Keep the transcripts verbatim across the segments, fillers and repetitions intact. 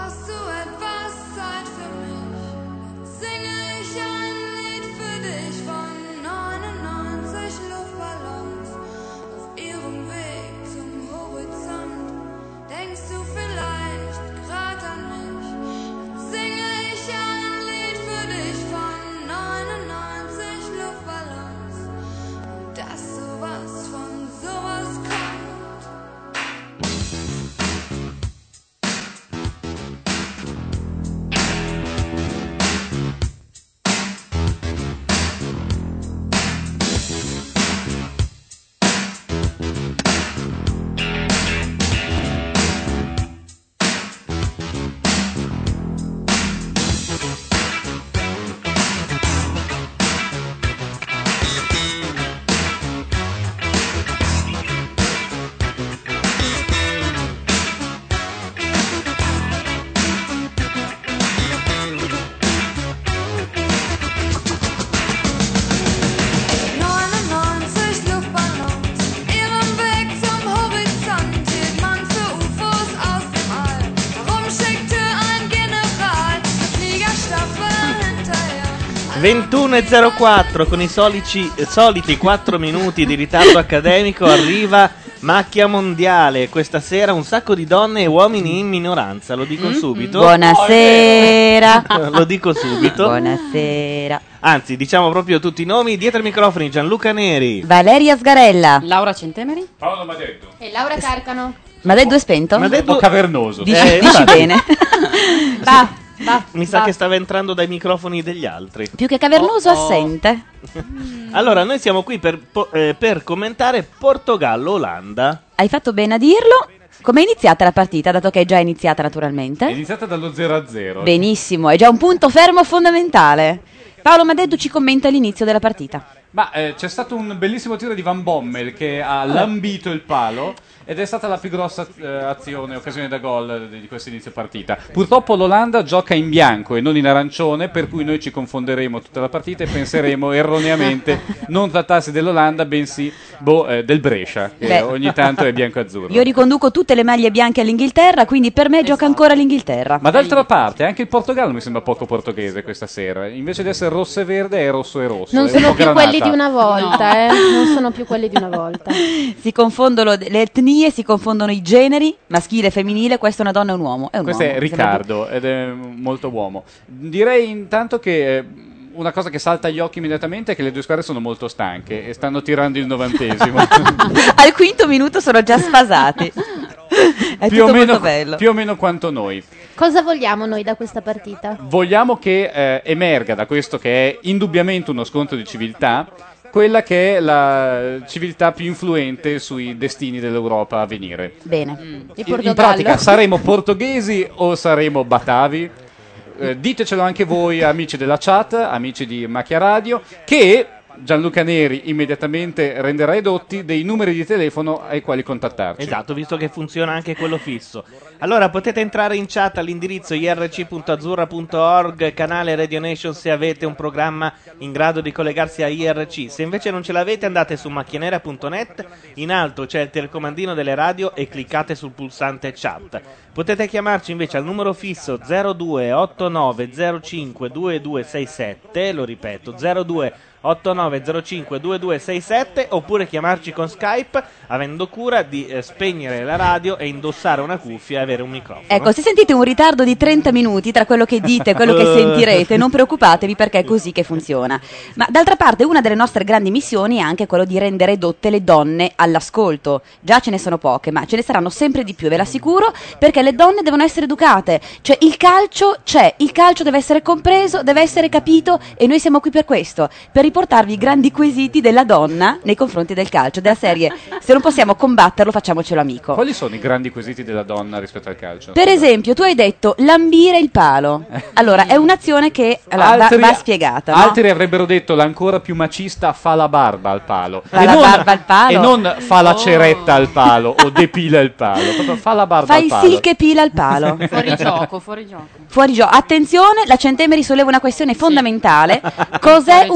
Hast du etwas Zeit für mich? Singe ich ein Lied für dich von neunundneunzig Luftballons auf ihrem Weg zum Horizont. Denkst du vielleicht grad an mich? Singe ich ein Lied für dich von neunundneunzig Luftballons und dass sowas von sowas kommt. neunundneunzig Luftballons, ihrem Weg zum Horizont, hielt man für U F Os aus dem All. Warum schickte ein General Fliegerstaffel hinterher? ventuno e zero quattro con i solici, eh, soliti quattro minuti di ritardo accademico arriva Macchia Mondiale. Questa sera un sacco di donne e uomini in minoranza, lo dico subito. Buonasera. Lo dico subito. Buonasera. Anzi, diciamo proprio tutti i nomi. Dietro i microfoni Gianluca Neri, Valeria Sgarella. Laura Centemeri Paolo Madeddu. e Laura Carcano. Ma Madeddu è spento? Madeddu- Un po' cavernoso. Dici, Eh, dici infatti. bene. Va, va. Mi sa va. che stava entrando dai microfoni degli altri. Più che cavernoso, Oh, oh. assente. Allora, noi siamo qui per, po- eh, per commentare Portogallo-Olanda. Hai fatto bene a dirlo. Com'è iniziata la partita, dato che è già iniziata È naturalmente? iniziata dallo zero a zero. Benissimo, è già un punto fermo fondamentale. Paolo Madeddu ci commenta l'inizio della partita. Ma eh, c'è stato un bellissimo tiro di Van Bommel che ha lambito il palo ed è stata la più grossa eh, azione, occasione da gol di questo inizio partita. Purtroppo l'Olanda gioca in bianco e non in arancione, per cui noi ci confonderemo tutta la partita e penseremo erroneamente non trattarsi dell'Olanda, bensì boh, eh, del Brescia, che Beh. ogni tanto è bianco-azzurro. Io riconduco tutte le maglie bianche all'Inghilterra, quindi per me gioca ancora l'Inghilterra. Ma d'altra parte anche il Portogallo mi sembra poco portoghese questa sera. Invece di essere rosso e verde è rosso e rosso. Non è sono un po' più granata. quelli di una volta, eh. Non sono più quelli di una volta. Si confondono le etnie, si confondono i generi, maschile e femminile. Questa è una donna e un uomo. È un Questo uomo, è mi sembra Riccardo ed è molto uomo. Direi intanto che eh, una cosa che salta agli occhi immediatamente è che le due squadre sono molto stanche e stanno tirando il novantesimo. più. Al quinto minuto sono già sfasati. È più, o tutto meno, molto bello. più o meno quanto noi. Cosa vogliamo noi da questa partita? Vogliamo che eh, emerga da questo che è indubbiamente uno scontro di civiltà, quella che è la civiltà più influente sui destini dell'Europa a venire. Bene. Di In, Portogallo. in pratica saremo portoghesi o saremo batavi? Eh, ditecelo anche voi, amici della chat, amici di Macchia Radio, che Gianluca Neri immediatamente renderà edotti dei numeri di telefono ai quali contattarci. Esatto, visto che funziona anche quello fisso. Allora potete entrare in chat all'indirizzo i r c punto azzurra punto org, canale Radio Nation se avete un programma in grado di collegarsi a I R C. Se invece non ce l'avete andate su macchianera punto net, in alto c'è il telecomandino delle radio e cliccate sul pulsante chat. Potete chiamarci invece al numero fisso zero due otto nove zero cinque due due sei sette, lo ripeto zero due otto nove zero cinque due due sei sette, oppure chiamarci con Skype avendo cura di eh, spegnere la radio e indossare una cuffia e avere un microfono. Ecco, se sentite un ritardo di trenta minuti tra quello che dite e quello che sentirete, non preoccupatevi perché è così che funziona. Ma d'altra parte una delle nostre grandi missioni è anche quello di rendere edotte le donne all'ascolto. Già ce ne sono poche, ma ce ne saranno sempre di più, ve l'assicuro, perché le donne devono essere educate. Cioè il calcio c'è, il calcio deve essere compreso, deve essere capito e noi siamo qui per questo, per riportarvi i grandi quesiti della donna nei confronti del calcio, della serie se non possiamo combatterlo facciamocelo amico. Quali sono i grandi quesiti della donna rispetto al calcio? Per esempio, tu hai detto lambire il palo. Allora, è un'azione che allora, va, Altri- va spiegata. No? Altri avrebbero detto l'ancora più macista fa la barba al palo. Fa e, la non, barba al palo? e non fa la Oh. ceretta al palo o depila il palo. Proprio fa la barba Fai al il palo. silk e pila al palo. Fuori gioco, fuori gioco. Fuori gioco. Attenzione, la Centemeri solleva una questione fondamentale. Cos'è Fuori un gioco. fuorigioco?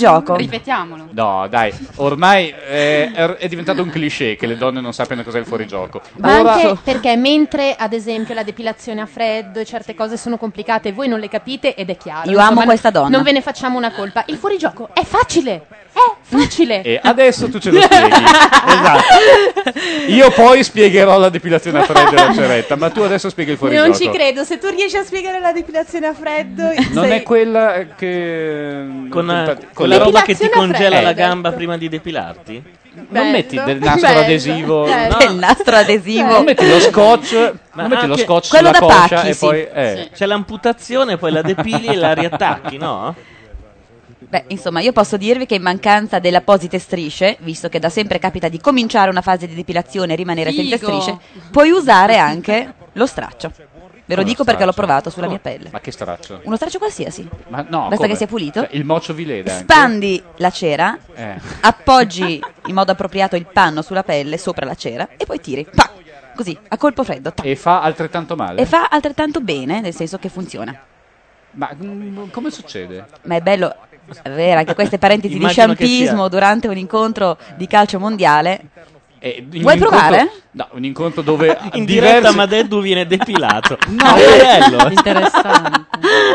fuorigioco. Ripetiamolo. No, dai, ormai è, è diventato un cliché che le donne non sappiano cos'è il fuorigioco. Ma Ora- anche perché mentre ad esempio la depilazione a freddo e certe cose sono complicate, voi non le capite ed è chiaro. Io amo Insomma, questa donna. Non ve ne facciamo una colpa. Il fuorigioco è facile, è facile. E adesso tu ce lo spieghi. Esatto. Io poi spiegherò la depilazione a freddo e la ceretta, ma tu adesso spieghi il fuorigioco. Non ci credo, se tu riesci a spiegare la depilazione a freddo... Non sei- è quella che Con, eh, con quella roba che ti Depilazione a congela freddo, la hai gamba detto. prima di depilarti? non Bello, metti del nastro bello, adesivo, bello. Del nastro adesivo. non metti lo scotch, Ma non metti lo anche scotch quello sulla da coscia pacchi, e sì. poi eh. C'è l'amputazione, poi la depili e la riattacchi, no? Beh, insomma, io posso dirvi che in mancanza delle apposite strisce, visto che da sempre capita di cominciare una fase di depilazione e rimanere senza Figo. strisce, puoi usare anche lo straccio. Ve lo Come dico perché l'ho straccio? provato sulla Come? mia pelle. Ma che straccio? Uno straccio qualsiasi. Ma no, Basta come? che sia pulito. Cioè, il mocio vi lede anche? Spandi la cera, Eh. appoggi in modo appropriato il panno sulla pelle, sopra la cera, e poi tiri. Pa! Così, a colpo freddo. tac. E fa altrettanto male? E fa altrettanto bene, nel senso che funziona. Ma mm, come succede? Ma è bello avere anche queste parentesi di Immagino che sciampismo sia- durante un incontro di calcio mondiale. Eh, in Vuoi un incontro- provare? No, un incontro dove In diversi... diretta Madeddu viene depilato. No, è bello. Interessante.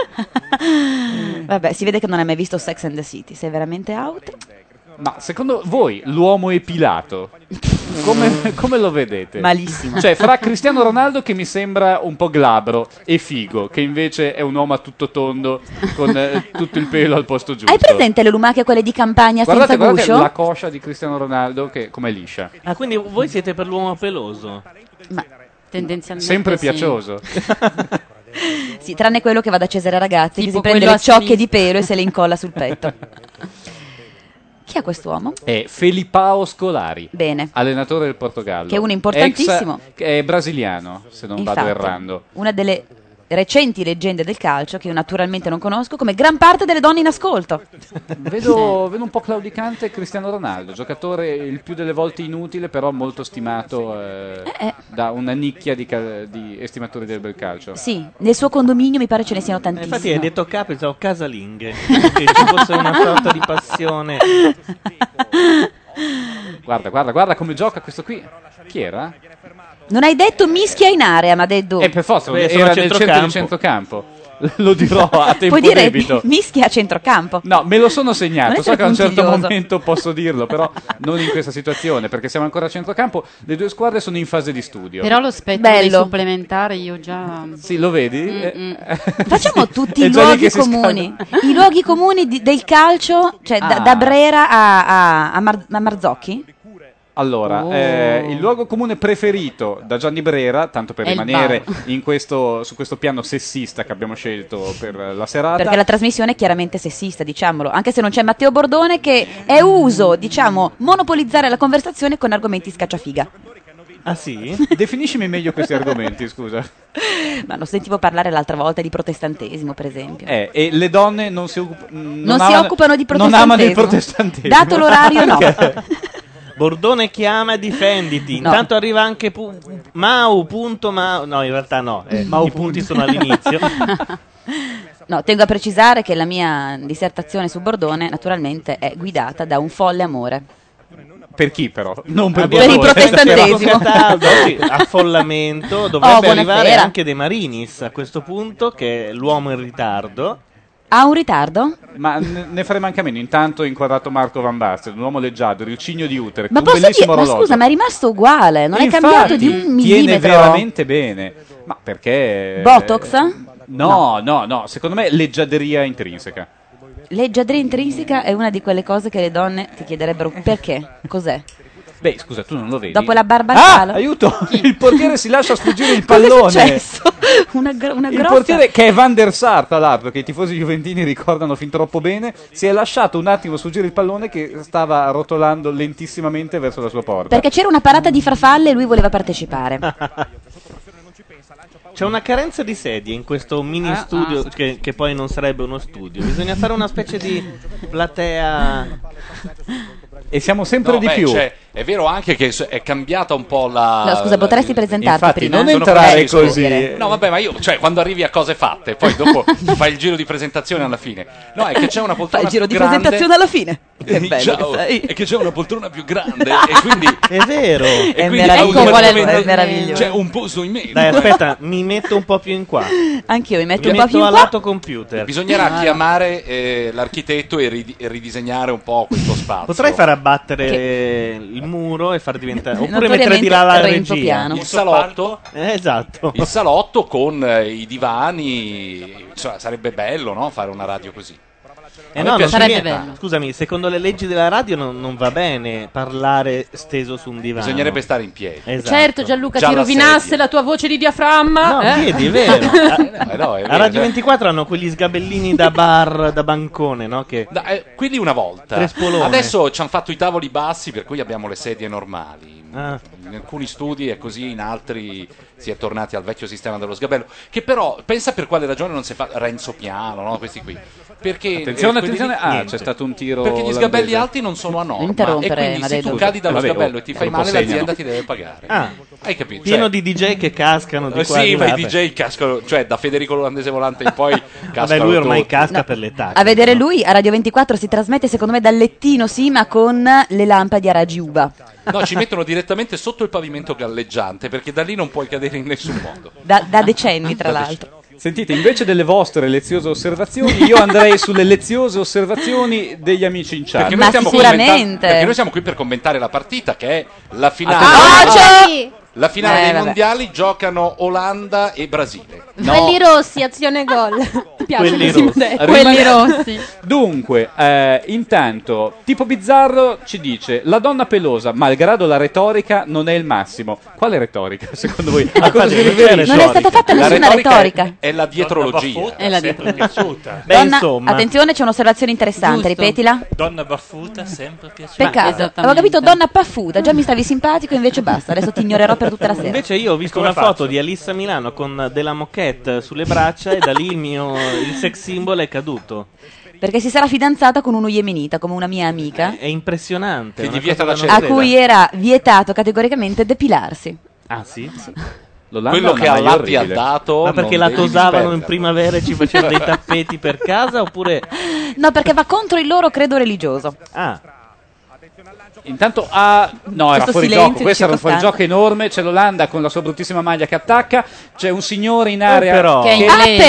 Vabbè, si vede che non hai mai visto Sex and the City. Sei veramente out? Ma secondo voi l'uomo epilato come, come lo vedete? Malissimo. Cioè, fra Cristiano Ronaldo che mi sembra un po' glabro e Figo, che invece è un uomo a tutto tondo con eh, tutto il pelo al posto giusto. Hai presente le lumache quelle di campagna Guardate, senza guardate guscio? la coscia di Cristiano Ronaldo che come liscia. Ah, quindi voi siete per l'uomo peloso? Ma Tendenzialmente Sempre sì. piacioso. sì, tranne quello che va da Cesare Ragazzi, che Tipo si prende quello le a ciocche sinistra. di pelo e se le incolla sul petto. Chi è quest'uomo? È Felipao Scolari, Bene. allenatore del Portogallo. Che è uno importantissimo. Ex- che è brasiliano, se non Infatti, vado errando. una delle recenti leggende del calcio che io naturalmente non conosco, come gran parte delle donne in ascolto. Vedo, vedo un po' claudicante Cristiano Ronaldo, giocatore il più delle volte inutile, però molto stimato eh, Eh. da una nicchia di, cal- di estimatori del bel calcio. Sì, nel suo condominio mi pare ce ne siano Eh, tantissimi. Infatti hai detto capo, pensavo casalinghe. Che ci fosse una sorta di passione. Guarda, guarda, guarda come gioca questo qui. Chi era? Non hai detto mischia in area, ma detto. Eh, per forza, Beh, sono era a nel centro centrocampo. di centrocampo. Lo dirò a tempo Puoi dire debito. mischia a centrocampo. No, me lo sono Non segnato, so essere che a un certo puntiglioso. momento posso dirlo, però non in questa situazione, perché siamo ancora a centrocampo, le due squadre sono in fase di studio. Però lo spettro dei Bello. supplementari io già... Sì, lo vedi? Mm-mm. Eh, Facciamo tutti è i già lì luoghi che si comuni. scalda. I luoghi comuni di- del calcio, cioè da, Ah. da Brera a, a, a, Mar- a Marzocchi. Allora, Oh. eh, il luogo comune preferito da Gianni Brera, tanto per È il rimanere bar. in questo, su questo piano sessista che abbiamo scelto per la serata. Perché la trasmissione è chiaramente sessista, diciamolo, anche se non c'è Matteo Bordone che è uso, diciamo, monopolizzare la conversazione con argomenti scacciafiga. Ah sì? Definiscimi meglio questi argomenti, scusa. Ma lo sentivo parlare l'altra volta di protestantesimo, per esempio. Eh, e le donne non si, occup- non non si amano- occupano di Non amano il protestantesimo. protestantesimo. Dato l'orario, no. Perché? Bordone chiama, difenditi. No. Intanto arriva anche pu- Mau, punto Mau. No, in realtà no, eh, i punti sono all'inizio. No, tengo a precisare che la mia dissertazione su Bordone, naturalmente, è guidata da un folle amore. Per chi però? Non per, Abbiamo Per il Bordone. protestantesimo. Cataldo, sì, affollamento. Oh, Dovrebbe buonasera. arrivare anche De Marinis a questo punto, che è l'uomo in ritardo. Ha un ritardo? Ma ne ne faremo anche a meno. Intanto ho inquadrato Marco Van Basten, un uomo leggiadro, il cigno di Utrecht, Ma un posso dire, bellissimo ma orologio. scusa, ma è rimasto uguale, non è Infatti, cambiato di un tiene millimetro. veramente bene. Ma perché? Botox? No, no, no, secondo me leggiadria intrinseca. Leggiadria intrinseca è una di quelle cose che le donne ti chiederebbero perché, cos'è? Beh, scusa, tu non lo vedi? Dopo la barba al Ah, calo. aiuto! Il portiere si lascia sfuggire il Cosa è pallone. successo? Una, gro- una Il grossa... portiere, che è Van der Sar, tra l'altro, che i tifosi juventini ricordano fin troppo bene, si è lasciato un attimo sfuggire il pallone che stava rotolando lentissimamente verso la sua porta. Perché c'era una parata di farfalle e lui voleva partecipare. C'è una carenza di sedie in questo mini Ah, studio, ah. Che, che poi non sarebbe uno studio. Bisogna fare una specie di platea. E siamo sempre No, di beh, più. c'è, È vero anche che s- è cambiata un po' la... No, scusa, potresti presentarti Infatti, prima? non Sono entrare felice, così. sono- No, vabbè, ma io, cioè, quando arrivi a cose fatte, poi dopo fai il giro di presentazione alla fine. No, è che c'è una poltrona Fai il giro più di grande. presentazione alla fine. Che bello Ciao, che sei. è che c'è una poltrona più grande e quindi È vero. e È quindi meraviglioso, automaticamente è meraviglioso. c'è un posto in meno. Dai, aspetta, mi metto un po' più in qua. Anch'io mi metto Mi un po' metto più in al qua. lato computer. Bisognerà Ah. chiamare eh, l'architetto e, rid- e ridisegnare un po' questo spazio. Potrei far abbattere il muro e far diventare. Oppure Notoriamente mettere di là la Renzo regia. Piano. il salotto, Eh, esatto. il salotto con eh, i divani, insomma, sarebbe bello, no? Fare una radio così. Eh A no, me non piace- Sarebbe viene- bello. Scusami, secondo le leggi della radio non, non va bene parlare steso su un divano. Bisognerebbe stare in piedi. Esatto. Certo, Gianluca, Già ti la rovinasse sedia. la tua voce di diaframma. No, eh? vedi, è vero. A, Eh, no, è a vero, Radio eh. ventiquattro hanno quegli sgabellini da bar, da bancone, no? Che Da- eh, quelli una volta. Tre spolone. Adesso ci hanno fatto i tavoli bassi, per cui abbiamo le sedie normali. Ah. In alcuni studi è così, in altri si è tornati al vecchio sistema dello sgabello. Che però, pensa per quale ragione non si fa Renzo Piano, no? Questi qui. Perché Attenzione, eh, quelli attenzione. lì- Ah, niente. c'è stato un tiro. Perché gli olandese. sgabelli alti non sono a norma. Interrompere, E quindi se Madeddu. tu cadi dallo Vabbè, oh, sgabello e ti fai un po' male, segnano. l'azienda ti deve pagare. Ah. Hai capito? pieno Cioè- di D J che cascano di Eh qua e sì, di ma là. i D J cascano, cioè da Federico l'olandese volante in poi cascano. Vabbè, lui ormai tutti. casca No. per le tacche. A vedere no? lui, a Radio ventiquattro si trasmette secondo me dal lettino, sì, ma con le lampade a raggi uva. No, ci mettono direttamente sotto il pavimento galleggiante, perché da lì non puoi cadere in nessun modo. Da, da decenni, tra l'altro. Sentite, invece delle vostre leziose osservazioni, io andrei sulle leziose osservazioni degli amici in chat. Perché Ma noi stiamo sicuramente. commenta- Perché noi siamo qui per commentare la partita, che è la finale. Ah, La finale Eh, dei vabbè. mondiali giocano Olanda e Brasile. Quelli rossi, azione gol. Ti piace Quelli così rossi. detto? Quelli Rimane- rossi. Dunque, eh, intanto, tipo bizzarro ci dice: la donna pelosa, malgrado la retorica, non è il massimo. Quale retorica, secondo voi? A cosa si Infatti, riferisce? Non è stata fatta La nessuna retorica. È, è la dietrologia. È la dietro. piaciuta. Beh, Donna, insomma. attenzione, c'è un'osservazione interessante, Giusto. ripetila. Donna baffuta, sempre piaciuta. Peccato, esattamente. avevo capito donna paffuta, già mi stavi simpatico, invece basta, adesso ti ignorerò per tutta la sera. Invece io ho visto Come una faccio? foto di Alissa Milano con della moquette sulle braccia e da lì il mio il sex symbol è caduto. Perché si sarà fidanzata con uno yemenita, come una mia amica, È impressionante. Che è gli una vieta cosa la da non a cena. credere. cui era vietato categoricamente depilarsi. Ah, sì? L'Olanda Quello è una che maglia Allatti ha orribile. dato. Ma perché non la devi tosavano in disperderlo. primavera e ci facevano dei tappeti per casa oppure. No, perché va contro il loro credo religioso. Ah, Intanto ah, no, era Questo fuori silenzio gioco, questo era un circostante. fuorigioco enorme, c'è l'Olanda con la sua bruttissima maglia che attacca, c'è un signore in Eh, area però. Che è Ah, inglese.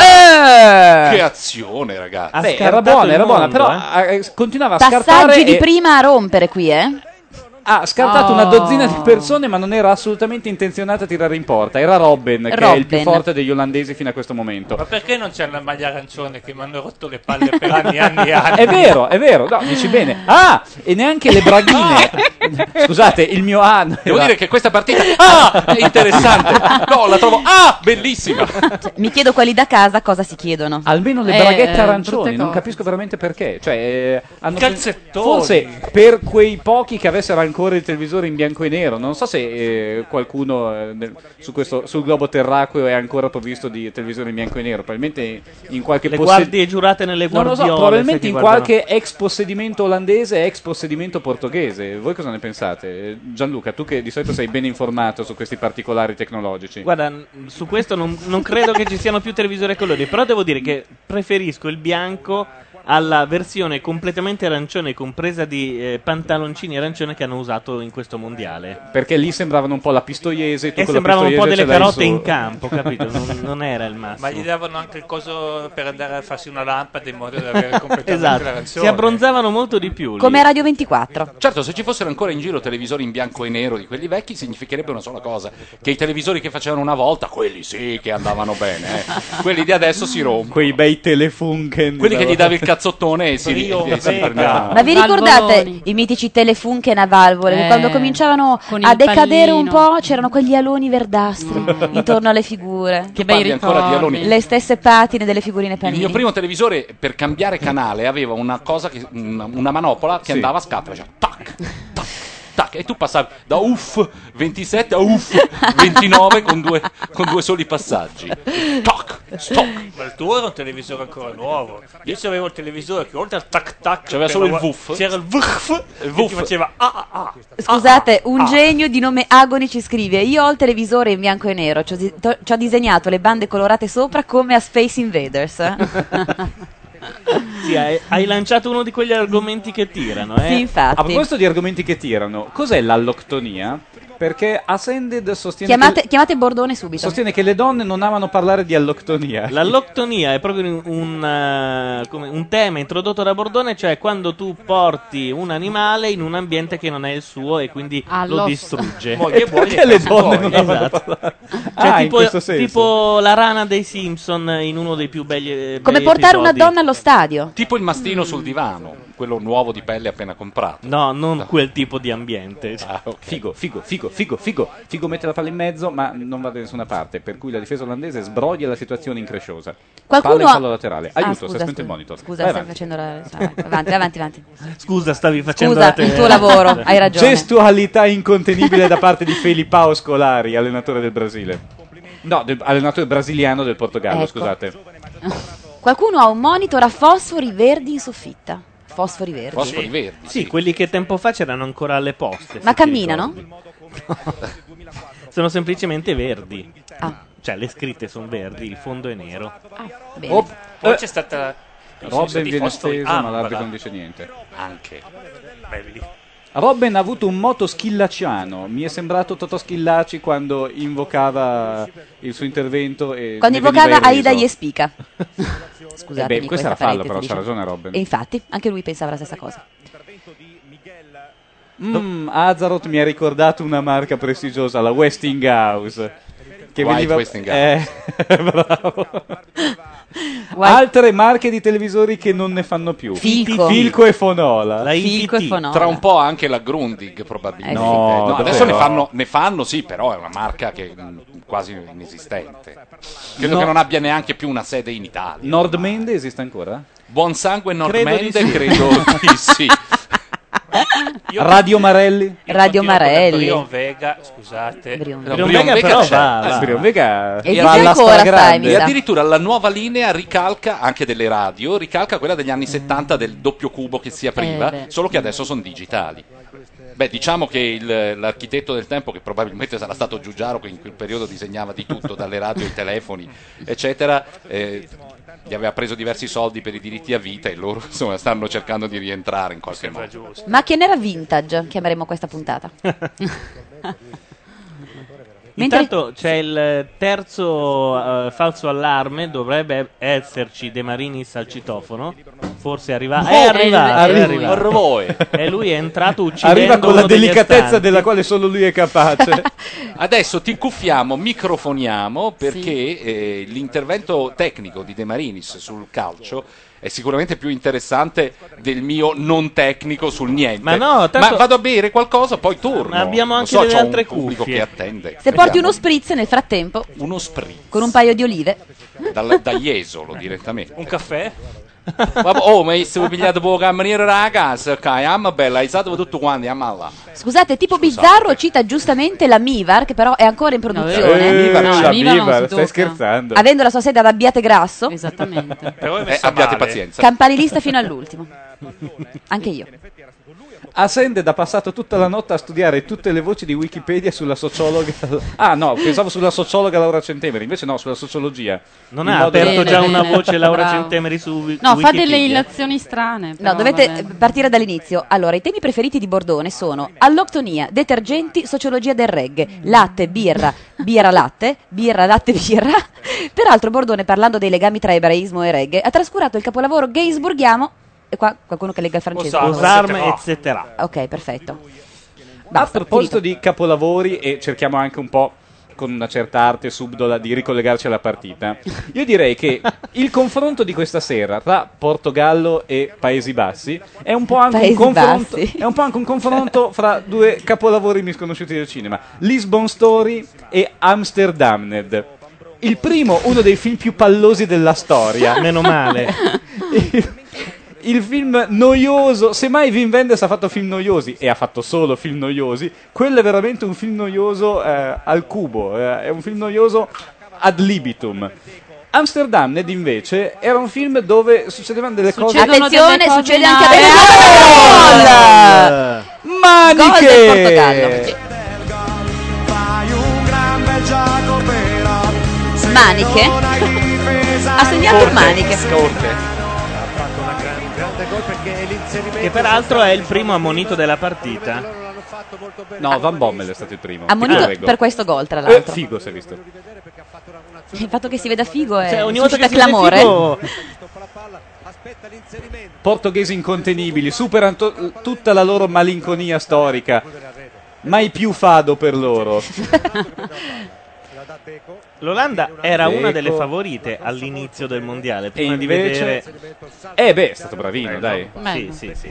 però! Che Eh! azione, ragazzi. Ha Beh, era scartato buona, il era buona, mondo, però eh. eh, continuava a scartare Passaggi di e prima a rompere qui, eh? ha scartato Oh. una dozzina di persone, ma non era assolutamente intenzionata a tirare in porta. Era Robben, che è il più Robben. forte degli olandesi fino a questo momento. Ma perché non c'è la maglia arancione che mi hanno rotto le palle per anni e anni e anni? È vero, è vero, no, dici bene. Ah, e neanche le braghine. Scusate, il mio ah, Devo era- dire che questa partita ah, è interessante. No, la trovo ah, bellissima. Cioè, mi chiedo quelli da casa cosa si chiedono. almeno le Eh, braghette eh, arancioni, brutte non cose. capisco veramente perché. Cioè, eh, hanno Calzettoni. forse per quei pochi che avessero ancora il televisore in bianco e nero. Non so se eh, qualcuno eh, nel- su questo, sul globo terracqueo è ancora provvisto di televisore in bianco e nero. Probabilmente in qualche Le possed- guardie giurate nelle Non lo guardiole. so, probabilmente se ti in guardano. qualche ex possedimento olandese e ex possedimento portoghese. Voi cosa ne pensate? Gianluca, tu che di solito sei ben informato su questi particolari tecnologici. Guarda, n- su questo non, non credo che ci siano più televisori a colori, però devo dire che preferisco il bianco alla versione completamente arancione, compresa di eh, pantaloncini arancione che hanno usato in questo mondiale. Perché lì sembravano un po' la pistoiese. tu E con la sembravano un po' pistoiese delle ce l'hai carote su- in campo, capito? Non, non era il Ma massimo. gli davano anche il coso per andare a farsi una lampada in modo da avere completamente Esatto, l'arancione. si abbronzavano molto di più lì. Come Radio ventiquattro. Certo, se ci fossero ancora in giro televisori in bianco e nero di quelli vecchi, significherebbe una sola cosa: che i televisori che facevano una volta, quelli sì che andavano bene, eh. Quelli di adesso si rompono. Quei bei telefunken. Quelli che gli davi il cazzottone e si, Brio, e si Vega. risparmiavano. Ma vi Valvoloni. ricordate i mitici telefunken a valvole? Che Eh, quando cominciavano con a il decadere un pallino. po' c'erano quegli aloni verdastri intorno alle figure. Che bei parli ancora di ricordi. aloni. Le stesse patine delle figurine Il panini. mio primo televisore per cambiare canale aveva una cosa che, una, una manopola che Sì. andava a scatola, faceva tac, tac, tac, e tu passavi da uff ventisette a uff ventinove con due, con due soli passaggi. Tac, stop. Ma il tuo era un televisore ancora nuovo. Io avevo il televisore che oltre al tac tac c'aveva solo il vuff. C'era il vuff, Il che vuff. ti faceva ah ah ah. Scusate, un ah. genio di nome Agoni ci scrive: io ho il televisore in bianco e nero, ci ho, di- to- ci ho disegnato le bande colorate sopra come a Space Invaders. Sì, hai, hai lanciato uno di quegli argomenti che tirano, eh? Sì, A infatti. proposito di argomenti che tirano, cos'è l'alloctonia? Perché Ascended sostiene, Chiamate, che, chiamate Bordone subito. sostiene che le donne non amano parlare di alloctonia. L'alloctonia è proprio un, un, eh, come un tema introdotto da Bordone, cioè quando tu porti un animale in un ambiente che non è il suo e quindi Ah, lo l'osso. distrugge. Moglie buoni Perché e le casi donne tuoi. non amano Esatto. parlare? Cioè, Ah, in tipo, questo senso. tipo la rana dei Simpson in uno dei più belli, eh, Come bei portare una episodi. donna allo stadio. Tipo il mastino sul divano, quello nuovo di pelle appena comprato. No, non quel tipo di ambiente. Ah, ok. Figo, figo, figo, figo, figo. Figo mette la palla in mezzo, ma non va da nessuna parte. Per cui la difesa olandese sbroglia la situazione incresciosa. Qualcuno Palla in ha- fallo laterale. Ah, Aiuto, scusa, sta spento il scusa. monitor. Scusa, Vai stai avanti. facendo la... vai, avanti, avanti, avanti. Scusa, stavi facendo Scusa, la te- il tuo lavoro, hai ragione. Gestualità incontenibile da parte di Felipao Scolari, allenatore del Brasile. No, del- allenatore brasiliano del Portogallo, Ecco. scusate. Qualcuno ha un monitor a fosfori verdi in soffitta. Fosfori verdi. Fosfori verdi. Sì, quelli che tempo fa c'erano ancora alle poste. Ma se ti camminano? ricordi. Sono semplicemente verdi. Ah, Cioè, le scritte sono verdi, il fondo è nero. bene. Oh, Poi eh, c'è stata il senso Robben di viene fosfori steso, ma ampara. l'arbitro non dice niente. Anche. Belli. Robben ha avuto un moto schillacciano. Mi è sembrato Totò Schillaci quando invocava il suo intervento e Quando ne veniva invocava irreso. Aida Jespica. Eh Scusatemi beh, questo era questa fallo, parentesi, però c'ha diciamo. ragione Robben. E infatti, anche lui pensava la stessa cosa. Mm, Azaroth mi ha ricordato una marca prestigiosa, la Westinghouse. Che White veniva... Westinghouse. Eh, bravo. White- Altre marche di televisori che non ne fanno più. Filco. Filco e Fonola. La Filco e I T T. Fonola. Tra un po' anche la Grundig probabilmente. Eh sì. No, No, adesso davvero? ne fanno, ne fanno, sì, però è una marca che mh, quasi inesistente. Credo No. che non abbia neanche più una sede in Italia. Nordmende esiste ancora? Buon sangue Credo Nordmende, di sì. credo di sì. Io- Radio Marelli? io Radio continuo con la Marelli. Brion Vega, scusate. Brion. No, Brion Brion Vega Vega però c'è. va, Ah, va. Brion Vega Esiste va alla ancora, stragrande. stai, mi E sa. addirittura la nuova linea ricalca anche delle radio, ricalca quella degli anni settanta del doppio cubo che si apriva, Eh, beh. solo che adesso sono digitali. Beh, diciamo che il- l'architetto del tempo, che probabilmente sarà stato Giugiaro, che in quel periodo disegnava di tutto, dalle radio ai telefoni, eccetera, eh, gli aveva preso diversi soldi per i diritti a vita e loro insomma stanno cercando di rientrare in qualche Sembra modo. giusto. Macchia nera vintage, chiameremo questa puntata. Mentre- Intanto c'è il terzo eh, falso allarme, dovrebbe esserci De Marinis al citofono. Forse arriva. è arrivato, è arriva. arrivato. E lui è entrato uccidendo Arriva con la uno degli delicatezza astanti. della quale solo lui è capace. Adesso ti cuffiamo, microfoniamo perché eh, l'intervento tecnico di De Marinis sul calcio è sicuramente più interessante del mio non tecnico sul niente. Ma no, tanto- Ma vado a bere qualcosa, poi torno. Ma abbiamo Non anche so, delle c'ho altre un pubblico cuffie. che attende. Se porti Vediamo. uno spritz nel frattempo, Uno spritz con un paio di olive. Dal- da Jesolo direttamente. Un caffè? Vabbè, oh, ma se vi pigliate poco cameriere da casa, ok, amma bella, hai stato tutto quanti, amma là. Scusate, tipo Scusate. bizzarro cita giustamente la Mivar, che però è ancora in produzione, Eh, Mivar, No, c'ha Mivar non Mivar, si stai tocca. scherzando. avendo la sua sede ad Abbiate Grasso, Esattamente. Però è Eh, messa abbiate male. pazienza. campanilista fino all'ultimo. Anche io. Ascended ha passato tutta la notte a studiare tutte le voci di Wikipedia sulla sociologa. Ah no, pensavo sulla sociologa Laura Centemeri, invece no, sulla sociologia. Non In ha modo- aperto Bene, già bene. una voce Laura Bravo. Centemeri su Wi- No, fa Wikipedia. delle illazioni strane. No, però dovete va bene. partire dall'inizio. Allora, i temi preferiti di Bordone sono alloctonia, detergenti, sociologia del reggae, latte, birra, birra latte, birra latte birra. Peraltro Bordone, parlando dei legami tra ebraismo e reggae, ha trascurato il capolavoro gaysburgiano. E qua qualcuno che legga il francese. Osarme. Osarme, No. eccetera. Ok, perfetto. A Basta, proposito finito. di capolavori, e cerchiamo anche un po' con una certa arte subdola di ricollegarci alla partita, io direi che il confronto di questa sera tra Portogallo e Paesi Bassi è un po' anche, un Paesi confronto, Bassi. è un po' anche un confronto fra due capolavori misconosciuti del cinema, Lisbon Story e Amsterdamned. Il primo, uno dei film più pallosi della storia. Meno male. Il, il film noioso, semmai Wim Wenders ha fatto film noiosi e ha fatto solo film noiosi, quello è veramente un film noioso eh, al cubo, eh, è un film noioso ad libitum. Amsterdam Ned invece era un film dove succedevano delle cose. Attenzione, succede anche a Gol! Maniche! Gol del Portogallo. Maniche? Ha segnato il Maniche. Che peraltro è il primo ammonito della partita. No, Van Bommel è stato il primo. Ammonito Ti prego. per questo gol, tra Eh, l'altro. figo, si è visto. Il fatto che si veda figo è Cioè, ogni volta suscita che si vede clamore. figo- Portoghesi incontenibili, superano to- tutta la loro malinconia storica. Mai più fado per loro. L'Olanda era Deco. una delle favorite all'inizio del mondiale. Prima di invece- vedere. Eh beh, è stato bravino, dai. Sì, sì, sì.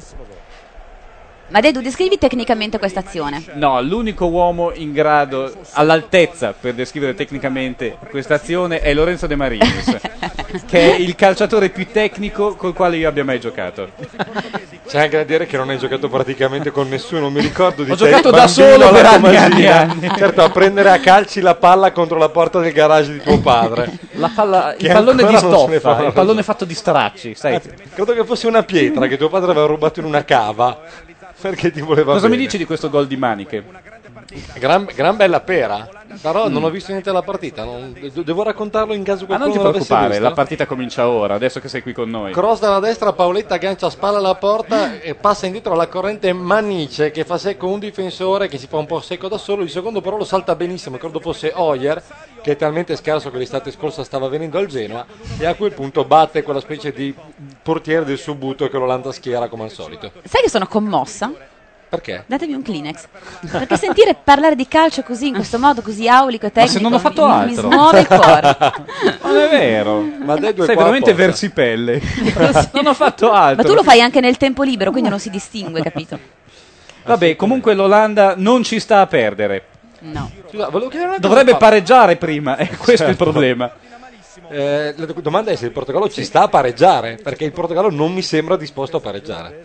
Ma Dedu, descrivi tecnicamente questa azione. No, l'unico uomo in grado, all'altezza per descrivere tecnicamente questa azione è Lorenzo De Marinis, che è il calciatore più tecnico col quale io abbia mai giocato. C'è anche da dire che non hai giocato praticamente con nessuno. Mi ricordo di Ho te, giocato da bambino solo per alla anni e Tomasina. anni e anni. Certo, a prendere a calci la palla contro la porta del garage di tuo padre. La palla, il Che pallone di ancora non se ne stoffa, fa il pallone fatto di stracci, sai. Eh, credo che fosse una pietra che tuo padre aveva rubato in una cava perché ti voleva Cosa bene. mi dici di questo gol di Maniche? Gran, gran bella pera, però non ho visto niente della partita. non- de- devo raccontarlo in caso Ah, qualcuno non ti non l'avesse preoccupare, visto. la partita comincia ora, adesso che sei qui con noi. Cross dalla destra, Paoletta aggancia a spalla alla porta e passa indietro alla corrente Manice che fa secco un difensore che si fa un po' secco da solo. Il secondo però lo salta benissimo, credo fosse Hoyer, che è talmente scarso che l'estate scorsa stava venendo al Genoa, e a quel punto batte quella specie di portiere del Subuto che l'Olanda schiera come al solito. Sai che sono commossa? Perché? Datemi un Kleenex. Perché sentire parlare di calcio così, in questo modo così aulico e Ma tecnico, se non ho fatto mi, mi altro. smuove il cuore. Non è vero. Ma dai due Sei qua veramente apposta. versipelle. Non ho fatto altro. Ma tu lo fai anche nel tempo libero, quindi non si distingue, capito? Vabbè, comunque l'Olanda non ci sta a perdere. No. Scusa, volevo chiedere una cosa. Dovrebbe pareggiare prima, e questo è il Certo. problema. Eh, la do- domanda è se il Portogallo ci sta a pareggiare, perché il Portogallo non mi sembra disposto a pareggiare.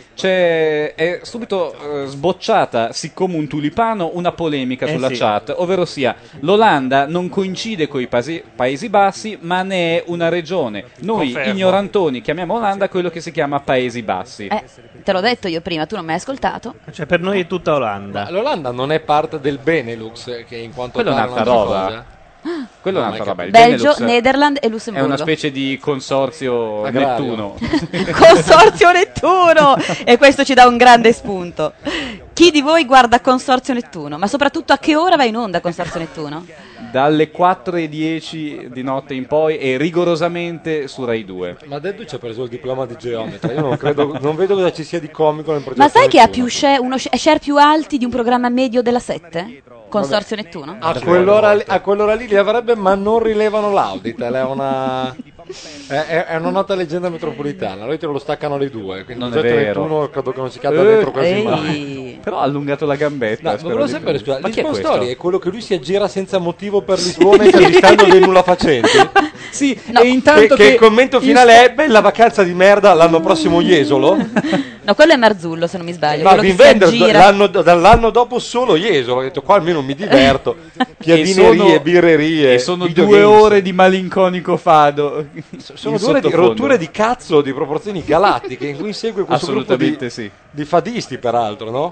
C'è è subito eh, sbocciata, siccome un tulipano, una polemica Eh sulla sì. chat, ovvero sia l'Olanda non coincide con i Paesi, Paesi Bassi, ma ne è una regione. Noi Confermo. ignorantoni chiamiamo Olanda quello che si chiama Paesi Bassi. Eh, te l'ho detto io prima, tu non mi hai ascoltato. Cioè, per noi è tutta Olanda. Ma l'Olanda non è parte del Benelux, che in quanto Quello è tale un'altra un'altra roba. cosa. Quello è No, un'altra ma roba. Il Belgio, Benelux Nederland e è Lussemburgo. una specie di consorzio Agrario. Nettuno. Consorzio Nettuno! E questo ci dà un grande spunto. Chi di voi guarda Consorzio Nettuno? Ma soprattutto a che ora va in onda Consorzio Nettuno? Dalle quattro e dieci di notte in poi e rigorosamente su Rai due. Ma Deddu ci ha preso il diploma di geometra. Io non, credo, non vedo cosa ci sia di comico nel progetto. Ma sai che ha Nettuno. più share, uno sh- share più alti di un programma medio della sette? Consorzio Nettuno? A quell'ora, li- a quell'ora lì li avrebbe, ma non rilevano l'Auditel. È una, è, è- è una nota leggenda metropolitana. Loro te lo staccano alle due. Quindi Non il è progetto vero. Nettuno credo che non si cada Eh, dentro quasi ehi. mai. Però ha allungato la gambetta. No, ma spero volevo di sapere, più. scusa, Ma chi è Lisbon questo? Story è quello che lui si aggira senza motivo per Lisbona intervistando dei nulla facenti? Sì, No. e intanto che, che, che il commento finale è bella vacanza di merda l'anno prossimo Jesolo. No, quello è Marzullo, se non mi sbaglio. Ma quello che Wim si Wenders aggira. l'anno- dall'anno dopo solo Jesolo. Ho detto qua almeno mi diverto. Piadinerie, sono- birrerie. e sono videogames. due ore di malinconico fado. Sono in due ore di sottofondo. rotture di cazzo di proporzioni galattiche in cui segue questo gruppo di, Assolutamente sì. di fadisti, peraltro, no?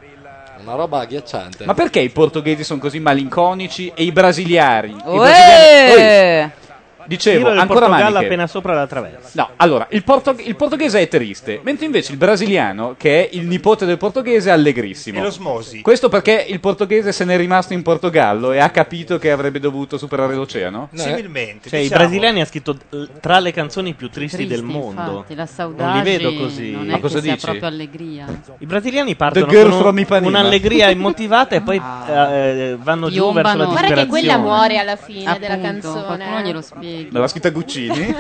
Una roba agghiacciante. Ma perché i portoghesi sono così malinconici e i brasiliani? I Uè! brasiliani- Oi, dicevo, Tiro del ancora Portogallo maniche. appena sopra la traversa. No, allora, il, porto- il portoghese è triste, mentre invece il brasiliano, che è il nipote del portoghese, è allegrissimo. E l'osmosi. Questo perché il portoghese se n'è rimasto in Portogallo e ha capito che avrebbe dovuto superare l'oceano? No, eh. Similmente. Cioè, diciamo, i brasiliani ha scritto eh, tra le canzoni più tristi, Tristi, del mondo. infatti, la Non li saudade vedo così. non è Ma che cosa sia dici? proprio allegria. I brasiliani partono The girl con from un- Ipanema. un'allegria immotivata e poi Ah. eh, vanno giù Piombano. verso la Guarda Guarda disperazione. che quella muore alla fine della Appunto, canzone. qualcuno glielo spieghi. Me l'ha scritta Guccini?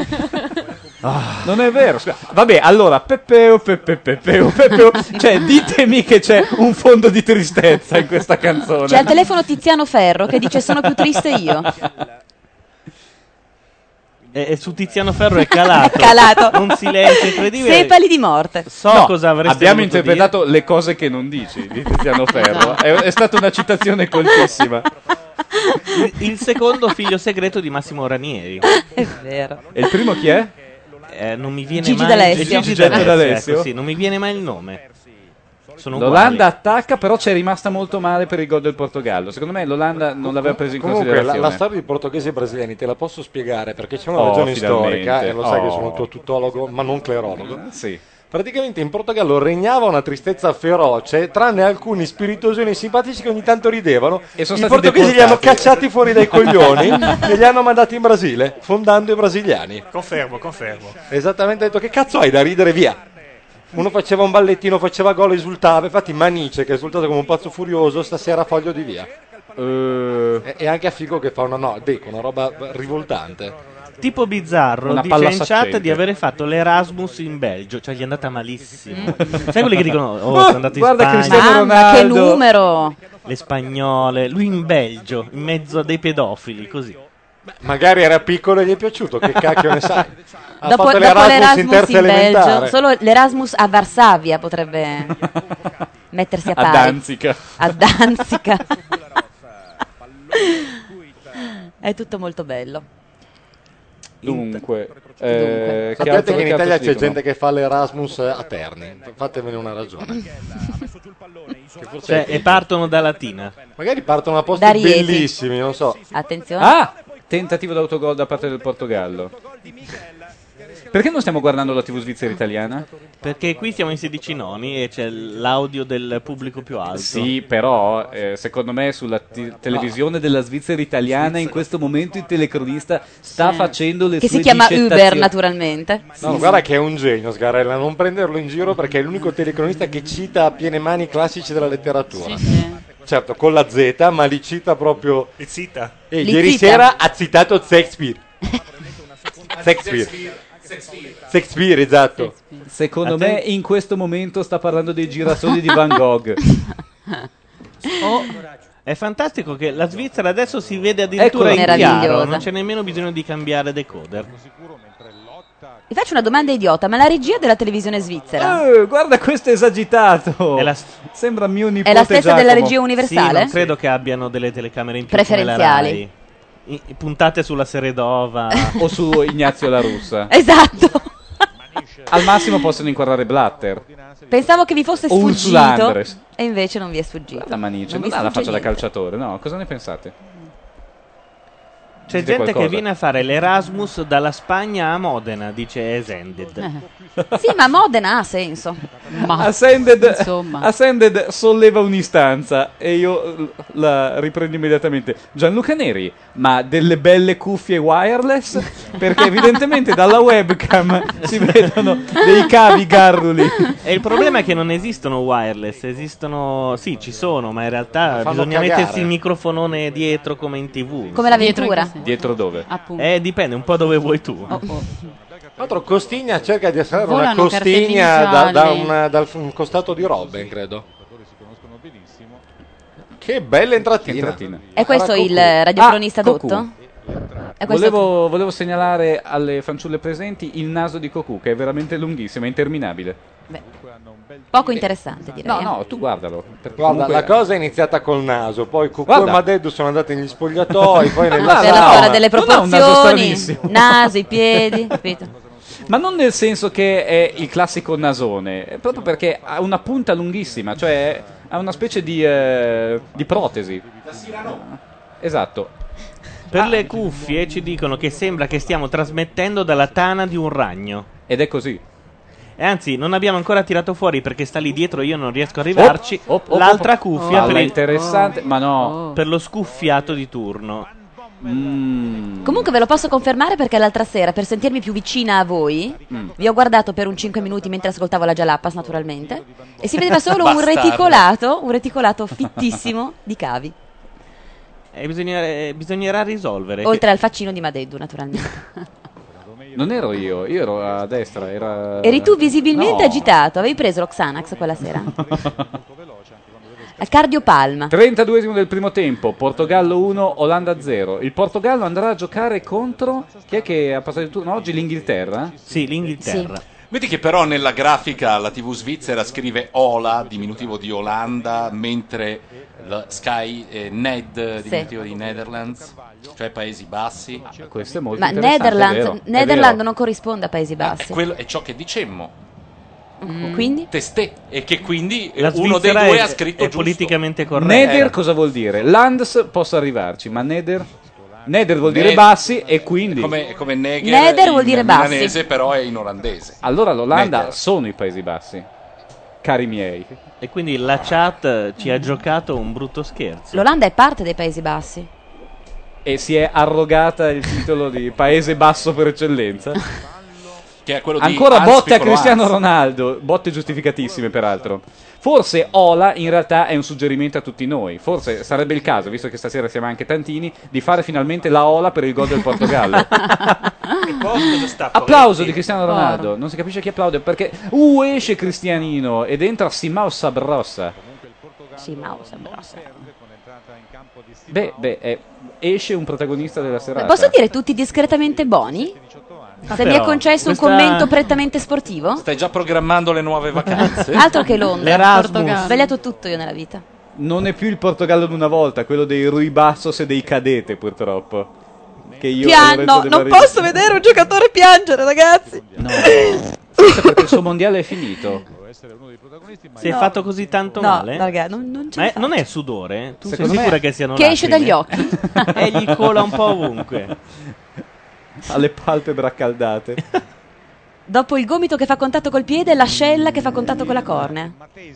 Ah, non è vero. scusa. Vabbè, allora, Peppeo, Peppe, Peppeo, Peppeo. Cioè, ditemi che c'è un fondo di tristezza in questa canzone. C'è al telefono Tiziano Ferro che dice sono più triste io. E, e su Tiziano Ferro è calato. Calato. Un silenzio incredibile. Sepali di morte. So No, cosa avreste abbiamo voluto interpretato le cose che non dici di Tiziano Ferro. È, è stata una citazione coltissima. dire. Il, il secondo figlio segreto di Massimo Ranieri. È vero. E il primo chi è? Eh, non mi viene Gigi mai D'Alessio. Gigi Gigi D'Alessio, D'Alessio. ecco, sì, non mi viene mai il nome. Sono L'Olanda uguali. attacca, però c'è rimasta molto male per il gol del Portogallo. Secondo me l'Olanda non l'aveva preso in Comunque la, considerazione. la storia dei portoghesi e brasiliani te la posso spiegare perché c'è una Oh, ragione finalmente. storica e lo sai che Oh. sono tuo tutologo ma non clerologo. Sì. Praticamente in Portogallo regnava una tristezza feroce, tranne alcuni spiritosoni e simpatici che ogni tanto ridevano. E sono I stati portoghesi li hanno deportati. cacciati fuori dai coglioni e li hanno mandati in Brasile, fondando i brasiliani. Confermo, confermo. Esattamente, ha detto che cazzo hai da ridere, via. Uno faceva un ballettino, faceva gol, esultava. Infatti Manice, che è esultato come un pazzo furioso, stasera foglio di via. Uh, E, e anche a Figo che fa una no, Deco, una roba rivoltante. Tipo bizzarro, Una dice palla in chat saccente. di avere fatto l'Erasmus in Belgio, cioè gli è andata malissimo. Sai quelli che dicono, oh, sono andato in guarda Spagna, Cristiano Mamma, che Ronaldo. numero! le spagnole, lui in Belgio, in mezzo a dei pedofili, così. Magari era piccolo e gli è piaciuto, che cacchio ne sai. Ha Dopo, fatto dopo l'Erasmus l'Erasmus in terza in Belgio, elementare. solo l'Erasmus a Varsavia potrebbe mettersi a A pari. Danzica. A Danzica. È tutto molto bello. Dunque, eh, che Sapete altro- che in che altro Italia ci c'è dicono? gente che fa l'Erasmus a Terni. Fatevene una ragione. Che forse Cioè, è e partono da Latina. Magari partono a posti Da Rieti. bellissimi, non so. Attenzione. Ah! Tentativo d'autogol da parte del Portogallo. Perché non stiamo guardando la tivù svizzera italiana? Perché qui siamo in sedici noni e c'è l'audio del pubblico più alto. Sì, però eh, secondo me sulla ti- televisione della Svizzera italiana in questo momento il telecronista sta Sì. facendo le Che sue si chiama discettazioni. Uber, naturalmente. No, guarda che è un genio Sgarella, non prenderlo in giro perché è l'unico telecronista che cita a piene mani i classici della letteratura. Certo, con la Z, ma li cita proprio. Il Zita. E Li ieri cita. sera ha citato Shakespeare. Shakespeare. Shakespeare, esatto. Secondo A te- me in questo momento sta parlando dei girasoli di Van Gogh. Oh, è fantastico che la Svizzera adesso si vede addirittura Eccola. in chiaro, Meravigliosa. non c'è nemmeno bisogno di cambiare decoder. Vi faccio una domanda idiota, ma la regia della televisione svizzera Eh, guarda questo esagitato. È la, Sembra mio nipote è la stessa Giacomo. della regia sì, universale? non credo che abbiano delle telecamere in più come la Preferenziali. Rai. I- i- puntate sulla Seredova. O su Ignazio La Russa. Esatto. Al massimo possono inquadrare Blatter. Pensavo che vi fosse O sfuggito Ursulandres. e invece non vi è sfuggito. La Manice, Non non, vi ha la sfugge faccia da niente. calciatore, no? Cosa ne pensate? C'è Dite gente qualcosa. che viene a fare l'Erasmus dalla Spagna a Modena, dice Esended. Eh. Sì, ma Modena ha senso. Ma Ascended, insomma. Ascended solleva un'istanza e io la riprendo immediatamente. Gianluca Neri, ma delle belle cuffie wireless? Perché evidentemente dalla webcam si vedono dei cavi garruli. E il problema è che non esistono wireless, esistono... Sì, ci sono, ma in realtà fanno bisogna cagare. mettersi il microfonone dietro come in tivù. Come l'avventura. Dietro dove? Appunto. Eh, dipende un po' dove vuoi tu. Oh, oh. Tra l'altro Costigna cerca di essere una Volano Costigna cartellini da, da gialli. una- dal un costato di Robben, credo. Che bella entratina. Entratina. È questo Era il Cocu. radiofonista Ah, Cocu. dotto? È questo- Volevo, volevo segnalare alle fanciulle presenti il naso di Cocu, che è veramente lunghissimo, è interminabile. Beh, poco interessante, direi. No, eh. no, tu guardalo. perché Guarda, comunque- la cosa è iniziata col naso, poi Cucù Guarda. e Madeddu sono andati negli spogliatoi, poi nella Guarda, Per la no, storia delle non ha un naso proporzioni, stranissimo. naso, i piedi, capito? Ma non nel senso che è il classico nasone, è proprio perché ha una punta lunghissima, cioè ha una specie di, eh, di protesi. Esatto. Per le cuffie ci dicono che sembra che stiamo trasmettendo dalla tana di un ragno. Ed è così. E anzi, non abbiamo ancora tirato fuori perché sta lì dietro, io non riesco a arrivarci. Op, op, op, L'altra op. cuffia Palla per, il- interessante, ma no. per lo scuffiato di turno. Mm. Comunque ve lo posso confermare perché l'altra sera, per sentirmi più vicina a voi, Mm. vi ho guardato per un cinque minuti mentre ascoltavo la Jalapas, naturalmente, e si vedeva solo un Bastardo. reticolato, un reticolato fittissimo di cavi, E bisogna- eh, bisognerà risolvere. oltre al faccino di Madeddu, naturalmente. Non ero io, io ero a destra. Era... Eri tu visibilmente No. agitato, avevi preso lo Xanax quella sera? A Cardiopalma. trentaduesimo del primo tempo, Portogallo uno, Olanda zero. Il Portogallo andrà a giocare contro chi è che ha passato il turno oggi? L'Inghilterra? Sì, l'Inghilterra. Vedi che però nella grafica la tivù svizzera scrive Ola, diminutivo di Olanda, mentre la Sky è Ned, diminutivo di Netherlands, cioè Paesi Bassi. Questo è molto Ma Netherlands, Netherlands non corrisponde a Paesi È, Bassi. quello, è ciò che dicemmo. Mm. Quindi? Testè, e che quindi La uno dei Svizzera due è- ha scritto è giusto. politicamente corretto. Nether Eh. cosa vuol dire? Lands posso arrivarci, ma Nether? Nether vuol dire Ne- bassi e quindi... Come, è come Neger Nether in vuol dire bassi. milanese, però è in olandese. Allora l'Olanda Nether. sono i Paesi Bassi, cari miei. E quindi la chat ci ha giocato un brutto scherzo. L'Olanda è parte dei Paesi Bassi. E si è arrogata il titolo di Paese Basso per eccellenza. Che è quello di Ancora Hans botte a Piccolo Cristiano Hans. Ronaldo, botte giustificatissime peraltro. Forse Ola in realtà è un suggerimento a tutti noi. Forse sarebbe il caso, visto che stasera siamo anche tantini, di fare finalmente la Ola per il gol del Portogallo. Applauso di Cristiano Ronaldo. Non si capisce chi applaude perché uh, esce Cristianino ed entra Simao Sabrossa. Sì, ma Sabrossa. Beh, beh, è- esce un protagonista della serata. Posso dire tutti discretamente buoni? Se mi è però, concesso un questa- commento prettamente sportivo? Stai già programmando le nuove vacanze? Altro che Londra. L'Erasmus. Ho sbagliato tutto io nella vita. Non è più il Portogallo di una volta, quello dei Rui Bassos e dei Cadete, purtroppo. Che io e Pian- Lorenzo no, De non Maria- posso vedere un giocatore piangere, ragazzi. No. Forse perché il suo mondiale è finito. Si è No. fatto così tanto No, male? raga, non, non ce Ma la è- non è sudore? Tu Secondo sei me- sicura che siano Che esce lacrime? dagli occhi. E gli cola un po' ovunque. Ha le palpebre accaldate. Dopo il gomito che fa contatto col piede e l'ascella che fa contatto con la cornea.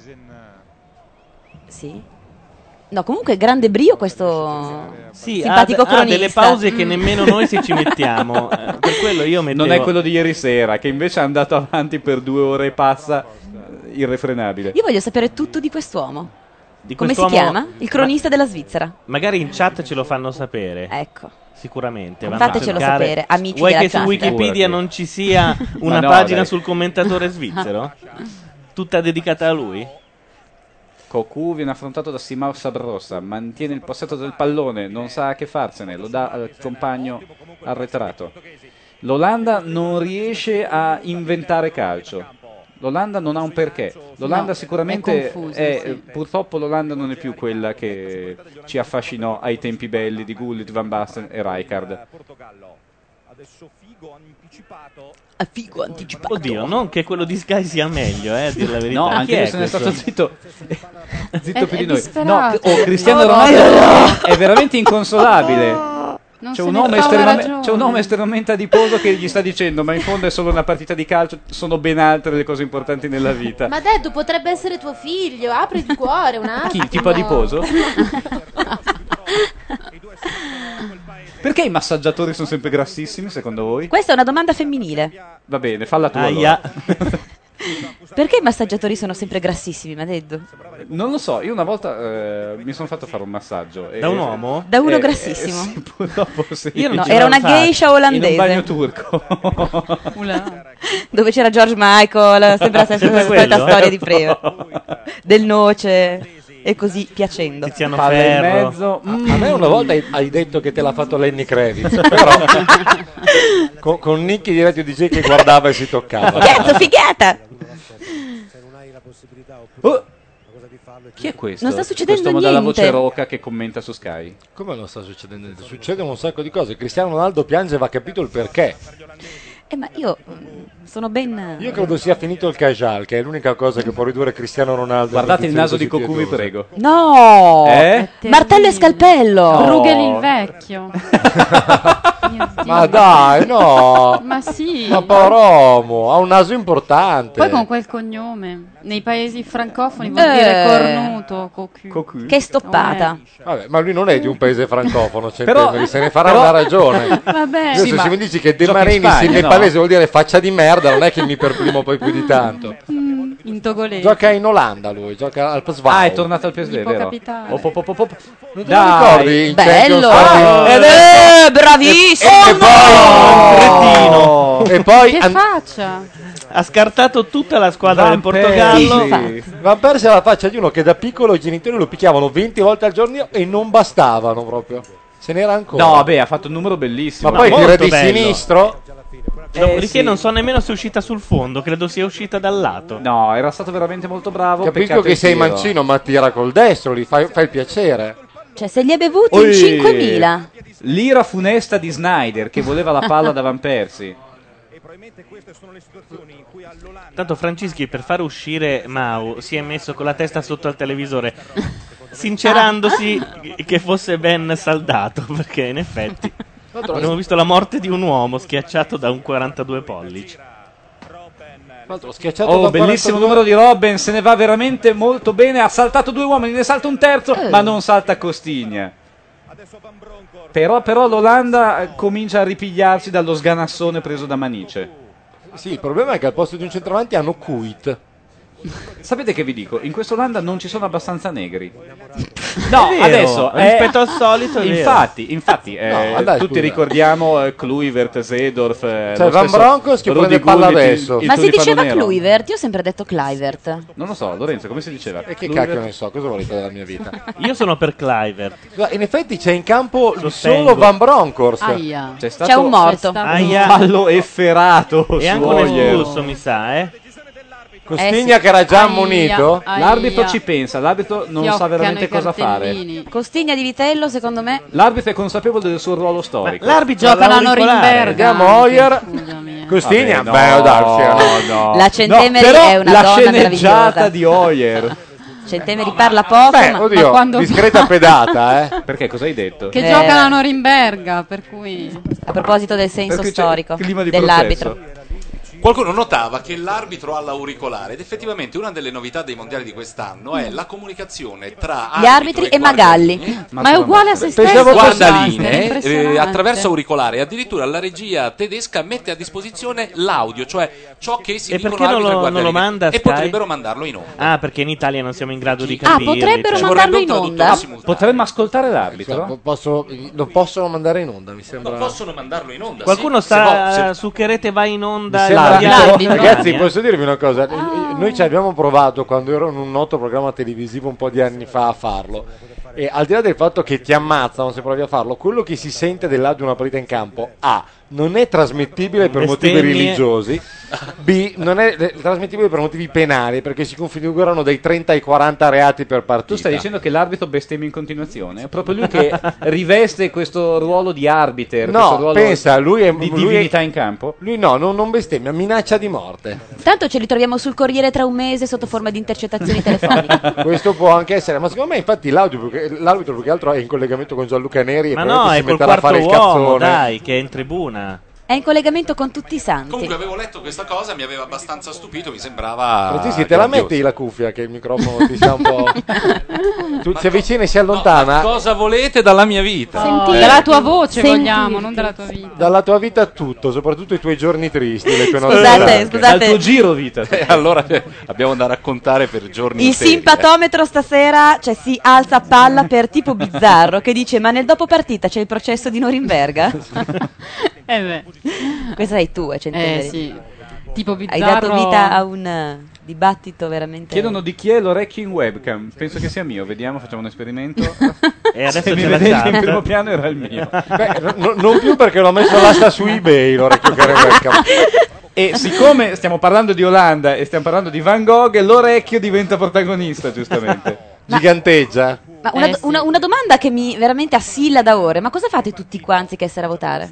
Sì. No, comunque grande brio questo Sì, simpatico ha, ha cronista. delle pause che nemmeno noi se ci mettiamo. Eh, per quello io mettevo... Non è quello di ieri sera, che invece è andato avanti per due ore e passa, eh, irrefrenabile. Io voglio sapere tutto di quest'uomo. Di Come si quest'uomo- chiama? Il cronista della Svizzera. Magari in chat ce lo fanno sapere. Ecco. Sicuramente. vanno a Fatecelo cercare. sapere, amici Vuoi della che su chat. Wikipedia Figurati. non ci sia una Ma no, pagina dai. sul commentatore svizzero? Tutta dedicata a lui? Cocu viene affrontato da Simao Sabrossa, mantiene il possesso del pallone, non sa che farsene, lo dà al compagno arretrato. L'Olanda non riesce a inventare calcio. L'Olanda non ha un perché. L'Olanda No, sicuramente è confusa, è, sì. purtroppo l'Olanda non è più quella che ci affascinò ai tempi belli di Gullit, Van Basten e Rijkaard. A figo anticipato. Oddio, non che quello di Sky sia meglio, eh, a dire la verità. No, Chi anche è lui se ne è questo? stato zitto, zitto È- più è di noi. No, disperato. oh, Cristiano No, no, Ronaldo è veramente inconsolabile. Non C'è se un, ne uomo fa una estremamente, ragione. c'è un uomo estremamente adiposo che gli sta dicendo: ma in fondo è solo una partita di calcio, sono ben altre le cose importanti nella vita. Ma Deddu potrebbe essere tuo figlio, apri il cuore un attimo. Chi? Tipo adiposo? Perché i massaggiatori sono sempre grassissimi secondo voi? Questa è una domanda femminile. Va bene, falla tu Aia. allora. Perché i massaggiatori sono sempre grassissimi, Madeddu? Non lo so, io una volta eh, mi sono fatto fare un massaggio. e- Da un uomo? Da uno eh, grassissimo? eh, sì, purtroppo sì. Io non No, ci era l'ho una fatto. geisha olandese. In un bagno turco. Dove c'era George Michael, sempre la stessa Sempre solita quello? storia di prima. Del noce e così piacendo. Tiziano Palla in Ferro. mezzo. A me una volta hai- hai detto che te l'ha fatto Lenny Kravitz, però con, con Nicky di Radio D J che guardava e si toccava. Cazzo, figata! Oh! Chi è questo? Non sta succedendo Quest'uomo dalla niente. voce roca che commenta su Sky. Come non sta succedendo niente? Succedono un sacco di cose. Cristiano Ronaldo piange e va capito il perché. Eh, ma io mm, sono ben... Io credo sia finito il Cajal, che è l'unica cosa che può ridurre Cristiano Ronaldo. Guardate in il naso di condizioni Cocu, vi così prego. No! Eh? Martello e scalpello! Bruegel il vecchio. Mio Dio. Ma dai, no! Ma sì. Ma poveromo, ha un naso importante. Poi con quel cognome. Nei paesi francofoni vuol Eh. dire cornuto, cocu. Cocu. Che stoppata! Vabbè, ma lui non è di un paese francofono, Però- Centemeri, se ne farà però- una ragione. Vabbè. Adesso Sì, ma se mi dici che De gioca in Marini Spagna, in no? nepalese vuol dire faccia di merda, non è che mi perplimo poi più di tanto. Mm, in togolese. Gioca in Olanda lui, gioca al P S V. Ah, è tornato al P S V, Gli può vero? capitare. Op, op, op, op, op. Non te lo ricordi? In Bello! Champions League? Ed è bravissimo! E poi, Cretino. e poi Che an- faccia? ha scartato tutta la squadra Van del Portogallo. Persie. Van Persie ha la faccia di uno che da piccolo i genitori lo picchiavano venti volte al giorno e non bastavano proprio. Se n'era ancora. No, vabbè, ha fatto un numero bellissimo. Ma poi molto tira di bello. sinistro. Dopodiché Eh, sì. non so nemmeno se è uscita sul fondo, credo sia uscita dal lato. No, era stato veramente molto bravo. Capisco peccato che il sei tiro. mancino, ma tira col destro, gli fai, fai il piacere. Cioè, se li ha bevuti Oi. in cinquemila. L'ira funesta di Snyder che voleva la palla da Van Persie. Tanto Francischi per far uscire Mau si è messo con la testa sotto al televisore, sincerandosi che fosse ben saldato, perché in effetti abbiamo visto la morte di un uomo schiacciato da un quarantadue pollici. Schiacciato Oh, da bellissimo quarantadue. numero di Robben, se ne va veramente molto bene. Ha saltato due uomini, ne salta un terzo, Eh. ma non salta Costigna. Però, però l'Olanda eh, comincia a ripigliarsi dallo sganassone preso da Manice. Sì, il problema è che al posto di un centravanti hanno Kuit. Sapete che vi dico? In questa Olanda non ci sono abbastanza negri. No, È vero, adesso è- rispetto al solito è vero. infatti, infatti eh, No, dai, tutti scusa. ricordiamo eh, Kluivert, Seedorf, eh, Cioè, lo Van stesso Bronckhorst che Rudy prende palla Gullit, il- adesso. il Ma si tulipano diceva nero. Kluivert? Io ho sempre detto Kluivert. Non lo so, Lorenzo, come si diceva? E che Kluivert? cacchio ne so, cosa volete dalla mia vita? Io sono per Kluivert. Guarda, in effetti c'è in campo Sostengo. solo Van Bronckhorst. Aia. C'è stato C'è un morto. C'è stato- Aia. ballo efferato E anche su un Hoyer. espulso, mi sa, eh. Costigna Eh sì. che era già Aia, ammonito. aia. L'arbitro ci pensa, l'arbitro non sa Fioccano veramente i cosa fare. cartellini. Costigna di Vitello, secondo me. L'arbitro è consapevole del suo ruolo storico. L'arbitro Giocano a all'auricolare. Norimberga. Vediamo anche, Hoyer. scusami. Costigna, Vabbè, beh, no, dai, no. La Centemeri No, però è una la donna sceneggiata meravigliosa. di Hoyer. Centemeri parla poco, Beh, ma... oddio, ma quando- discreta pedata, eh. Perché cosa hai detto? Che Eh. giocano a Norimberga, per cui... A proposito del senso Perché c'è storico clima di dell'arbitro. processo. Qualcuno notava che l'arbitro ha l'auricolare ed effettivamente una delle novità dei mondiali di quest'anno è la comunicazione tra Gli arbitri e Magalli. Ma è uguale a se stesso. Pensavo- scusate, guardaline è eh, impressionante. attraverso auricolare e addirittura la regia tedesca mette a disposizione l'audio, cioè ciò che si E dicono perché non arbitro e lo- non lo guardaline. manda e Sky? potrebbero mandarlo in onda. Ah, perché in Italia non siamo in grado di Ah, capirli. potrebbero Ci cioè. mandarlo vorrebbe un in traduttore onda? simultaneo. Potremmo ascoltare l'arbitro? Po- Posso, lo possono mandare in onda, mi sembra. No, possono mandarlo in onda. Qualcuno sì. sta Se vo- se- su che rete va in Mi onda? sembra- il mondiale di Ragazzi, Spagna? posso dirvi una cosa? Noi ci abbiamo provato quando ero in un noto programma televisivo un po' di anni fa a farlo. E al di là del fatto che ti ammazzano se provi a farlo, quello che si sente dell'audio di una partita in campo A non è trasmettibile per motivi Bestemmie. religiosi, B non è eh, trasmettibile per motivi penali perché si configurano dai trenta ai quaranta reati per partita. Tu stai dicendo che l'arbitro bestemmia in continuazione? È proprio lui che riveste questo ruolo di arbiter, questo No, ruolo pensa, lui è di lui divinità è- in campo? Lui no, non, non bestemmia, minaccia di morte. Tanto ce li troviamo sul Corriere tra un mese sotto forma di intercettazioni telefoniche. Questo può anche essere, ma secondo me infatti l'audio, più che- l'arbitro più che altro è in collegamento con Gianluca Neri e Ma probabilmente no, si è col metterà a quarto fare il uomo, cazzone. dai, che è in tribuna. È in collegamento con tutti i santi. Comunque avevo letto questa cosa, mi aveva abbastanza stupito, mi sembrava Francischi, te la grandioso. metti la cuffia che il microfono ti sta un po'. Tu si avvicina e si No, allontana. ma cosa volete dalla mia vita? Sentire dalla tua voce Sentirti. vogliamo, non dalla tua vita. Dalla tua vita tutto, soprattutto i tuoi giorni tristi, le tue notti Scusate, bianche. scusate. Dal tuo giro vita. E allora eh, abbiamo da raccontare per giorni Il interi. simpatometro stasera, cioè, si alza a palla per tipo bizzarro che dice: ma nel dopo partita c'è il processo di Norimberga? Eh beh, Questa sei tu, eh, Centeneri. eh sì. Tipo Hai bizzarro. dato vita a un eh, dibattito veramente. Chiedono di chi è l'orecchio in webcam. Penso che sia mio. Vediamo, facciamo un esperimento. E adesso Se mi c'è la vedete in chat. primo piano era il mio. Beh, no- non più perché l'ho messo l'asta su eBay l'orecchio che Rebecca. E siccome stiamo parlando di Olanda e stiamo parlando di Van Gogh, l'orecchio diventa protagonista, giustamente. Giganteggia. Ma una, Eh, sì. una- una domanda che mi veramente assilla da ore: ma cosa fate tutti quanti che essere a votare?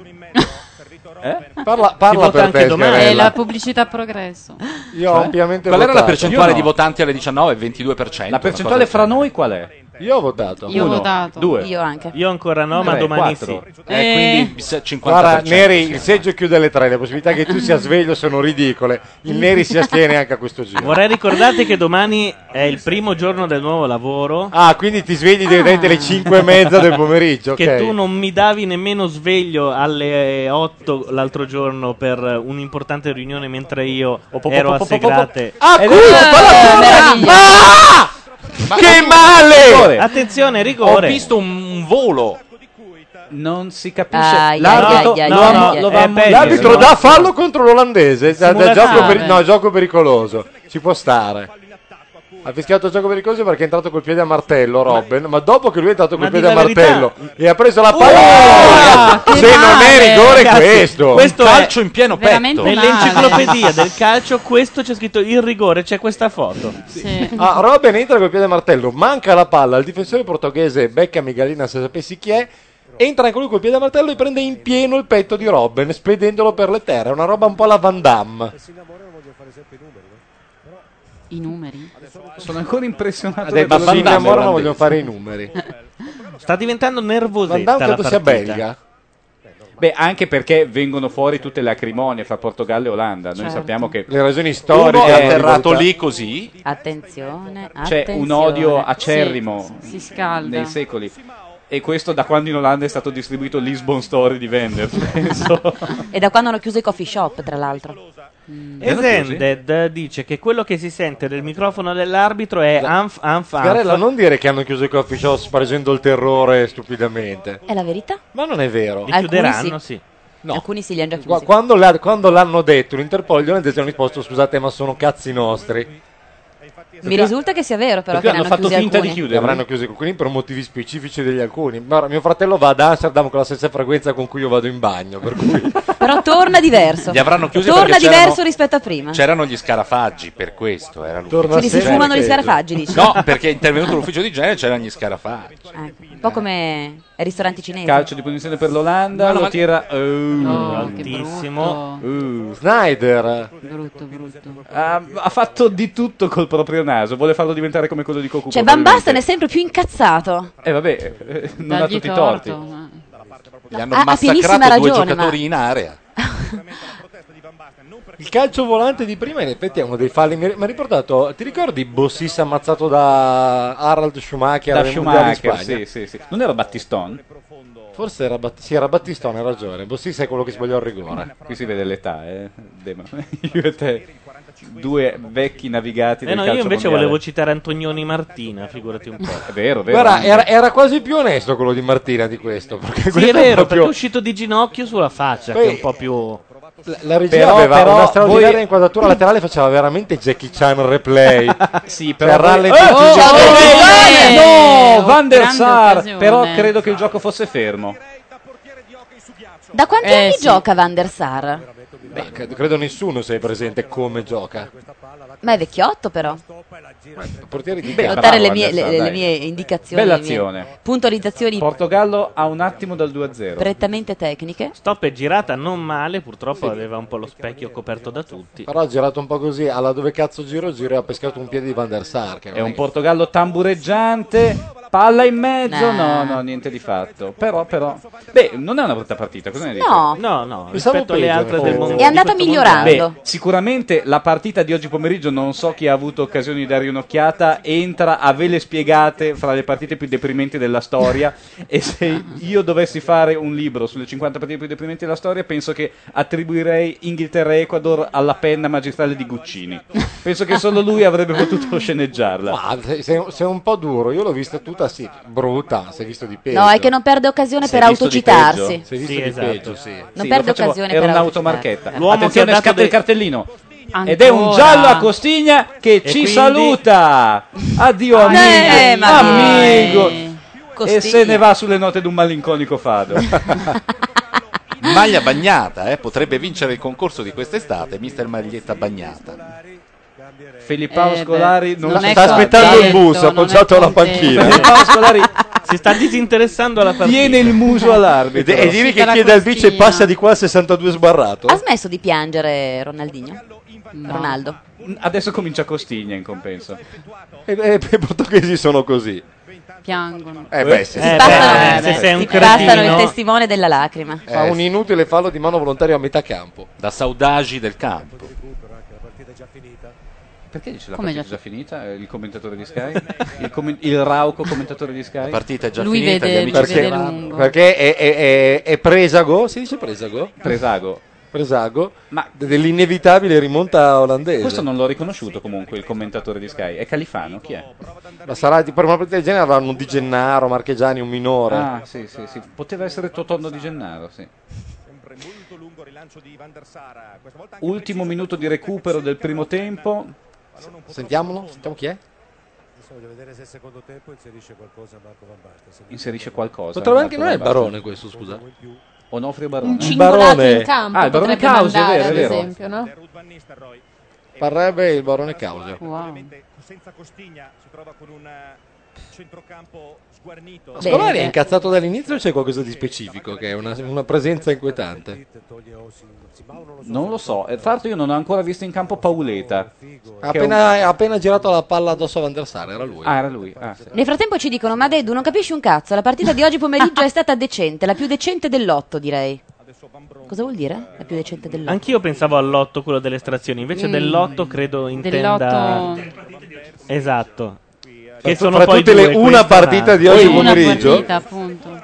Eh? Parla, Si parla vota per anche te, domani. È Sgarella. la pubblicità a progresso. Io ho ampiamente Qual era la votato. percentuale Io no. di votanti alle diciannove? ventidue per cento. La percentuale fra noi qual è? Io ho votato. Io ho Uno, votato. due. Io anche. Io ancora no, ma Tre, domani quattro. sì. Eh, Eh. quindi se- cinquanta per Guarda, cento. Neri, il seggio chiude alle tre, le possibilità che tu sia sveglio sono ridicole. Il Neri si astiene anche a questo giro. Vorrei ricordarti che domani è il primo giorno del nuovo lavoro. Ah, quindi ti svegli direttamente alle cinque e mezza del pomeriggio, ok. Che tu non mi davi nemmeno sveglio alle otto l'altro giorno per un'importante riunione mentre io ero a Segrate. Ah, Ed culo, è- palla meraviglia. Ah! Che male! Attenzione, rigore. Ho visto un, un volo Non si capisce. Ai, L'arbitro ai, ai, lo ai, va- ai, lo ai. va a Eh, ammonire, L'arbitro no? dà fallo contro l'olandese. Da, da Simulazione. gioco, peri- no, gioco pericoloso. Ci può stare. Ha fischiato gioco pericoloso perché è entrato col piede a martello Robben, ma dopo che lui è entrato col Ma piede a di la martello verità. e ha preso la palla, Oh, che se non è male. rigore Ragazzi, questo. questo è Calcio in pieno Veramente petto. male. nell'enciclopedia del calcio. Questo c'è scritto il rigore. C'è questa foto. Sì. Ah, Robben entra col piede a martello, manca la palla, il difensore portoghese becca Migalina, se sapessi chi è, entra anche lui col piede a martello e prende in pieno il petto di Robben, spedendolo per le terre. È una roba un po' alla Van Damme. I numeri? Sono ancora impressionato. Ha detto da quello si di- innamorano, vogliono fare i numeri. Sta diventando Van nervosetta Damme la credo sia partita. belga. Beh, anche perché vengono fuori tutte le acrimonie fra Portogallo e Olanda. Noi Certo. sappiamo che Le ragioni Uno storiche. è la atterrato rivalità. lì così. Attenzione, c'è attenzione. un odio acerrimo Sì, si scalda. nei secoli. E questo da quando in Olanda è stato distribuito Lisbon Story di Wenders, penso. E da quando hanno chiuso i coffee shop, tra l'altro. Esended dice che quello che si sente nel microfono dell'arbitro è anf anf Scarella, anf. non dire che hanno chiuso i coffee shop spargendo il terrore stupidamente. È la verità? Ma non è vero. Li Alcuni chiuderanno, sì. sì. No. Alcuni sì li hanno già Qua- chiusi. Quando, l'ha- quando l'hanno detto l'Interpol, gli olandesi hanno risposto: scusate, ma sono cazzi nostri. Mi risulta che sia vero, però, Perché che ne hanno hanno fatto chiusi finta di alcuni. chiudere. Avranno chiuso alcuni per motivi specifici degli alcuni. Ma ora, mio fratello va ad Amsterdam con la stessa frequenza con cui io vado in bagno. Per cui Però torna diverso. Li avranno chiusi Torna perché diverso c'erano- rispetto a prima. C'erano gli scarafaggi, per questo era l'ufficio. Torna Quindi si sempre fumano gli peggio. scarafaggi, dici? No, perché è intervenuto l'ufficio di genere, c'erano gli scarafaggi. Ecco, un po' come ai ristoranti cinesi. Calcio di punizione per l'Olanda, No, no, lo ma- tira uh, Oh, che altissimo. brutto. uh. Snyder. Brutto, brutto. Ha, ha fatto di tutto col proprio naso, vuole farlo diventare come quello di Cocu. Cioè, Van Basten è probabilmente. sempre più incazzato. Eh vabbè, eh, non ha Dagli tutti i torto, torti. ma- Gli hanno ha- ha finissima massacrato due ragione, giocatori ma- in area. Il calcio volante di prima in effetti è uno dei falli. Mi mi ha riportato, ti ricordi Bossis ammazzato da Harald Schumacher Da nel Mondiale di Schumacher, Spagna? sì, sì, sì. Non era Battistone? Forse era, Bat- sì, era Battistone, hai ragione. Bossis è quello che sbagliò il rigore. Qui si vede l'età, eh. Dema. Io e te, due vecchi navigati Eh del no, calcio io invece mondiale. volevo citare Antonioni Martina, figurati un po'. È vero, vero. Guarda, anche. era, era quasi più onesto quello di Martina di questo. Perché Sì, questo è vero, proprio- perché è uscito di ginocchio sulla faccia, Poi- che è un po' più... La, la regia Però- aveva però una straordinaria voi- inquadratura laterale, faceva veramente Jackie Chan replay. Sì, Per però rallentare- Eh, Oh, ciao, oh, Dembele! no, Van der Grande Sar. occasione. Però credo che il gioco fosse fermo. Da quanti Eh, anni sì. gioca Van der Sar? Beh, credo, credo nessuno sia presente come gioca. Ma è vecchiotto, però. Portieri di Beh, calcio. Notare bravo le mie, Van der Sar, le- le dai. mie indicazioni, Bella le mie azione. puntualizzazioni Portogallo ha un attimo dal due a zero. prettamente tecniche. Stop è girata non male, purtroppo aveva un po' lo specchio coperto da tutti. Però ha girato un po' così, alla dove cazzo giro giro e ha pescato un piede di Van der Sar. Che non È un che- Portogallo tambureggiante. Palla in mezzo, Nah. no, no, niente di fatto. Però, però, beh, non è una brutta partita. Cosa ne dici? No, No, no, Pensavo rispetto alle peggio, altre oh. del mondo. È andata di questo migliorando. mondiale. Beh, sicuramente la partita di oggi pomeriggio non so chi ha avuto occasione di dare un'occhiata, entra a vele spiegate fra le partite più deprimenti della storia e se io dovessi fare un libro sulle cinquanta partite più deprimenti della storia penso che attribuirei Inghilterra e Ecuador alla penna magistrale di Guccini. Penso che solo lui avrebbe potuto sceneggiarla. Ma sei, sei- sei un po' duro, io l'ho vista tutta sì, brutta, si è visto di peggio. No, è che non perde occasione Si è per visto di autocitarsi. peggio? Si è visto Sì, di esatto. peggio, sì. Non Sì, perde lo facevo- occasione era per un'automarchetta. autocitarsi. L'uomo che ha Attenzione, dato scatta dei- il cartellino. Ancora. Ed è un giallo a Costigna che E ci quindi- saluta. Addio amico. Eh, ma amico. dai. E Costigna. se ne va sulle note di un malinconico fado. Maglia bagnata, eh, potrebbe vincere il concorso di quest'estate, mister Maglietta bagnata. Filippao Eh, Scolari beh, non non lo è sta Sta aspettando il contento, bus, non è appoggiato alla contento. panchina. Filippao Scolari Si sta disinteressando alla partita. tiene il muso E, all'arbitro. e direi che Dalla chiede al Costigna. vice passa di qua al sessantadue sbarrato. Ha smesso di piangere Ronaldinho? No. Ronaldo. Adesso comincia Costigna in compenso. E, e, e i portoghesi sono così. Piangono. Eh beh, sì, Eh, sì. beh, Passano, se sei un ti passano il cretino. testimone della lacrima. Fa un inutile fallo di mano volontario a metà campo. Da saudagi del campo. Perché dice la Come partita è già- già finita? Eh, Il commentatore di Sky? Il, commen- il rauco commentatore di Sky? La partita è già Lui finita, vede- gli amici lui si vede vanno. lungo. Perché è, è, è, è presago? Si dice presago? Presago. presago, ma dell'inevitabile rimonta olandese. Questo non l'ho riconosciuto comunque il commentatore di Sky. È Califano? Chi è? Ma sarà di per una partita del genere avranno Di Gennaro, Marchegiani, un minore. Ah, sì, sì, sì. Poteva essere Totonno Di Gennaro, sì. Ultimo minuto di recupero del primo tempo. Sentiamolo, sentiamo chi è. Voglio vedere se il secondo tempo inserisce qualcosa Marco Van Basten. Inserisce qualcosa. Potrebbe Marco anche non è il Van Basten. Barone questo, scusa. Onofrio Barone. Un cingolato in campo Ah, il Barone potrebbe Causi, è mandare, vero, è ad vero. esempio, no? Parrebbe il Barone Causa. Wow. Senza Costigna si trova con un centrocampo sguarnito. Ma Scolari è incazzato dall'inizio o c'è qualcosa di specifico che è una, una presenza inquietante? Non lo so. E tra l'altro io non ho ancora visto in campo Pauleta. Ha che è appena, un- ha appena girato la palla addosso a Van der Sar, era lui. Ah, era lui. Ah, sì. Nel frattempo ci dicono: ma Dedu, non capisci un cazzo? La partita di oggi pomeriggio è stata decente, la più decente dell'otto, direi. Cosa vuol dire? La più decente dell'otto. Anch'io pensavo all'otto, quello delle estrazioni, invece Mm. dell'otto credo intenda... Dell'otto- Esatto. Che Fra- sono fra poi tutte le due, una questa- partita di oggi Una pomeriggio. partita, appunto.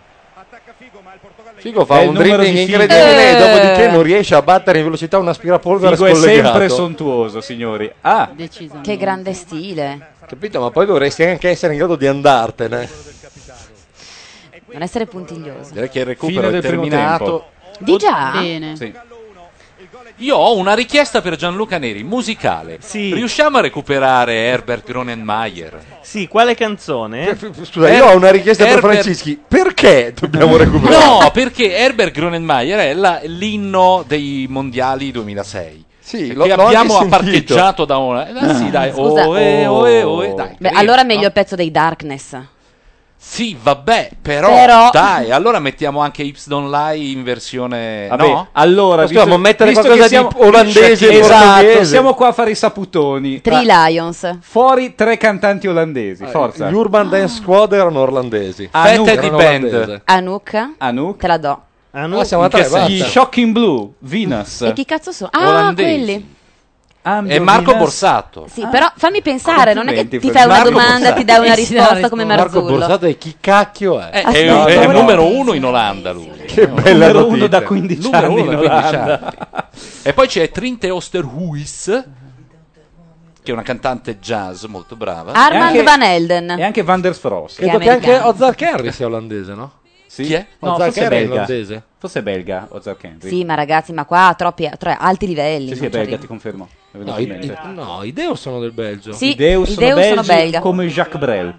Figo fa È il un numero dribbling di Figo. incredibile e Eh. dopodiché non riesce a battere in velocità un aspirapolvere Figo è scollegato. sempre sontuoso, signori. Ah, Che grande stile. Capito? Ma poi dovresti anche essere in grado di andartene. Non essere puntiglioso. Direi che il recupero Fine è del primo terminato. tempo. Di già? Bene. Sì. Io ho una richiesta per Gianluca Neri, musicale. Riusciamo a recuperare Herbert Grönemeyer? Sì, quale canzone? Scusa, io ho una richiesta per Herbert- Francischi. Perché dobbiamo recuperare? No, perché Herbert Grönemeyer è la- l'inno dei mondiali duemilasei. Sì, che l'ho- l'ho abbiamo anche sentito. parcheggiato da una. Eh, sì, dai, Scusa. oe, oe, oe, dai. Beh, carino, allora meglio no? il pezzo dei Darkness. Sì, vabbè, però, Però- dai, allora mettiamo anche Hips Don't Lie in versione Vabbè, no? allora, Ma scusa, visto, ma mettere visto qualcosa che di siamo, olandese e esatto, portoghese. siamo qua a fare i saputoni. Three Ah, Lions. fuori tre cantanti olandesi, forza. Gli Urban Dance Squad erano orlandesi. Anouk, Fette di erano band. olandese. Anouk. Anouk, Te la do. Ah, siamo a tre, basta. gli Shocking Blue, Venus, E chi cazzo sono? Ah, Olandesi. quelli. Ambio E Marco Venus. Borsato. Sì, però fammi pensare, non è che Complimenti, ti fai una Marco domanda, Borsato. ti dai una Eh, sì, dà risposta come risposta. Marco Marzullo. Borsato e chi cacchio è? Eh, Ah, è, sì, è no, il no. numero uno in Olanda lui. Che bella Numero uno notizia. da quindici Numero anni uno in da quindici Olanda. anni. E poi c'è Trinte Oosterhuis, che è una cantante jazz molto brava. Armand E anche- Van Elden. E anche Van der Frost. Credo che anche americano. Ozark Henry sia olandese, no? Sì? Chi è? No, Ozark forse è Henry è belga. olandese. Forse è belga, Ozark Henry. Sì, ma ragazzi, ma qua a troppi, a tre alti livelli. Sì, sì, non è ci belga, arrivo. ti confermo. È venuto No, in i, mente. i- no, i Deus sono del Belgio. Sì, I Deus, i sono, Deus sono belgi belga. come Jacques Brel.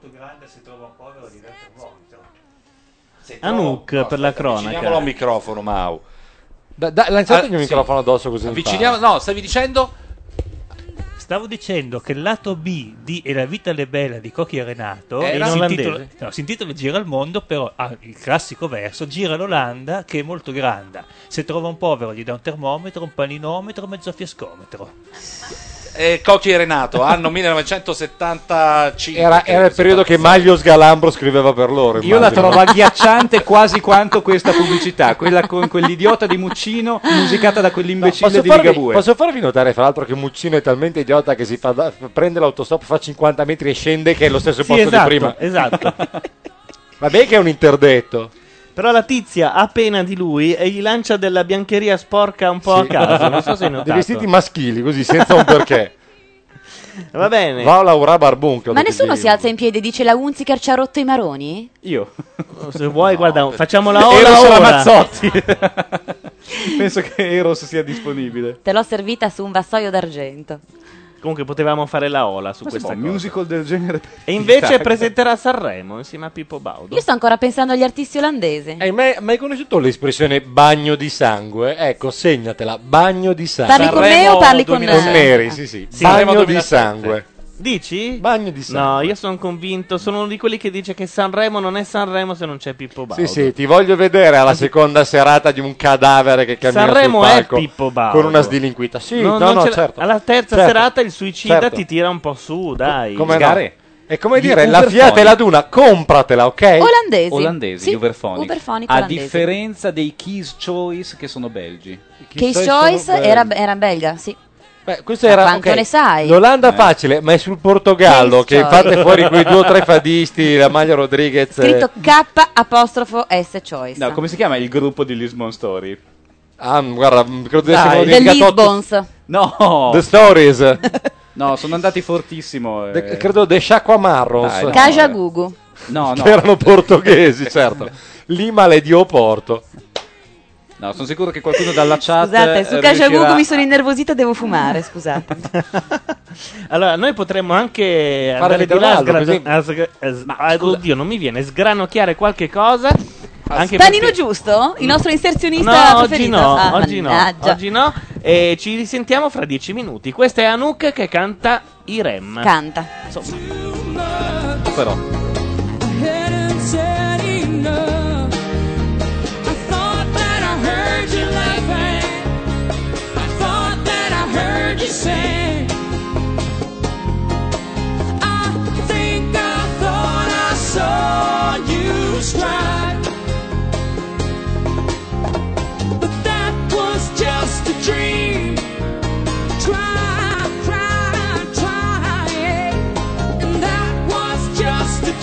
Anouk, per la Avviciniamolo al cronaca. microfono, Mau. Da, da, lanciategli Ah, un sì. microfono addosso così Avviciniamo, impara. no, stavi dicendo? Stavo dicendo che il lato B di E la vita è bella di Cocchi e Renato Era si, olandese? intitola, no, si intitola Gira il mondo, però ha il classico verso: gira l'Olanda che è molto grande. Se trova un povero gli dà un termometro, un paninometro, mezzo fiascometro. Eh, Cocchi e Renato, anno millenovecentosettantacinque. Era, era il periodo che Maglio Sgalambro scriveva per loro. Io la immagino. trovo agghiacciante quasi quanto questa pubblicità, quella con quell'idiota di Muccino musicata da No, quell'imbecille posso, di farvi, Ligabue. posso farvi notare, fra l'altro, che Muccino è talmente idiota che si fa da- prende l'autostop, fa cinquanta metri e scende, che è lo stesso Sì, posto esatto, di prima. esatto. Vabbè, che è un interdetto. Però la tizia ha pena di lui e gli lancia della biancheria sporca un po' Sì. a caso. Non so se hai Dei notato. vestiti maschili, così, senza un perché. Va bene. Va a Laura Barbun. credo Ma che nessuno dica. si alza in piedi e dice la Unziker ci ha rotto i maroni? Io. Se vuoi, guarda, facciamo la ola Eros ora. Ramazzotti. Penso che Eros sia disponibile. Te l'ho servita su un vassoio d'argento. Comunque potevamo fare la ola su Ma si questa può, un cosa. musical del genere. E invece Italia. presenterà Sanremo insieme a Pippo Baudo. Io sto ancora pensando agli artisti olandesi. Hai mai, mai conosciuto l'espressione bagno di sangue? Ecco, segnatela, bagno di sangue. Parli con me o parli con... Con Neri, sì, sì. Sanremo Bagno di duemilasette. sangue. Dici? Bagno di sangue. No, io sono convinto, sono uno di quelli che dice che Sanremo non è Sanremo se non c'è Pippo Baudo. Sì, sì, ti voglio vedere alla seconda serata di un cadavere che cammina Sanremo sul è palco Pippo Baudo. con una sdilinquita. Sì, No, no, non no, ce la- certo. Alla terza Certo. serata il suicida Certo. ti tira un po' su, dai. Come no? Gare. È come Gli dire, la Uberfoni. Fiat e la Duna, compratela, ok? Olandesi. Olandesi, Sì, Uberfonic. Uberfonic A olandesi. differenza dei Keys Choice che sono belgi. Case Chissà, Choice sono era, belli. era belga, sì. Beh, questo Ma era quanto ok. ne sai? L'Olanda Eh. facile, ma è sul Portogallo Case che Choice. fate fuori quei due o tre fadisti, la Maglia Rodriguez. Scritto K apostrofo S Choice. No, come si chiama il gruppo di Lisbon Story? Ah, guarda, credo di Dai. essere The dimenticato Lisbons. No, The Stories. no, sono andati fortissimo. eh. De- credo De Sciacqua Marrons. Dai, no, Caja eh. Gugu. No, no. Che erano portoghesi, certo. Lima le dio Porto. No, sono sicuro che qualcuno dalla chat. Scusate, su eh, Caja riuscirà- Gugu mi sono innervosita, devo fumare, scusate. Allora, noi potremmo anche Fare andare di là a l'intervallo, sgra- a sgra- a s- ah, oddio, non mi viene, sgranocchiare qualche cosa. Anche Stanino perché- giusto? Il nostro inserzionista No, oggi preferito? no, Ah, oggi no, mannaggia. oggi no. E ci risentiamo fra dieci minuti. Questa è Anouk che canta i Rem. Canta, insomma. Però. Dream. Try, try, try, and that was just a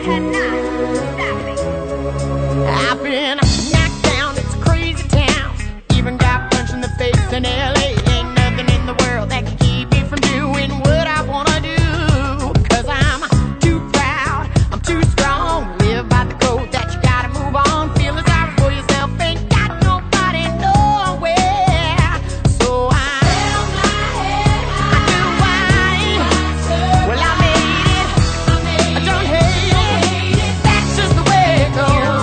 I've been knocked down, it's a crazy town. Even got punched in the face in L A. Ain't nothing in the world that can keep me from doing what I wanna do. Cause I'm too proud, I'm too strong. Live by the code that you gotta move on. Feeling sorry for yourself, ain't got nobody nowhere. So I held my head high. I do why. Well, I made it, I don't hate it. That's just the way it goes.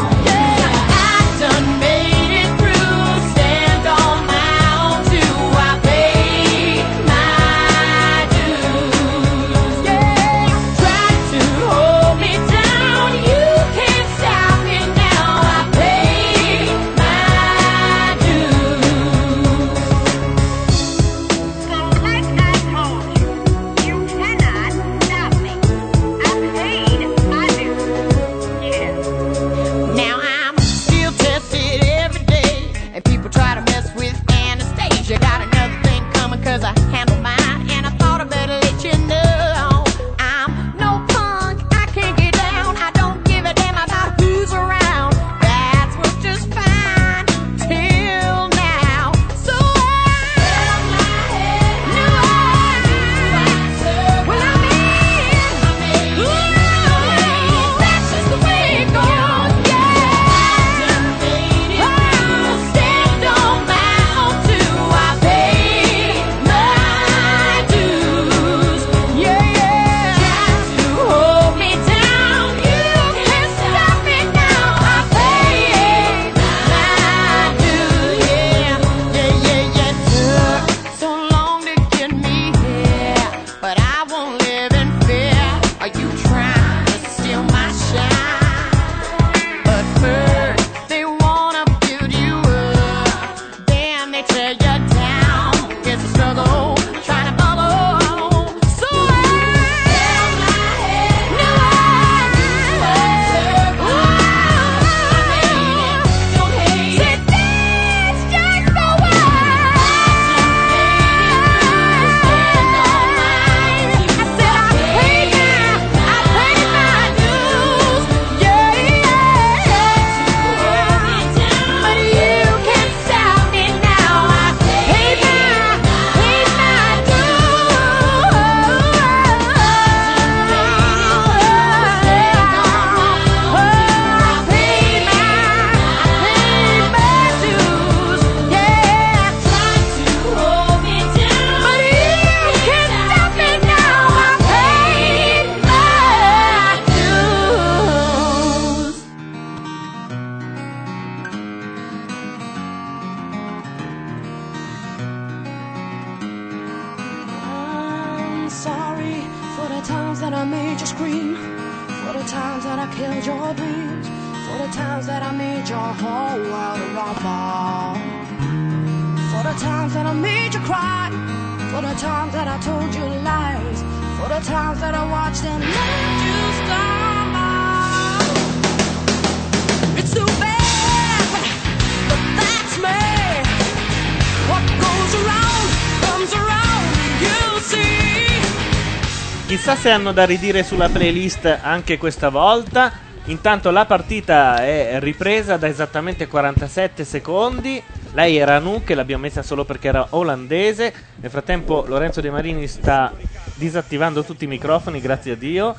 Chissà se hanno da ridire sulla playlist anche questa volta. Intanto la partita è ripresa da esattamente quarantasette secondi. Lei era Anouk, che l'abbiamo messa solo perché era olandese. Nel frattempo Lorenzo De Marini sta disattivando tutti i microfoni, grazie a Dio.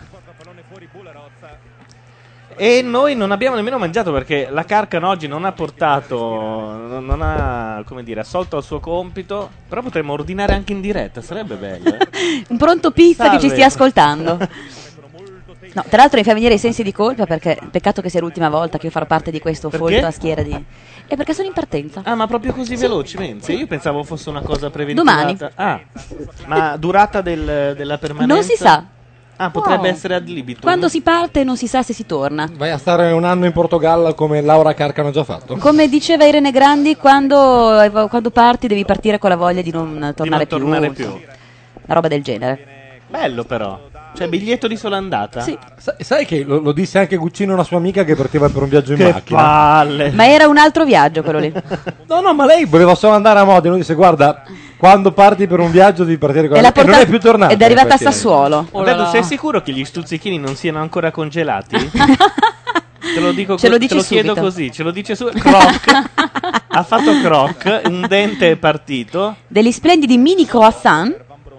E noi non abbiamo nemmeno mangiato perché la Carcan oggi non ha portato, non ha, come dire, assolto al suo compito. Però potremmo ordinare anche in diretta, sarebbe bello. Eh? Un pronto pizza Salve. che ci stia ascoltando. No, tra l'altro mi fa venire i sensi di colpa perché peccato che sia l'ultima volta che io farò parte di questo Perché? folto a schiera di... E perché sono in partenza. Ah, ma proprio così Sì. velocemente? Sì. Io pensavo fosse una cosa preventivata. Domani. Ah, ma durata del- della permanenza? Non si sa. Ah, potrebbe Wow. essere ad libitum. Quando si parte non si sa se si torna. Vai a stare un anno in Portogallo come Laura Carcano ha già fatto? Come diceva Irene Grandi, quando, quando parti devi partire con la voglia di non tornare, non tornare più. più. Una roba del genere. Bello però. Cioè, biglietto di sola andata? Sì. Sa- sai che lo, lo disse anche Guccino, una sua amica che partiva per un viaggio in Che macchina. palle. Ma era un altro viaggio quello lì. No, no, ma lei voleva solo andare a Modena. Lui disse: guarda, quando parti per un viaggio devi partire con E la l'ha e non portata- è più tornata. ed è arrivata a infatti. Sassuolo. Vabbè, tu sei sicuro che gli stuzzichini non siano ancora congelati? Te lo dico Ce co- lo dici te lo chiedo subito. così, ce lo dice su croc. Ha fatto croc, un dente è partito. Degli splendidi mini croissant.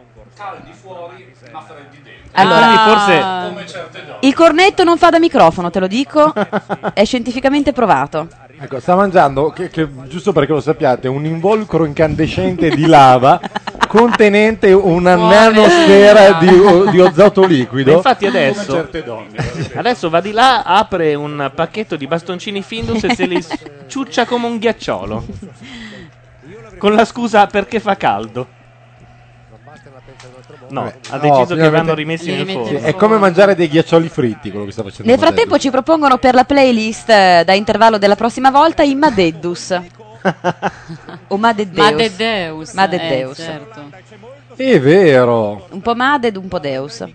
Allora, Quindi forse il cornetto non fa da microfono, te lo dico, è scientificamente provato. Ecco, sta mangiando, che, che, giusto perché lo sappiate, un involucro incandescente di lava contenente una nanosfera di, o- di azoto liquido. E infatti adesso, Certe donne. adesso va di là, apre un pacchetto di bastoncini Findus e se li s- ciuccia come un ghiacciolo. Con la scusa perché fa caldo. No, ha deciso No, che finalmente- vanno rimessi nel Sì, forno. è come mangiare dei ghiaccioli fritti quello che sta facendo. Nel frattempo ci propongono per la playlist eh, da intervallo della prossima volta i Madeddus. O Madeddeus. Madeddeus, Madeddeus. eh, certo. È vero. Un po' Maded, un po' Deus.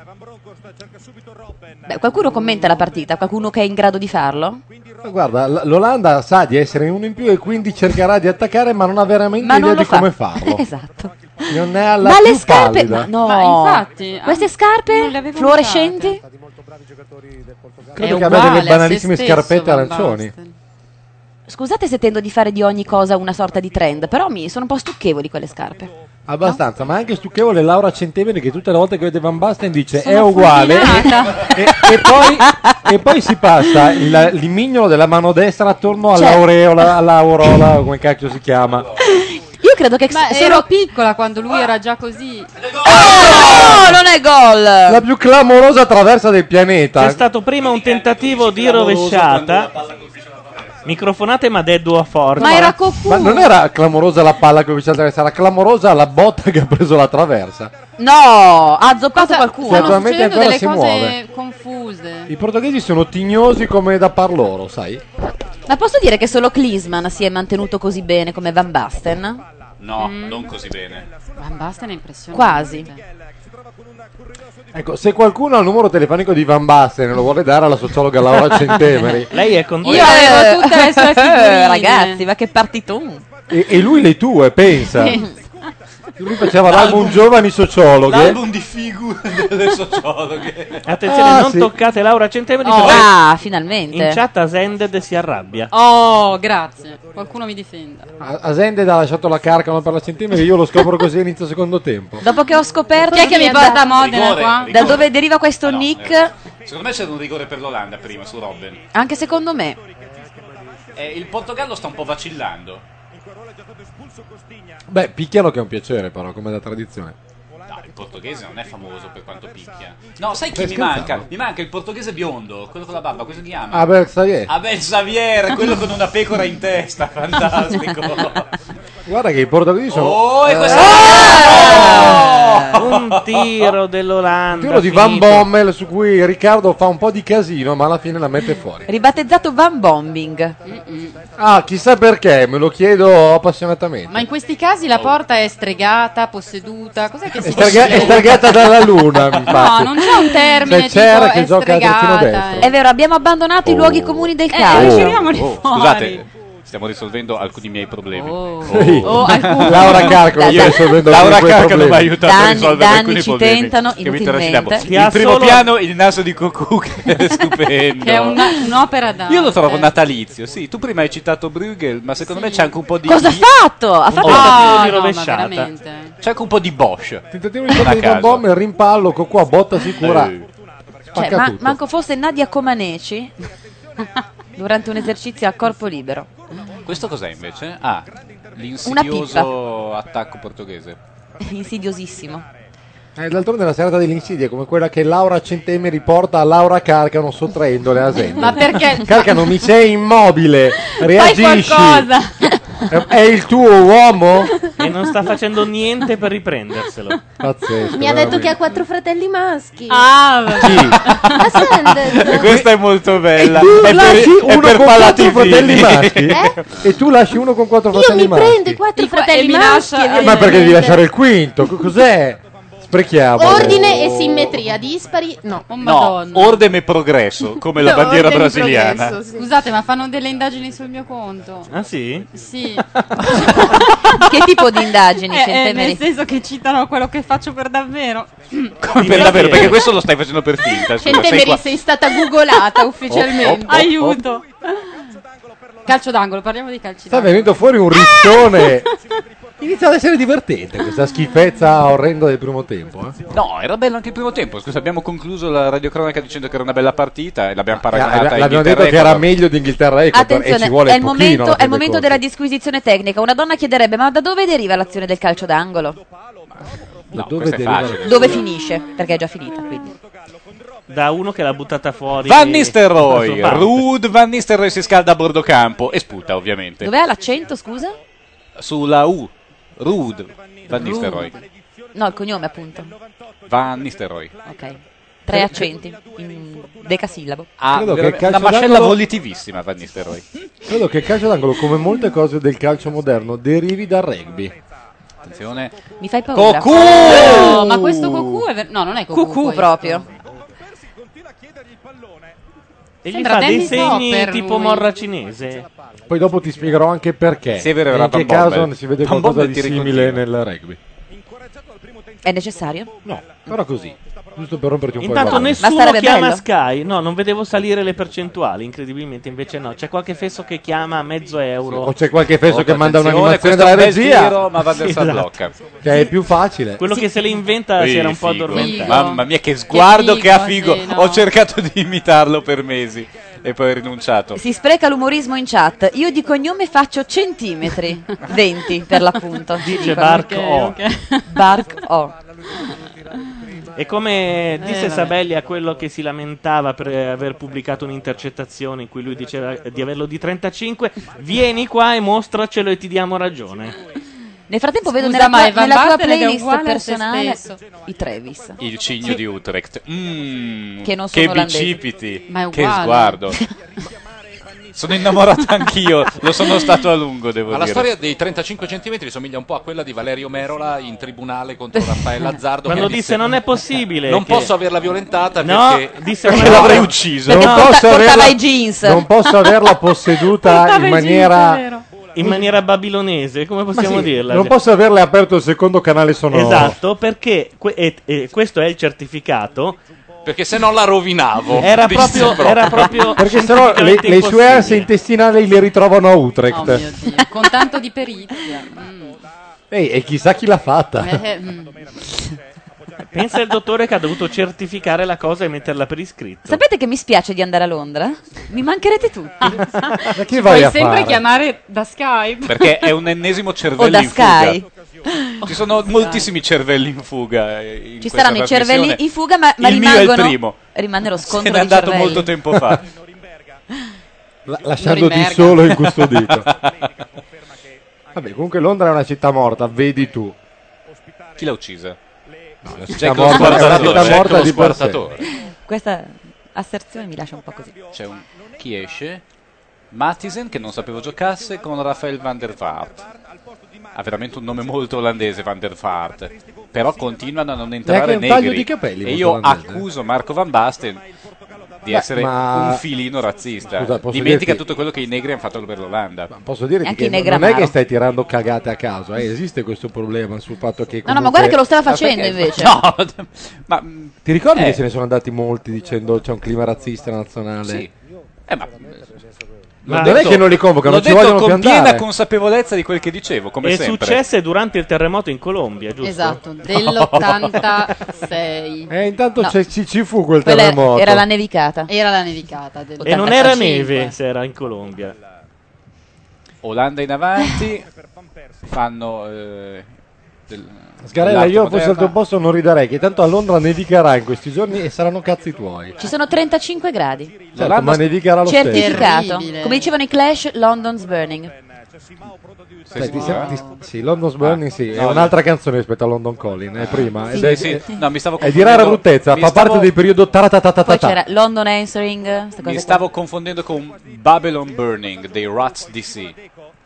Beh, qualcuno commenta la partita, qualcuno che è in grado di farlo? Guarda, l- l'Olanda sa di essere uno in più e quindi cercherà di attaccare, ma non ha veramente Ma non idea lo di fa. come farlo. Esatto. Non ne ha la Ma più le scarpe, pallida. ma no. Ma infatti, Queste ah, scarpe non le avevo fluorescenti? Credo È che abbia delle uguale a se banalissime stesso, scarpette Van arancioni. Basten. Scusate se tendo di fare di ogni cosa una sorta di trend, però mi sono un po' stucchevoli quelle scarpe. Abbastanza, ma anche stucchevole Laura Centeveri che tutte le volte che vede Van Basten dice Sono è uguale fulminata. e, e poi, e poi si passa il, il mignolo della mano destra attorno Cioè- all'aureola, all'aurola, come cacchio si chiama. Io credo che Ma sono... ero piccola quando lui era già così. Oh, non è gol! La più clamorosa traversa del pianeta. C'è stato prima un tentativo di rovesciata. Microfonate ma Deddu a forza. Ma era Cocu. Ma non era clamorosa la palla che vicino alla traversa, era clamorosa la botta che ha preso la traversa. No, ha zoppato qualcuno. Stanno Stanno Attualmente succedendo ancora delle si cose muove. confuse. I portoghesi sono tignosi come da par loro, sai? Ma posso dire che solo Klinsmann si è mantenuto così bene come Van Basten? No, Mm. non così bene. Van Basten è impressionante. Quasi. Ecco, se qualcuno ha il numero telefonico di Van Basten e lo vuole dare alla sociologa Laura Centemeri Lei è contenta. Io avevo tutte le sue figurine. Ragazzi, ma che partitone. e, e lui le tue, pensa. Sì. Lui faceva l'album Giovani Sociologhe. L'album di figure delle sociologhe. Attenzione, Ah, non sì. toccate Laura Centemeri Oh. perché Ah, finalmente. in chat Asended si arrabbia. Oh, grazie. Qualcuno mi difenda. A- Asended ha lasciato la Carcano per la Centemeri, io lo scopro così inizio secondo tempo. Dopo che ho scoperto Chi è che mi da- porta a Modena Rigore, qua? rigore. da dove deriva questo No, no, nick, eh, Secondo me c'era un rigore per l'Olanda prima su Robben. anche secondo me. Eh, il Portogallo sta un po' vacillando. Beh, picchiano che è un piacere però, come da tradizione. No, il portoghese non è famoso per quanto picchia. No, sai chi Stai mi scherzando? manca? Mi manca il portoghese biondo, quello con la barba, come si chiama? Abel Xavier. Abel Xavier, quello con una pecora in testa, fantastico. Guarda che i portoghesi sono... Oh, e questo Un tiro dell'Olanda. tiro di Van finito. Bommel su cui Riccardo fa un po' di casino, ma alla fine la mette fuori. Ribattezzato Van Bombing. Ah, chissà perché, me lo chiedo appassionatamente. Ma in questi casi la porta è stregata, posseduta. Cos'è che È, si starga- è dice? stargata dalla luna, No, infatti. non c'è un termine C'è Cer tipo che è gioca a terzino stregata. destro. È vero, abbiamo abbandonato i luoghi comuni del Eh, calcio. ritiriamoli Oh, fuori. scusate, stiamo risolvendo alcuni miei problemi. Oh. Sì. Oh, alcuni. Laura Carcano sta risolvendo Laura alcuni Carcano mi ha problemi. aiutato a Danni- risolvere danni alcuni ci problemi tentano che mi trascinavo. inutilmente. Ti ha Il primo solo- piano, il naso di Cocu che è stupendo. Che è una- un'opera d'arte. Io lo trovo natalizio, sì. Tu prima hai citato Bruegel, ma secondo me c'è anche un po' di... Cosa ha di- fatto? Ha fatto Oh. una- tiro Ah, di no, ma rovesciata. veramente. C'è anche un po' di Bosch. Tentativo di Non colpo a di Van caso. Bommel, rimpallo, con qua botta sicura. Eh. Spacca Cioè, ma- tutto. manco fosse Nadia Comaneci durante un esercizio a corpo libero. Questo cos'è invece? Ah, l'insidioso attacco portoghese. Insidiosissimo. Eh, d'altronde la serata delle insidie come quella che Laura Centemeri porta a Laura Carcano sottraendole a Zenda. Ma perché? Carcano, mi sei immobile, Fai reagisci. qualcosa. È, è il tuo uomo? E non sta facendo niente per riprenderselo. Pazzesco. Mi ha detto che ha quattro fratelli maschi. Ah, Ascended. E questa è molto bella. Tu È lasci per, è uno per con palati quattro fratelli fini. maschi? Eh? E tu lasci uno con quattro Io fratelli mi maschi? prendo i quattro Di qua- e fratelli mi maschi. lascia- e Ma perché devi veramente- lasciare il quinto? Co- Cos'è? sprechiamo. Ordine e simmetria dispari, no. Oh, No, Madonna. ordem e progresso, come la No, bandiera ordine e brasiliana. progresso, sì. Scusate, ma fanno delle indagini sul mio conto. Ah sì? Sì. Che tipo di indagini, Eh, eh, Centemeri? nel senso che citano quello che faccio per davvero. Come per davvero, perché questo lo stai facendo per finta. scusa, sei Centemeri, qua- sei stata googolata ufficialmente. Oh, oh, oh, Aiuto. Calcio d'angolo, parliamo di calci Sta d'angolo. venendo fuori un riccione. Inizia ad essere divertente questa schifezza orrenda del primo tempo. Eh? No, era bello anche il primo tempo. Scusa, abbiamo concluso la radiocronaca dicendo che era una bella partita e l'abbiamo Eh, paragonata a l'abbiamo Inghilterra detto che era Ecuador. meglio di Inghilterra Ecuador e Attenzione, ci vuole è il pochino momento, alla è il fin dei momento conti. della disquisizione tecnica. Una donna chiederebbe: ma da dove deriva l'azione del calcio d'angolo? Da No, dove questo è deriva- facile. Dove finisce? Perché è già finita, quindi. Da uno che l'ha buttata fuori. Van da Nistelrooy, sua parte. Ruud Van Nistelrooy si scalda a bordo campo e sputa ovviamente. Dov'è l'accento, scusa? Sulla U, Ruud Van Nistelrooy. No, il cognome, appunto. Van Nistelrooy. Ok. Tre accenti in decasillabo. Ha Credo che vera- il calcio una mascella d'angolo- volitivissima Van Nistelrooy. Credo che il calcio d'angolo, come molte cose del calcio moderno, derivi dal rugby. Attenzione. Mi fai paura. Cocu! Oh, ma questo Cocu è ver- no, non è Cocu. Cucù questo. proprio. E gli Sembra fa dei Dennis segni Hopper, tipo lui. morra cinese. Poi dopo ti spiegherò anche perché. Sì, è vero, e era in che Van Bommel. caso si vede Van qualcosa Bommel di ti simile ricontinua. nel rugby. È necessario? No, però così. Giusto per romperti un Intanto po' il nessuno sarebbe chiama bello. Sky. No, non vedevo salire le percentuali. Incredibilmente, invece no. C'è qualche fesso che chiama a mezzo euro. O c'è qualche fesso Oh, che manda attenzione, un'animazione questo è dalla un bel regia. tiro, ma Van der Sì, Sar esatto. blocca. Che è più facile. Quello che se le inventa si Sì, era un po' figo. addormentato. Mamma mia, che sguardo che, figo, ha figo. sì, no. Ho cercato di imitarlo per mesi e poi ho rinunciato. Si spreca l'umorismo in chat. Io di cognome faccio centimetri. venti per l'appunto. Dice Bark Ok, O. ok. Bark O. E come disse Eh, vabbè. Sabelli a quello che si lamentava per aver pubblicato un'intercettazione in cui lui diceva di averlo di trentacinque, vieni qua e mostracelo e ti diamo ragione. Nel frattempo vedo Scusa, nella ma tua, Evan nella tua Basten è playlist uguale a se personale stesso. i Travis. Il cigno di Utrecht. Mm, Che non sono che olandesi. bicipiti. Ma è Che uguale. sguardo. Sono innamorato anch'io. Lo sono stato a lungo, devo Ma la dire. storia dei trentacinque centimetri somiglia un po' a quella di Valerio Merola in tribunale contro Raffaele Azzardo. Quando che disse non è possibile. non che- posso averla violentata No, perché disse Perché no. l'avrei ucciso. Perché Non porta- posso portava averla- i jeans. Non posso averla posseduta Portava in i jeans, è maniera. vero. In maniera babilonese, come Ma possiamo sì, dirla? non posso averle aperto il secondo canale sonoro. Esatto, perché que- e- e questo è il certificato. perché se no la rovinavo. Era Disse proprio, era proprio Perché sennò le, scientificamente le sue ansie impossibile. intestinali le ritrovano a Utrecht. Oh mio Dio, con tanto di perizia. Mm. Ehi, e chissà chi l'ha fatta. Eh, mm. Pensa il dottore che ha dovuto certificare la cosa e metterla per iscritto. Sapete che mi spiace di andare a Londra? Mi mancherete tutti. Ma che Ci vai puoi a sempre fare? chiamare da Skype. Perché è un ennesimo O cervello da in fuga. Sky. Ci sono moltissimi cervelli in fuga. eh, in Ci questa saranno i cervelli trasmissione. in fuga, ma, ma il mio è rimangono. il primo. Rimane lo Se scontro n'è di andato cervelli. molto tempo fa. La- lasciandoti Norimberga. solo incustodito. Vabbè, comunque Londra è una città morta, vedi tu. Chi l'ha uccisa? Una Jack città lo morta, è una squartatore, città Jack morta lo di per sé. squartatore. Questa asserzione mi lascia un po' così. C'è un... Chi esce? Mattisen, che non sapevo giocasse, con Rafael van der Vaart. Ha veramente un nome molto olandese, Van der Vaart. Però continuano a non entrare anche un taglio negri. di capelli E molto io olandese. accuso Marco Van Basten di Beh, essere ma- un filino razzista. Scusa, posso Dimentica dirti- tutto quello che i negri hanno fatto per l'Olanda. Posso dirti Anche che i non è Negramaro. che stai tirando cagate a caso, eh, esiste questo problema sul fatto che No, no, ma comunque- guarda che lo stava Ma facendo perché- invece. No, ma Ti ricordi Eh. che se ne sono andati molti dicendo c'è un clima razzista nazionale? sì. Eh, ma Ma l'ho non è che non li convocano, l'ho ci detto vogliono con più piena andare. consapevolezza di quel che dicevo, come È sempre. successo durante il terremoto in Colombia, giusto? Esatto, dell'ottantasei. Eh, intanto No. c'è- ci, ci fu quel Quella terremoto. era la nevicata. Era la nevicata del E non era ottantacinque. neve se era in Colombia. Olanda in avanti, fanno eh, del, Sgarella, dell'arte io fossi al moderna. tuo posto non riderei, che tanto a Londra nevicherà in questi giorni e saranno cazzi tuoi. Ci sono trentacinque gradi. Certo, L'Olanda ma nevicherà lo stesso. Certificato. Terribile. Come dicevano i Clash, London's Burning. Sei Sai, ti sicuro? sem- ti- sì, London's Burning Ah, sì, è no, un'altra canzone rispetto a London Calling, è prima. ed Sì, è, sì. è- No, mi stavo è di confondendo- rara bruttezza, mi fa stavo- parte del periodo Poi taratatata. c'era London Answering. queste cose Mi qua. stavo confondendo con Babylon Burning dei Rats D C.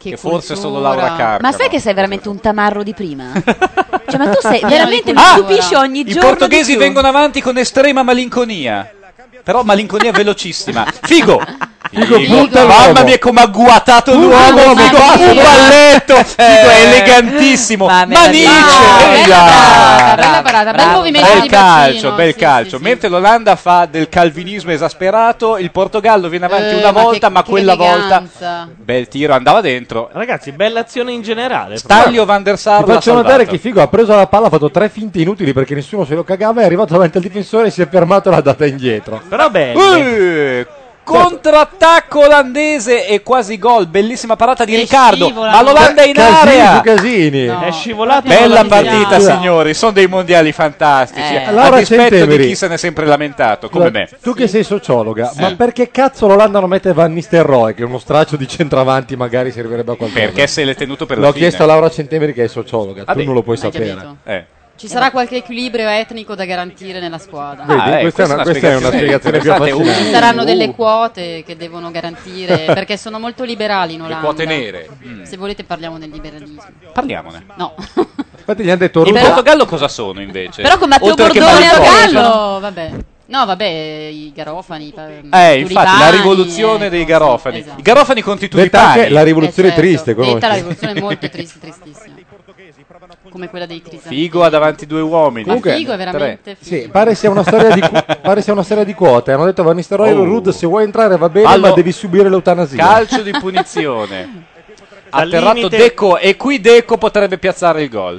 che forse solo Laura Carcano. Ma sai che sei veramente un tamarro di prima? Cioè, ma tu sei Pieno veramente di mi cultura. stupisci ogni I giorno. portoghesi di più. vengono avanti con estrema malinconia. Però malinconia velocissima. Figo! Figo, Figo. punta Mamma l'uomo. mia come ha guatato Punta l'uomo. l'uomo, Figo, basta, un balletto. Figo, è elegantissimo. Manice! ehi là. parata, bella parata, bel movimento Bel di calcio, bacino, bel sì, calcio. sì, Mentre l'Olanda fa del calvinismo esasperato, il Portogallo viene avanti Eh, una ma volta, che- ma che quella volta eleganza. bel tiro, andava dentro. Ragazzi, bella azione in generale. Staglio Van der Sar Ti l'ha faccio notare salvato. che Figo ha preso la palla, ha fatto tre finte inutili perché nessuno se lo cagava, è arrivato davanti al difensore, si è fermato e l'ha data indietro. Però bene. Eh, Contrattacco olandese e quasi gol, bellissima parata di E Riccardo, scivolano. ma l'Olanda è in Casini area. su Casini. No. È scivolato. Bella con la partita, tiglia. signori, sono dei mondiali fantastici. Eh. A Laura dispetto di Centemeri. chi se ne è sempre lamentato, come me. Tu che sei sociologa, ma perché cazzo l'Olanda non mette Van Nistelrooy, che è uno straccio di centravanti, magari servirebbe a qualcosa? Perché se l'è tenuto per la L'ho fine. chiesto a Laura Centemeri che è sociologa, Vabbè, tu non lo puoi hai sapere. capito. Eh. Ci sarà qualche equilibrio etnico da garantire nella squadra. Vedi, Ah, eh, questa, è una, questa è una spiegazione più Pensate, affascinante. Ci saranno delle quote che devono garantire perché sono molto liberali in Le Olanda. quote nere. Se volete parliamo del liberalismo. Parliamone. No. Infatti gli hanno detto In Russo- Portogallo cosa sono invece? Però con Matteo Oltre che Bordone a malinconia. gallo. vabbè. No, vabbè, i garofani. i pa- Eh, infatti, la tulipani, rivoluzione ecco, dei garofani. esatto. I garofani contro i Detta tulipani. anche la rivoluzione Eh, certo. triste, conosci? Detta la rivoluzione molto triste, tristissima. Come quella dei crisantemi. Figo ha davanti due uomini. Ma Comunque- figo è veramente figo. Sì, pare sia una storia di, cu- pare sia una storia di quote. Hanno detto a Van Nistelrooy, Oh. Rud, se vuoi entrare va bene, Allora, ma devi subire l'eutanasia. Calcio di punizione. Dal Atterrato limite- Deco e qui Deco potrebbe piazzare il gol.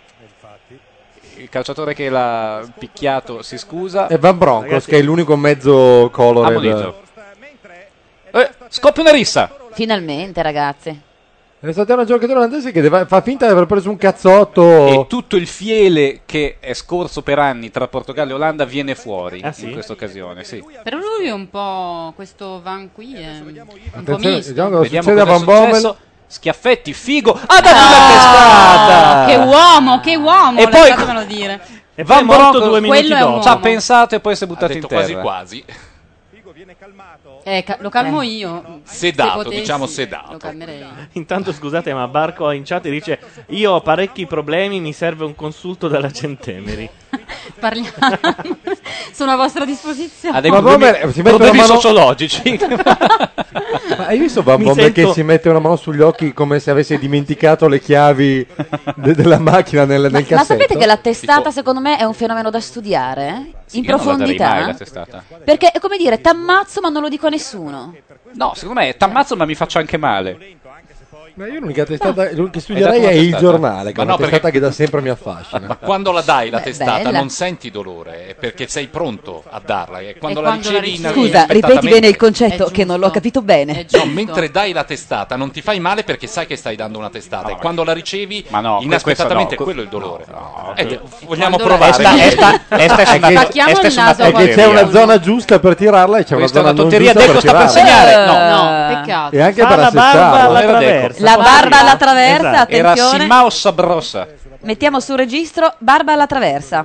Il calciatore che l'ha picchiato si scusa. E Van Bronckhorst, Ragazzi- che è l'unico mezzo colore. Ammonito. Eh, scoppia una rissa. Finalmente, ragazzi. È stata una giocatore olandese che deve- fa finta di aver preso un cazzotto. E tutto il fiele che è scorso per anni tra Portogallo e Olanda viene fuori Ah, sì? in questa occasione. Sì. Però lui è un po'. Questo Van qui è un po' Attenzione, misto. vediamo cosa Vediamo succede a cosa Van è Bommel. successo. Schiaffetti, figo. Ha dato una testata. Che uomo, che uomo, E poi- lasciatemelo dire. E poi è Van morto Bronckhorst- due minuti Quello è un dopo. Ci ha uomo. pensato e poi si è Ha buttato in detto quasi terra. quasi. Eh, ca- lo calmo io. Sedato, Se potessi, diciamo sedato. Lo calmerei. Intanto scusate, ma Barco in chat dice: io ho parecchi problemi, mi serve un consulto dalla Centemeri. Parliamo. Sono a vostra disposizione. Ha dei Ma problemi, Bommel, si mette problemi una mano- sociologici. Ma hai visto Van Mi Bommel sento- che si mette una mano sugli occhi come se avesse dimenticato le chiavi de- della macchina nel, nel Ma, ma cassetto? sapete che la testata, Tipo- secondo me, è un fenomeno da studiare? eh? In Io non la darei mai profondità? la testata. Perché è come dire, t'ammazzo ma non lo dico a nessuno. No, secondo me t'ammazzo ma mi faccio anche male. Ma io l'unica testata l'unica che studierei dato è una il testata? giornale, che Ma è una no, perché- testata che da sempre mi affascina. Ma quando la dai la Beh, testata bella. non senti dolore, è perché sei pronto a darla. E quando E la quando la ricevi, ricevi- Scusa, ripeti inaspettatamente- bene il concetto È che non l'ho giusto. capito È bene. giusto. No, mentre dai la testata non ti fai male perché sai che stai dando una testata. No, e ma- quando la ricevi, Ma no, inaspettatamente questo no, quello è il dolore. no, Eh, que- vogliamo Quando la- provare? Esta, esta, esta è una, che- Attacchiamo esta il è una naso a È che c'è tonteria. una zona giusta per tirarla e c'è una Questa è zona una non tonteria. giusta Deco per sta per tirarla. segnare. No, No. peccato. E anche Fa per la barba assestarla. alla Era Deco. traversa. La barba alla Esatto. traversa, Era attenzione. Simao Sabrosa. Mettiamo sul registro barba alla traversa.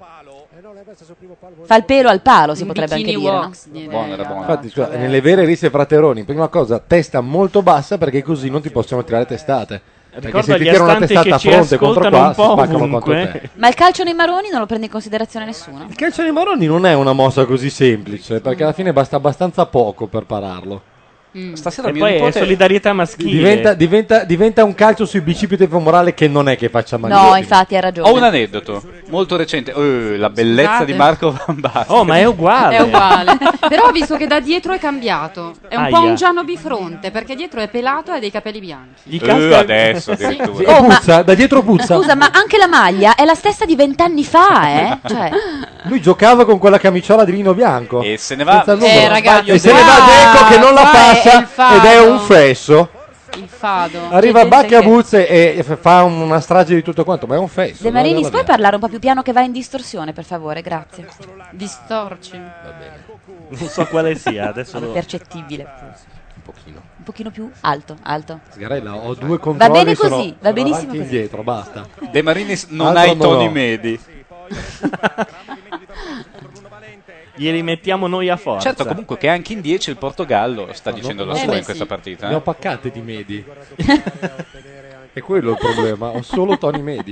Fa il pelo al palo, si Un potrebbe anche bikini dire, no? walks, direi. Buona, era buona. Infatti, scusa, nelle vere risse frateroni, prima cosa, testa molto bassa perché così non ti possono tirare testate. Perché Ricordo se ti agli tirano una astanti testata che ci fronte contro ascoltano qua, un si po' spaccano contro ovunque. te. Ma il calcio nei maroni non lo prende in considerazione nessuno? Il calcio nei maroni non è una mossa così semplice, perché alla fine basta abbastanza poco per pararlo. Stasera E mio poi è nipote solidarietà maschile. Diventa, diventa, diventa un calcio sui bicipite femorale che non è che faccia male. No, infatti hai ragione. Ho un aneddoto molto recente. Eh, la bellezza Scusate. di Marco Van Basten. Oh, ma è uguale. È uguale. Però ho visto che da dietro è cambiato. È un po' Aia. un Gianno Bifronte, perché dietro è pelato e ha dei capelli bianchi. Gli Eh, casca- adesso Sì, addirittura. e Oh, ma- puzza, da dietro puzza. Scusa, ma anche la maglia è la stessa di vent'anni fa, eh? Cioè, Lui giocava con quella camiciola di vino bianco. E se ne va. Senza il se numero. Eh, ragazzi, e se ne qua- va Deco che non la qua è- è passa il fado. ed è un fesso. Il fado. Arriva Cioè, Bacchi a che- Buzze e f- fa una strage di tutto quanto, ma è un fesso. De Marinis, va puoi bene. parlare un po' più piano che va in distorsione, per favore? Grazie. Distorci. Non so quale sia, adesso Vabbè, lo... percettibile. Un pochino. Un pochino più alto, alto. Sgarella, ho due controlli. bene sono- così, va sono benissimo avanti e così. indietro, basta. De Marinis non Altro ha i non toni ho. medi. glieli mettiamo noi a forza. Certo, comunque che anche in dieci il Portogallo sta dicendo la Eh, sua beh, in questa sì. partita. Ne eh. ho paccate di medi. È quello il problema, ho solo toni medi.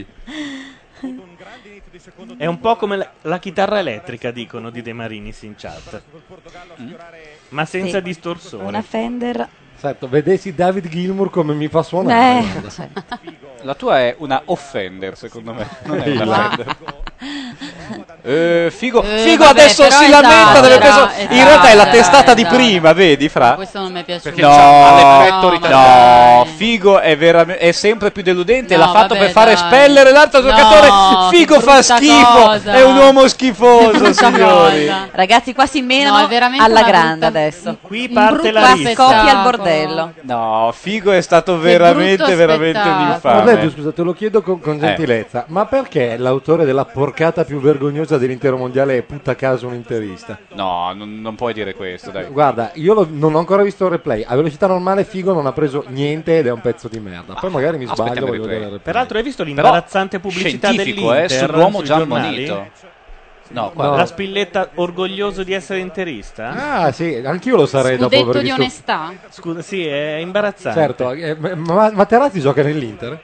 È un po' come la, la chitarra elettrica, dicono di De Marinis in chat. Mm? Ma senza Sì. distorsore. Una Fender. Certo, vedessi David Gilmour come mi fa suonare. Eh, guarda. cioè. La tua è una offender, secondo me. Non è una Wow. offender. Eh, figo, Eh, figo vabbè, adesso però si lamenta delle esagera, preso- In realtà è la esagera, testata di esagera. prima, vedi, Fra? Questo non mi è piaciuto. No, c'ha l'effetto no, ritardato. no, figo è, veramente, è sempre più deludente. No, L'ha fatto vabbè, per fare dai. spellere l'altro No, giocatore. che Figo fa brutta schifo. cosa. È un uomo schifoso, Brutta signori. cosa. Ragazzi, qua si menano No, è veramente alla una grande brutta- adesso. Qui Un parte la brutto rissa. Scoppia al spettacolo. bordello. No, figo è stato veramente, brutto veramente un spettacolo. infame. Roberto, scusa, te lo chiedo con, con gentilezza, ma perché l'autore della porcata più vergognosa dell'intero mondiale è putta caso un interista? No, non, non puoi dire questo, dai. Guarda, io lo- non ho ancora visto il replay. A velocità normale Figo non ha preso niente ed è un pezzo di merda. Poi magari mi aspettiamo sbaglio, il voglio replay. vedere il replay. Peraltro hai visto l'imbarazzante Però pubblicità scientifico, dell'Inter eh, sull'uomo sui già giornali? ammonito. No, No. qua. La spilletta orgoglioso di essere interista? Ah sì, anch'io lo sarei dopo Scudetto aver di visto... onestà. Scusa, sì, è imbarazzante. Certo, eh, ma Materazzi gioca nell'Inter?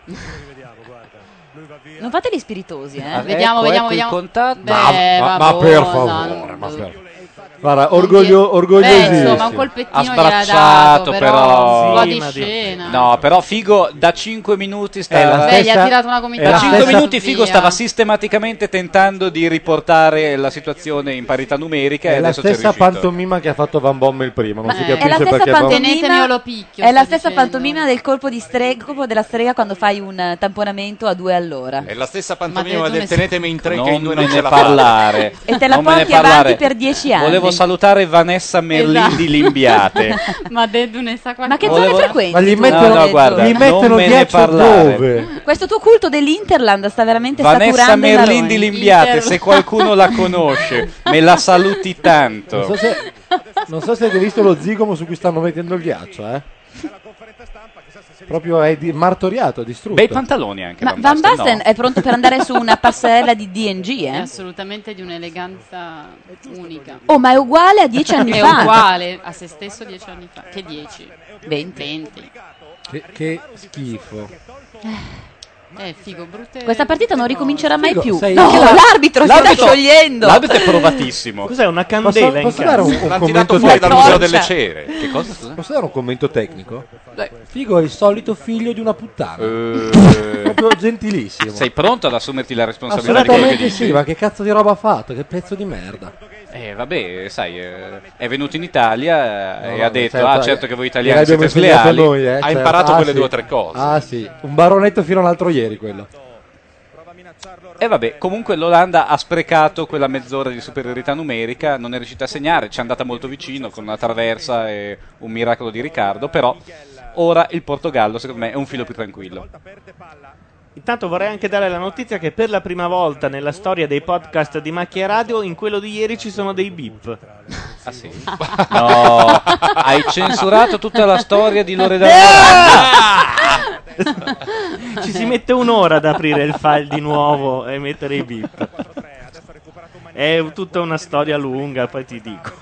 Non fateli spiritosi, eh. Ah, Vediamo, ecco, vediamo, ecco il vediamo. contatto. Beh, ma, ma vabbè, per no, favore, no, ma no. per... Guarda, orgoglio, Beh, orgogliosissimo. insomma, un colpettino Ha gliel'ha dato, sbracciato, però, però- un po' Sì, di ma Dio. scena. No, però Figo da cinque minuti sta... È la Beh, gli ha stessa- tirato una è gomitata. la Da cinque stessa- minuti Figo via. stava sistematicamente tentando di riportare la situazione in parità numerica e È la adesso ci è stessa riuscito. pantomima che ha fatto Van Bommel prima, non Ma si è la capisce stessa perché Van... pantomima, Tenetemi lo picchio, è la sto stessa dicendo. pantomima del colpo di strega, colpo della strega quando fai un eh, tamponamento a due all'ora. È la stessa Ma pantomima te- tu del ne- tenetemi in tre che in due Non non me ce ne la parlare. E te la Non me ne porti avanti parlare. per dieci anni. Volevo salutare Vanessa Merlin Esatto. di Limbiate. Ma Dedu ne sa qualcosa. Ma che Volevo- zone frequenti? Ma gli tu? mettono, No, no, guarda, gli non mettono me ne ghiaccio parlare. dove? Questo tuo culto dell'Interland sta veramente Vanessa saturando i Merlin di maroni. Limbiate, Inter- se qualcuno la conosce, me la saluti Non tanto. so se, non so se avete visto lo zigomo su cui stanno mettendo il ghiaccio, eh? Proprio è di- martoriato, distrutto. Bei pantaloni anche. Ma Van Van Basten, Basten no. è pronto per andare su una passerella di D and G, È eh? assolutamente di un'eleganza unica. Oh, ma è uguale a dieci anni È fa. uguale a se stesso dieci anni fa. Che dieci? Venti. Venti. Che, che schifo. Eh, figo, brutte. Questa partita non ricomincerà mai Figo, più. sei- No, Anche la- l'arbitro si sta l'arbitro- sciogliendo. L'arbitro è provatissimo. Cos'è una Posso, candela in posso dare un, casa? un L'hanno commento tirato fuori dal tecnico? museo torcia. delle cere. Che cosa? scusa? Posso dare un commento tecnico? Dai. Figo è il solito figlio di una puttana. Eh, Proprio gentilissimo. sei pronto ad assumerti la responsabilità di quello che Assolutamente dici? sì, ma che cazzo di roba ha fatto? Che pezzo di merda. Eh, vabbè, sai, eh, è venuto in Italia eh, No, e no, ha detto, certo, ah certo che voi italiani gliel'abbiamo siete insegnato sleali. noi, eh, Ha certo. imparato Ah, quelle sì. due o tre cose. Ah sì, un baronetto fino all'altro ieri quello. E vabbè, comunque l'Olanda ha sprecato quella mezz'ora di superiorità numerica, non è riuscita a segnare, ci è andata molto vicino con una traversa e un miracolo di Riccardo, però ora il Portogallo secondo me è un filo più tranquillo. Intanto vorrei anche dare la notizia che per la prima volta nella storia dei podcast di Macchia Radio, in quello di ieri ci sono dei beep. Ah sì? No, hai censurato tutta la storia di Loredana. Ci si mette un'ora ad aprire il file di nuovo e mettere i beep. È tutta una storia lunga, poi ti dico.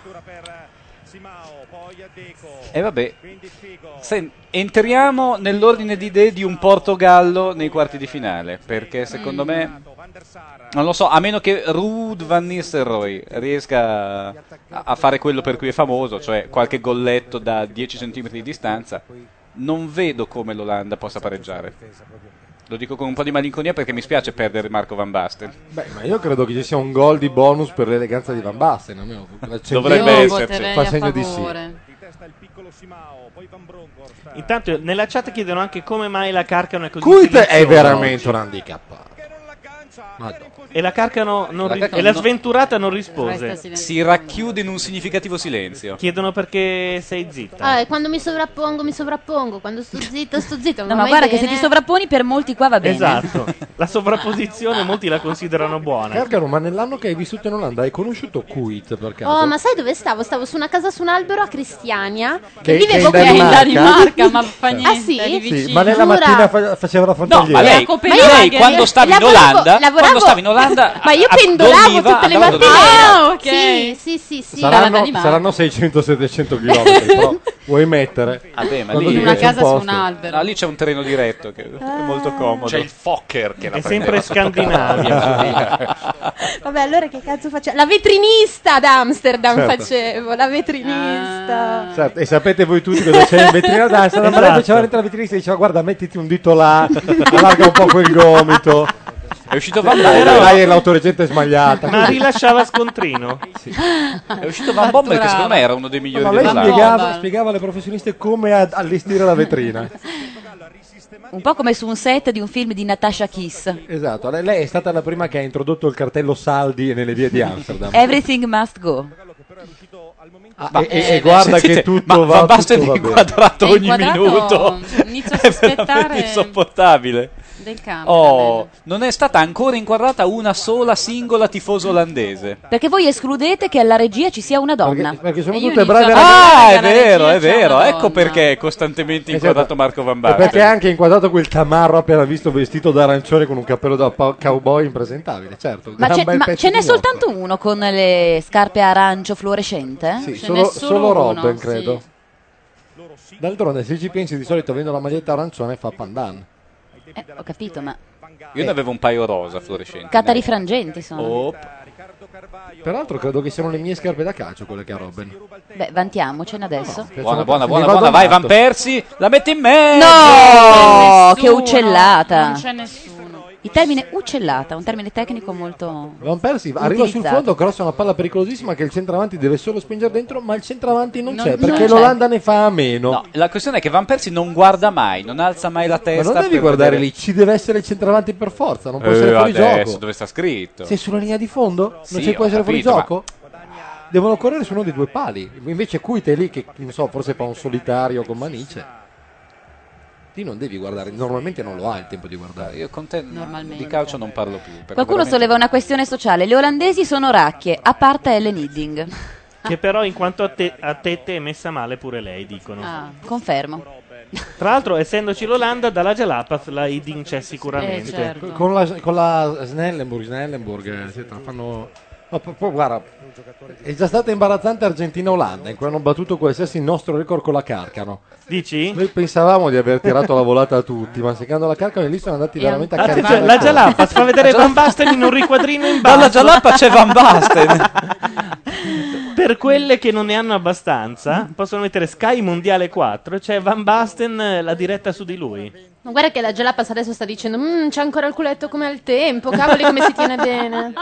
E vabbè, Sen- entriamo nell'ordine di idee di un Portogallo nei quarti di finale, perché secondo me, non lo so, a meno che Ruud van Nistelrooy riesca a, a fare quello per cui è famoso, cioè qualche golletto da dieci centimetri di distanza, non vedo come l'Olanda possa pareggiare. Lo dico con un po' di malinconia perché mi spiace perdere Marco Van Basten. Beh, ma io credo che ci sia un gol di bonus per l'eleganza di Van Basten. Almeno Dovrebbe Io esserci. voterei Fa a segno di sì. favore. Intanto nella chat chiedono anche come mai la Carcano è così Kuit è silenziosa veramente oggi. un handicappato. Madonna. E la Carcano non La ri- Carcano e la no- sventurata non Resta rispose. silenzioso. Si racchiude in un significativo silenzio. Chiedono perché sei zitta. Ah, e quando mi sovrappongo, mi sovrappongo. Quando sto zitto, sto zitto. No, ma guarda che se ti sovrapponi per molti qua va bene. Esatto. La sovrapposizione molti la considerano buona. Carcano, ma nell'anno che hai vissuto in Olanda hai conosciuto Kuit per caso? Oh, ma sai dove stavo? Stavo su una casa su un albero a Cristiania. Che- e vivevo che in qui. Danimarca? Danimarca, ma fa niente, Ah, sì? è lì Sì, vicino. Ma nella Giura. mattina fa- faceva la No, fantasia. ma lei, Copenaghen. lei quando stava in lavoravo, Olanda lavoravo quando stavo in Olanda ma io a- pendolavo dormiva, tutte le andavo a mattine. dormire. Ah, ok. Sì, sì, sì, sì. Saranno, saranno seicento settecento chilometri, però vuoi mettere? Vabbè, ma Quando lì ti piace un posto. No, lì c'è un treno diretto che è molto comodo. C'è il Fokker che la È prendeva sempre sotto Scandinavia. casa. Vabbè, allora che cazzo faccio? La vetrinista ad Amsterdam Certo. facevo, la vetrinista. Certo, e sapete voi tutti cosa c'è in vetrina da Amsterdam? Esatto. Ma lei faceva dentro la vetrinista e diceva guarda mettiti un dito là, allarga un po' quel gomito. È uscito Van Bommel. Bommel. Hai l'autoreggente smagliata. Ma rilasciava scontrino. È uscito Van Bommel che secondo me era uno dei migliori Ma lei dell'Olanda. spiegava, spiegava alle professioniste come ad- allestire la vetrina. Un po' come su un set di un film di Natasha Kiss. Esatto, lei- lei è stata la prima che ha introdotto il cartello saldi nelle vie di Amsterdam. Everything must go. Ah, Ma- e, e- eh, e guarda sentite, che tutto ma va, Van Basten tutto va è bene. inquadrato È ogni inquadrato, minuto. inizio a È sospettare veramente insopportabile. del campo. Oh, non è stata ancora inquadrata una sola singola tifosa olandese. Perché voi escludete che alla regia ci sia una donna. Perché, perché sono E io tutte inizio brave a- ragazze. Ah, è alla vero, regia è c'è vero. una Ecco donna. perché è costantemente Esatto. inquadrato Marco Van E Basten. perché ha anche inquadrato quel tamarro appena visto vestito d'arancione con un cappello da pa- cowboy impresentabile, certo. Ma, gran c'è, bel ma pezzo ce n'è di soltanto uno con le scarpe arancio fluorescente? Sì, Ce solo, n'è solo solo uno, Robben, sì. credo. D'altronde, se ci pensi, di solito avendo la maglietta arancione fa pandan. Eh, ho capito, ma Io ne avevo un paio rosa fluorescenti. catari frangenti sono. Oh, Peraltro, credo che siano le mie scarpe da calcio quelle che ha Robben. Beh, vantiamocene adesso. buona, buona, Ne buona, vado buona. Vai matto. Van Persie, la metti in mezzo. No, che Nessuno, uccellata. Non c'è nessuno. Il termine uccellata, un termine tecnico molto... Van Persie arriva sul Utilizzato. fondo, crossa una palla pericolosissima che il centravanti deve solo spingere dentro, ma il centravanti non, Non- c'è non perché c'è. l'Olanda ne fa a meno. No, la questione è che Van Persie non guarda mai, non alza mai la Ma testa. non devi per guardare vedere- lì, ci deve essere il centravanti per forza, non può Eh, essere fuori adesso, gioco. dove sta scritto? Sei sulla linea di fondo? Non Sì, ci può ho essere fuori capito, ma- gioco? Devono correre su uno dei due pali. Invece Cuite è lì che, non so, forse fa un solitario con Manice. Ti non devi guardare, normalmente non lo hai il tempo di guardare. Io con te Normalmente. di calcio non parlo più. perché Qualcuno veramente- solleva una questione sociale. Le olandesi sono racchie, a parte Ellen Hidding. Che però in quanto a, te- a tette è messa male pure lei, dicono. Ah, confermo. Tra l'altro, essendoci l'Olanda, dalla Jalapas la Hidding c'è sicuramente. Eh, certo. Con la, con la Snellenburg, Snellenburg, eh, sì, fanno... Ma poi, poi, guarda, è già stata imbarazzante Argentina-Olanda, in cui hanno battuto qualsiasi nostro record con la Carcano. Dici? Noi pensavamo di aver tirato la volata a tutti, ma seccando la Carcano lì sono andati veramente a Attenzione, caricare. la il colpo. Jalapas fa vedere Van Basten in un riquadrino in basso. Dalla Jalapa c'è Van Basten. Per quelle che non ne hanno abbastanza, possono mettere Sky Mondiale quattro e c'è Van Basten eh, la diretta su di lui. Ma guarda che la Jalapas adesso sta dicendo "Mm, c'è ancora il culetto come al tempo, cavoli come si tiene bene.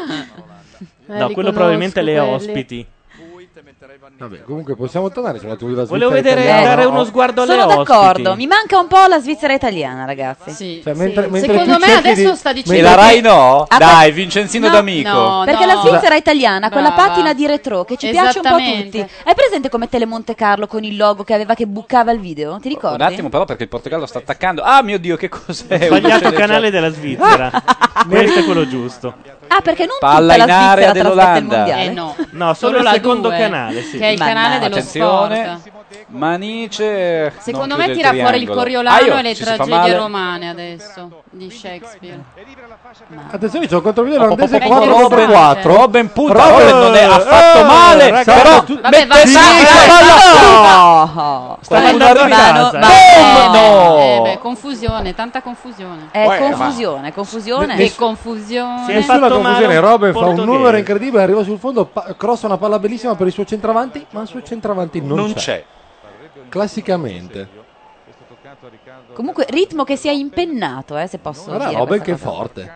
Eh, No, li quello conosco probabilmente le quelli. ospiti. Vabbè, comunque possiamo tornare sulla tua della Volevo Svizzera vedere, italiana, dare no? uno sguardo alle Sono ospiti. d'accordo, mi manca un po' la Svizzera italiana, ragazzi. Sì. Cioè, mentre, Sì. mentre Secondo tu me cerchi adesso di- sta E dicendo la che- Rai no? Ah, Dai, Vincenzino No, d'amico. no, Perché no. la Svizzera italiana, quella Brava. patina di retro che ci piace un po' a tutti. Esattamente. Hai presente come Telemonte Carlo con il logo che aveva che bucava il video? Ti ricordi? Un attimo però perché il Portogallo sta attaccando. Ah mio Dio, che cos'è? Sbagliato Una canale sceneggiata. della Svizzera. Questo è quello giusto. Ah, perché non Palla tutta la in area Svizzera trasmette il dell'Olanda. mondiale? Eh no. No, solo Solo il la secondo due, canale, sì. che è il Mannaggia. canale dello Attenzione. sport. Manice. Secondo non me chiude tira il fuori il triangolo. Coriolano Ah, io, e le ci si fa tragedie male. romane adesso di Shakespeare. Attenzione, c'è un contropiede Oh, olandese oh, oh, quattro Robben- contro quattro. Robben punta, Robben- Robben non è affatto eh, male, ragazzi, però tu- Vabbè, mette va- sì, va- la palla- No, Sta Qualcuno andando a arriva- casa. ma- Boom! No! Eh beh, confusione, tanta confusione. è Uè, confusione, confusione. Che confusione. Sì, Nessuna fatto confusione, male un Robben fa un portoghese. numero incredibile, arriva sul fondo, pa- crossa una palla bellissima per il suo centravanti, ma il suo centravanti non, Non c'è. c'è. Classicamente. Comunque, ritmo che si è impennato, eh, se posso Guarda dire. Robben questa che cosa. forte.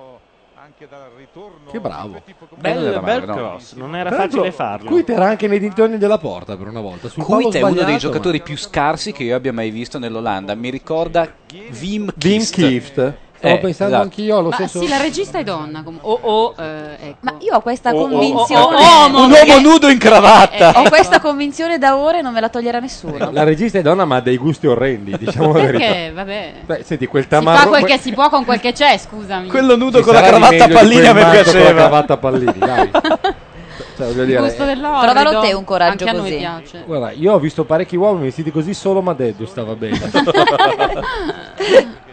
Che bravo. Bel, non era male, bel no. cross, non era Tra l'altro, facile farlo. Cuit era anche nei dintorni della porta per una volta. Sul palo Kuit è uno dei sbagliato, giocatori ma- più scarsi che io abbia mai visto nell'Olanda. Mi ricorda Wim Wim Kieft. Kieft. Stavo Eh, pensando esatto. anch'io allo Ma stesso. sì, la regista è donna. com- O, o, eh, ecco. Ma io ho questa Oh, oh, convinzione. oh, oh, oh, Un perché- uomo nudo in cravatta. Ho questa convinzione da ore e non me la toglierà nessuno. La regista è donna, ma ha dei gusti orrendi, diciamo la verità. Perché? Vabbè. Beh, senti, quel Si tamarro. fa quel che si può con quel che c'è, scusami. Quello nudo Ci con la sarà di cravatta a meglio di pallini a quel me matto con la piaceva. cravatta a pallini, dai. Cioè, voglio Il dire, gusto eh, dell'orrido. Trovalo te un coraggio Anche a noi così. piace. guarda, io ho visto parecchi uomini vestiti così, solo Madeddu stava bene.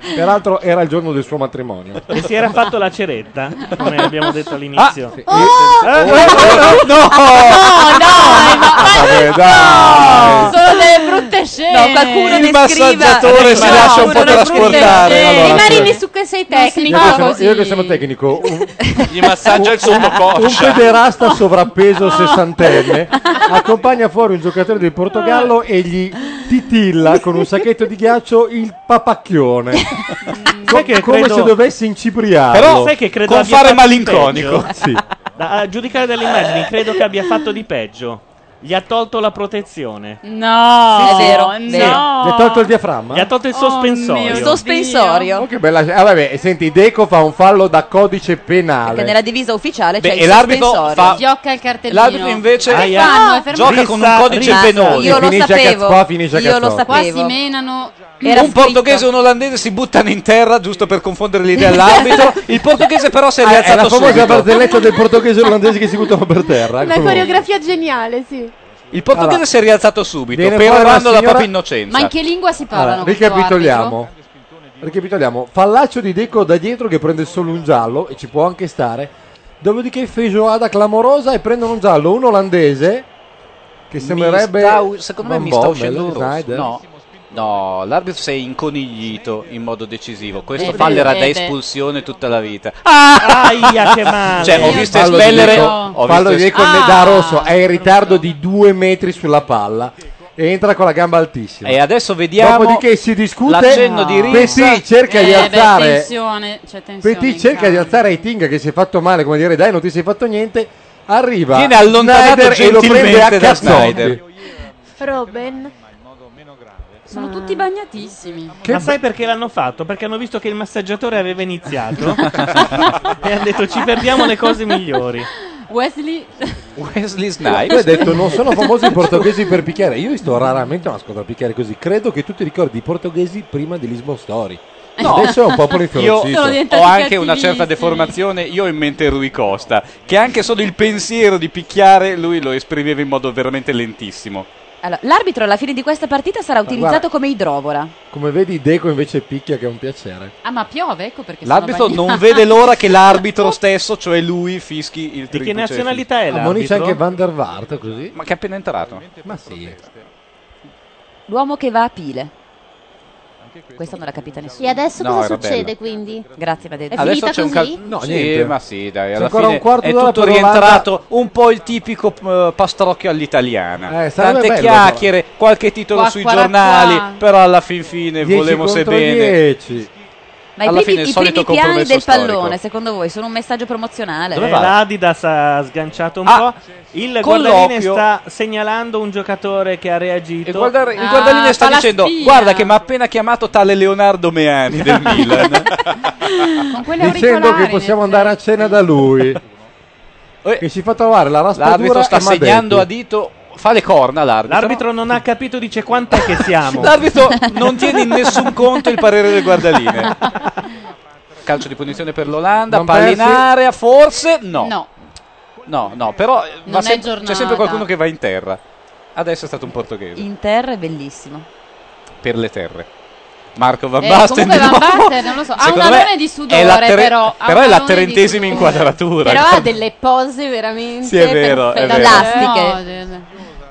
Peraltro era il giorno del suo matrimonio. E si era fatto la ceretta, come abbiamo detto all'inizio. Ah, sì. Oh! Eh, no! No, dai, ma Vabbè, dai. sono delle brutte scene. No, qualcuno Il ne massaggiatore scriva. si No, lascia un po' qualcuno ne trasportare. scrive. Allora, I marini sì. su che sei Io tecnico. che, sono, così. io che sono tecnico, un, Gli massaggia il un sottocoscia. pederasta sovrappeso sessantenne accompagna fuori un giocatore del Portogallo e gli titilla con un sacchetto di ghiaccio il papacchione. Sai che Come credo- se dovesse incipriarlo. Però sai che credo con abbia fare fatto di malinconico. peggio? Sì. Da, a giudicare dalle immagini, credo che abbia fatto di peggio. Gli ha tolto la protezione. No, Sì, è vero, no. sì. Gli ha tolto il diaframma? Gli ha tolto il Oh, sospensorio. mio Sospensorio. Oh, che bella. Ah, vabbè, senti, Deco fa un fallo da codice penale. Perché nella divisa ufficiale Beh, c'è e il l'arbitro sospensorio. fa- Schiocca il cartellino. L'arbitro invece Aia. Fanno, è fermato. gioca Rissa- con un codice rissa- penoso. Io lo Finisce a sapevo. cazzo- qua finisce a Io lo cazzotti. Qua sapevo. si menano. Era un scritto. portoghese e un olandese si buttano in terra giusto per confondere l'idea all'arbitro. Il portoghese però si è Ah, è la rialzato famosa subito. barzelletta del portoghese e olandese che si buttano per terra. Una coreografia geniale, sì. Il portoghese Allora, si è rialzato subito, viene fuori perorando la la signora- propria innocenza. Ma in che lingua si parlano? Allora, questo ricapitoliamo. Ricapitoliamo. Fallaccio di Deco da dietro che prende solo un giallo e ci può anche stare. Dopodiché feijoada clamorosa e prendono un giallo, un olandese che sembrerebbe Mi sta- secondo me Van mi sta Bommel, uscendo un rosso. Snyder. No. No, l'arbitro si è inconiglito in modo decisivo. Questo Vede, fallo era da vede. espulsione tutta la vita. Aia, che male. Cioè, ho visto Fallo di espellere. Deco- Ho fallo visto di Deco Ah. da rosso, è in ritardo di due metri sulla palla e entra con la gamba altissima. E adesso vediamo. Dopodiché si discute. l'accenno di Rissa. Petit cerca di Eh, beh, alzare. tensione, c'è tensione Petit in cerca di campo. alzare Aitinga che si è fatto male, come dire, dai, non ti sei fatto niente. Arriva Viene allontanato Snyder e lo prende a gentilmente da cazzotti. Snyder. Robin. Sono tutti bagnatissimi. Ma sai perché l'hanno fatto? Perché hanno visto che il massaggiatore aveva iniziato e hanno detto ci perdiamo le cose migliori. Wesley Wesley Tu hai Snipes. detto non sono famosi i portoghesi per picchiare. Io sto raramente a una squadra a picchiare così. Credo che tu ti ricordi i portoghesi prima di Lisbon Story. No. Adesso è un popolo Io inferocito. Sono diventati ho anche una cattivissimi. certa deformazione. Io ho in mente Rui Costa, che anche solo il pensiero di picchiare lui lo esprimeva in modo veramente lentissimo. Allora, l'arbitro alla fine di questa partita sarà utilizzato guarda- come idrovora. Come vedi, Deco invece picchia, che è un piacere. Ah, ma piove, ecco perché L'arbitro sono non bagnati. vede l'ora che l'arbitro stesso, cioè lui, fischi il Di che triplice nazionalità è Ammonisce l'arbitro? anche Van der Vaart così. fischio. Ma che è appena entrato. Ma sì. L'uomo che va a pile. Questa non l'ha capita nessuno. E adesso No, cosa era succede bella. quindi? Grazie, Madedda. È Adesso finita c'è un così? cal- No, sì, niente. ma sì, dai, C'è alla ancora fine un quarto è d'ora tutto per rientrato un po' il tipico eh, pastrocchio all'italiana. Eh, sarebbe Tante bello, chiacchiere, qualche titolo Qua, sui qua, giornali, qua. però alla fin fine dieci volemo se contro bene. dieci. Ma alla i fine primi, il i solito primi piani compromesso del storico. pallone, secondo voi, sono un messaggio promozionale? Dove Eh, va? L'Adidas ha sganciato un Ah, po'. Il colloquio. guardaline sta segnalando un giocatore che ha reagito. Il, guarda- il Ah, guardaline sta fa la dicendo: spia. guarda che mi ha appena chiamato tale Leonardo Meani del Milan. Con quelle Dicendo auricolari, che possiamo in andare a cena da lui. Eh, Che si fa trovare la raspadura L'arbitro sta e m'ha segnando detto. a dito, fa le corna l'arbitro. L'arbitro non ha capito, dice quant'è che siamo. L'arbitro non tiene in nessun conto il parere del guardaline. Calcio di punizione per l'Olanda, Van palla in Persie. area, forse no. No, No, no, però eh, va Non è sem- giornata. c'è sempre qualcuno che va in terra. Adesso è stato un portoghese In terra è bellissimo. per le terre. Marco Van Eh, Basten comunque di Van nuovo. Basten, non lo so, ha Secondo un me alone di sudore, è la tre- però, ha però un è la alone di trentesima sudore. inquadratura. Però ha delle pose veramente Sì, è vero, è perfette. vero. Plastiche. No, de- de-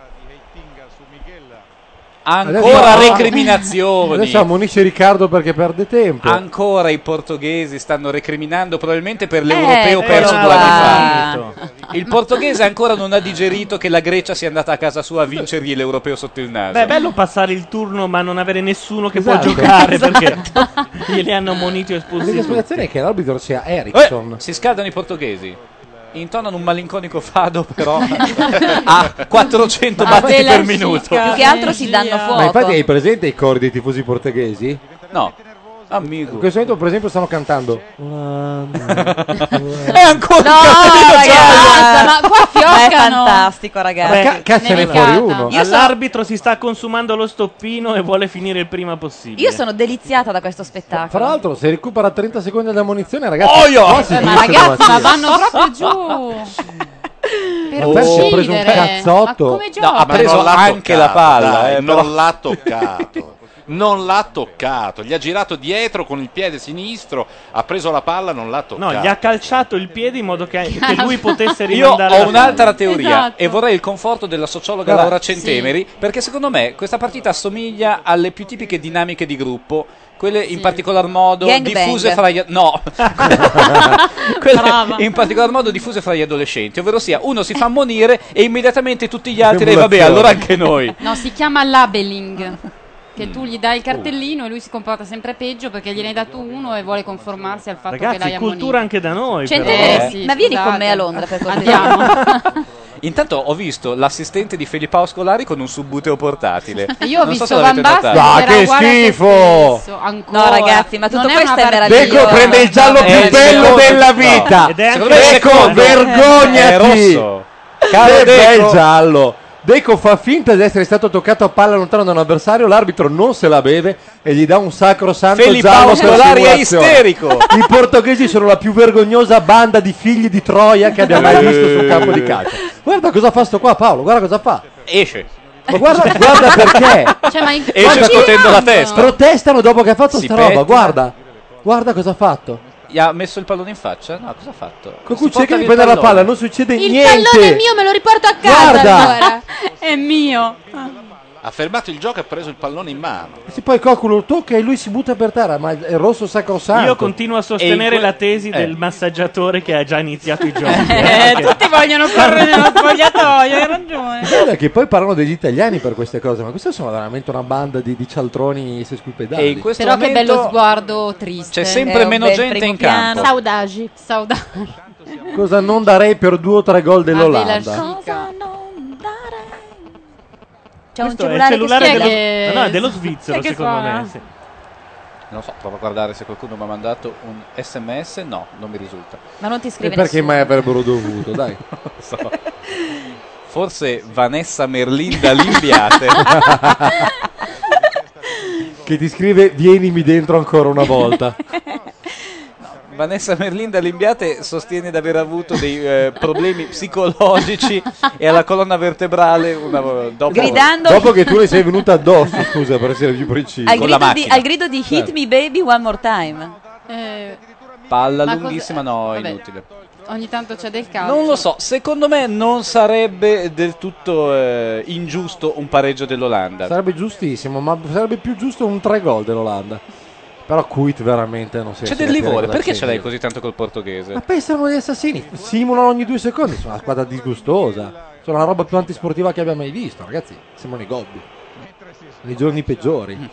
Ancora Adesso- recriminazioni. Adesso ammonisce Riccardo perché perde tempo. Ancora i portoghesi stanno recriminando probabilmente per Eh, l'europeo perso però due anni va. fa. Il portoghese ancora non ha digerito che la Grecia sia andata a casa sua a vincergli l'europeo sotto il naso. Beh, è bello passare il turno ma non avere nessuno che Esatto. può giocare perché glieli hanno monito e espulsi L'unica tutti. spiegazione è che l'arbitro sia Eh, Eriksson. si scaldano i portoghesi. Intonano un malinconico fado, però a quattrocento Ma battiti bella per minuto. Più che altro si danno fuoco. Ma infatti hai presente i cori dei tifosi portoghesi? No, In amico. questo momento, per esempio, stanno cantando. È ancora No, ragazzi, ma qua Ma è fioccano. fantastico, ragazzi. Beh, Ca- cacciane nevicata. fuori uno. Io sono- All'arbitro si sta consumando lo stoppino e vuole finire il prima possibile. Io sono deliziata da questo spettacolo. Fra l'altro, se recupera trenta secondi da munizione, ragazzi. Oh, io! qua si Eh, ma finisce ragazzi, ma stamattina. vanno proprio giù. Per Van Persie ha preso un uccidere. cazzotto. Ma come No, ha gioca? preso non l'ha anche la toccato, palla. dai, eh, non però. l'ha toccato. non l'ha toccato, gli ha girato dietro con il piede sinistro, ha preso la palla, non l'ha toccato. No, gli ha calciato il piede in modo che, che lui potesse Io rimandare ho la un'altra palla. teoria Esatto. e vorrei il conforto della sociologa Guarda, Laura Centemeri, perché secondo me questa partita assomiglia alle più tipiche dinamiche di gruppo, quelle in particolar modo Gangbang. diffuse fra gli no quelle Brava. in particolar modo diffuse fra gli adolescenti, ovvero sia uno si fa ammonire e immediatamente tutti gli altri e vabbè Emulazione. allora anche noi. No, si chiama labeling. Che tu gli dai il cartellino e lui si comporta sempre peggio perché gliene hai dato uno e vuole conformarsi al fatto che l'hai Ragazzi, ammonito. cultura anche da noi. Cento- però. Eh, sì, ma vieni con scusate. me a Londra per cortesia. Andiamo. Intanto ho visto l'assistente di Felippao Scolari con un subbuteo portatile. E io ho Non so visto se l'avete Van Basten notato. Ah, era che uguale a se schifo! stesso, ancora. No, ragazzi, ma tutto Non è questo una è partita. meraviglioso. Deco prende il giallo È più il bello secondo. della vita. Ed è anche Secondo me è il Deco, secondo. vergognati. È rosso. Caro Che bel Deco. giallo. Deco fa finta di essere stato toccato a palla lontano da un avversario, l'arbitro non se la beve e gli dà un sacro santo Felippao giallo per Scolari è simulazione. isterico. I portoghesi sono la più vergognosa banda di figli di Troia che abbia mai visto sul campo di calcio. Guarda cosa fa sto qua, Paolo, guarda cosa fa. Esce. Ma guarda, guarda perché. Cioè, ma in... Esce ma scuotendo la girando. testa. Protestano dopo che ha fatto Si sta roba, pettina. guarda. Guarda cosa ha fatto. Gli ha messo il pallone in faccia? No, cosa ha fatto? Con Si cui cerca porta di il prendere la pallone. palla, non succede Il niente. pallone è mio, me lo riporto a casa Guarda. allora. È mio. Ha fermato il gioco e ha preso il pallone in mano. E se poi Coculo lo tocca e lui si butta per terra, ma è rosso sacrosanto. Io continuo a sostenere E in que- la tesi eh. del massaggiatore che ha già iniziato i giochi. Eh, Perché- tutti vogliono correre nello spogliatoio, hai ragione. Guarda che poi parlano degli italiani per queste cose, ma queste sono veramente una banda di, di cialtroni sesquipedali. E in questo Però che momento bello sguardo triste. c'è sempre È un meno bel gente primo in campo. piano. Saudagi. Sauda. Cosa non darei per due o tre gol dell'Olanda? Chica. C'è un Questo è il cellulare, cellulare che dello, scrive. che- no, no, è dello svizzero, Che secondo suona? me. Sì. Non so, provo a guardare se qualcuno mi ha mandato un sms. No, non mi risulta. Ma non ti E scrive perché nessuno. mai avrebbero dovuto, dai. Non so. Forse Vanessa Merlinda Limbiate. Che ti scrive vienimi dentro ancora una volta. Vanessa Merlinda Limbiate sostiene di aver avuto dei eh, problemi psicologici e alla colonna vertebrale una, dopo, Gridando Dopo che tu le sei venuta addosso, scusa, per essere più preciso. al con la grido, di, macchina. al grido di Hit Me Baby One More Time. Eh, palla Ma lunghissima, cosa- no, vabbè. inutile. ogni tanto c'è del calcio. Non lo so, secondo me non sarebbe del tutto eh, ingiusto un pareggio dell'Olanda. Sarebbe giustissimo, ma sarebbe più giusto un tre gol dell'Olanda. Però Quit veramente non si C'è riesce del a tirare livore, dal perché ce l'hai centro. così tanto col portoghese? Ma pensano gli assassini, simulano ogni due secondi, sono una squadra disgustosa. Sono la roba più antisportiva che abbia mai visto, ragazzi. Sembrano i gobbi. Nei giorni peggiori.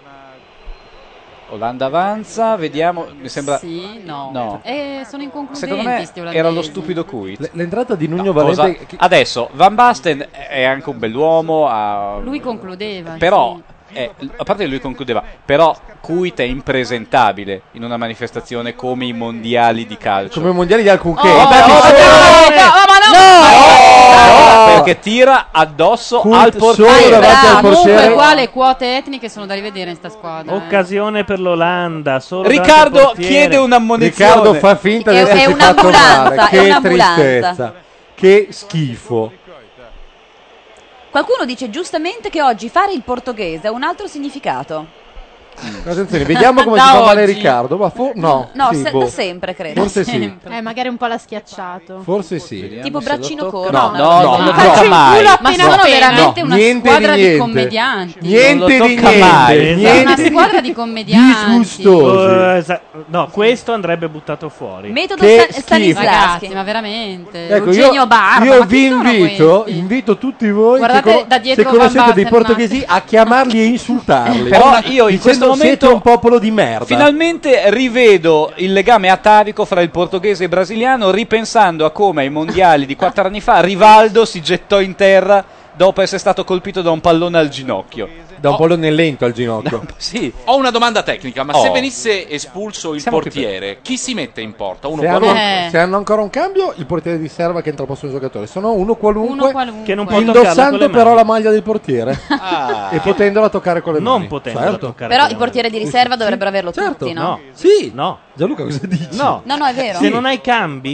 Olanda avanza, vediamo, mi sembra... Sì, no. No. Eh, sono inconcludenti Secondo me sti olandesi. era lo stupido Quit. L- l'entrata di Nuno Cosa- Valente... chi- Adesso, Van Basten è anche un bell'uomo, ha- Lui concludeva. però, sì. eh, a parte che lui concludeva, però Quit è impresentabile in una manifestazione come i mondiali di calcio. Come i mondiali di alcunché. Oh, Infatti no, solo- no, no, ma no! No, perché tira addosso Quit al solo portiere. davanti al Comunque portiere. qua le quote etniche sono da rivedere in sta squadra. eh. Occasione per l'Olanda. Solo davanti al Riccardo portiere. chiede un'ammonizione. Riccardo fa finta di È- essersi è fatto un'ambulanza, male. è Che un'ambulanza. tristezza. Che schifo. Qualcuno dice giustamente che oggi fare il portoghese ha un altro significato. Attenzione, vediamo come Da si fa male oggi. Riccardo. Ma fo- no, No, sì, se- boh. da sempre credo. Forse sì. Sempre. Eh, magari un po' l'ha schiacciato. Forse sì. Vediamo Tipo se lo braccino tocca. corto. No, No, no, no, non lo no. tocca Faccio il mai. culo Ma appena sono appena. veramente No, una niente squadra di di, niente. commedianti. Niente Non lo di tocca niente. mai. È una Niente di squadra di commedianti. disgustosi. Eh, esa- no, questo andrebbe buttato fuori. Metodo Che Sta- schifo. Stanislavski. Ragazzi, ma veramente. Ecco, io, Eugenio Barba, io ma vi chi sono invito, questi? invito tutti voi, Guardate se, cono- da dietro se conoscete Van dei Basten, portoghesi, a chiamarli e insultarli. Però io in Dicendo, questo momento siete un popolo di merda. finalmente rivedo il legame atavico fra il portoghese e il brasiliano, ripensando a come ai mondiali di quattro anni fa Rivaldo si gettò in terra dopo essere stato colpito da un pallone al ginocchio. Da un pallone lento al ginocchio. Sì, Ho una domanda tecnica, ma Oh. se venisse espulso il Siamo qui portiere, chi si mette in porta? Uno Se hanno, qualunque? Eh. se hanno ancora un cambio, il portiere di serva che entra al posto del giocatore. Sono uno qualunque, Uno qualunque. Che non può toccarla con indossando le però mani. la maglia del portiere Ah. e potendola toccare con le Non mani. potendola Certo. toccare. Però con i le portieri di riserva dovrebbero averlo Certo. tutti, no? No. Sì. No. Gianluca, cosa dici? No. No, no, è vero. Se non hai cambi,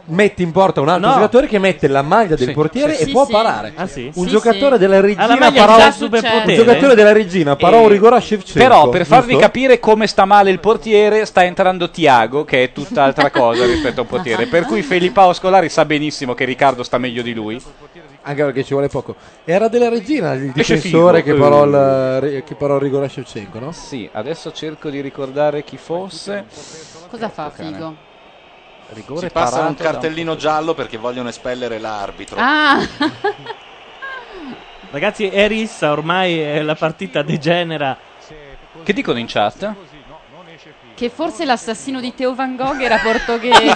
metti in porta un altro No. giocatore che mette la maglia del Sì. portiere Sì, e sì, può sì. parare. Ah, sì? Un Sì, giocatore sì. della Ha la regina maglia parò già superpotere. un giocatore della regina parò E- rigore a Shevchenko. Però per farvi giusto? capire come sta male il portiere, sta entrando Tiago, che è tutt'altra cosa rispetto a un portiere. Per cui Felippao Scolari sa benissimo che Riccardo sta meglio di lui. Anche perché ci vuole poco. Era della regina il Esce difensore figo. che parò, il, che parò il rigore a Shevchenko, no? Sì, adesso cerco di ricordare chi fosse. Cosa fa Cane. Figo? Rigore Si passa un parato da cartellino giallo perché vogliono espellere l'arbitro. Ah! Ragazzi, è rissa, ormai eh, la partita degenera. Che dicono in chat? Che forse l'assassino di Theo Van Gogh era portoghese.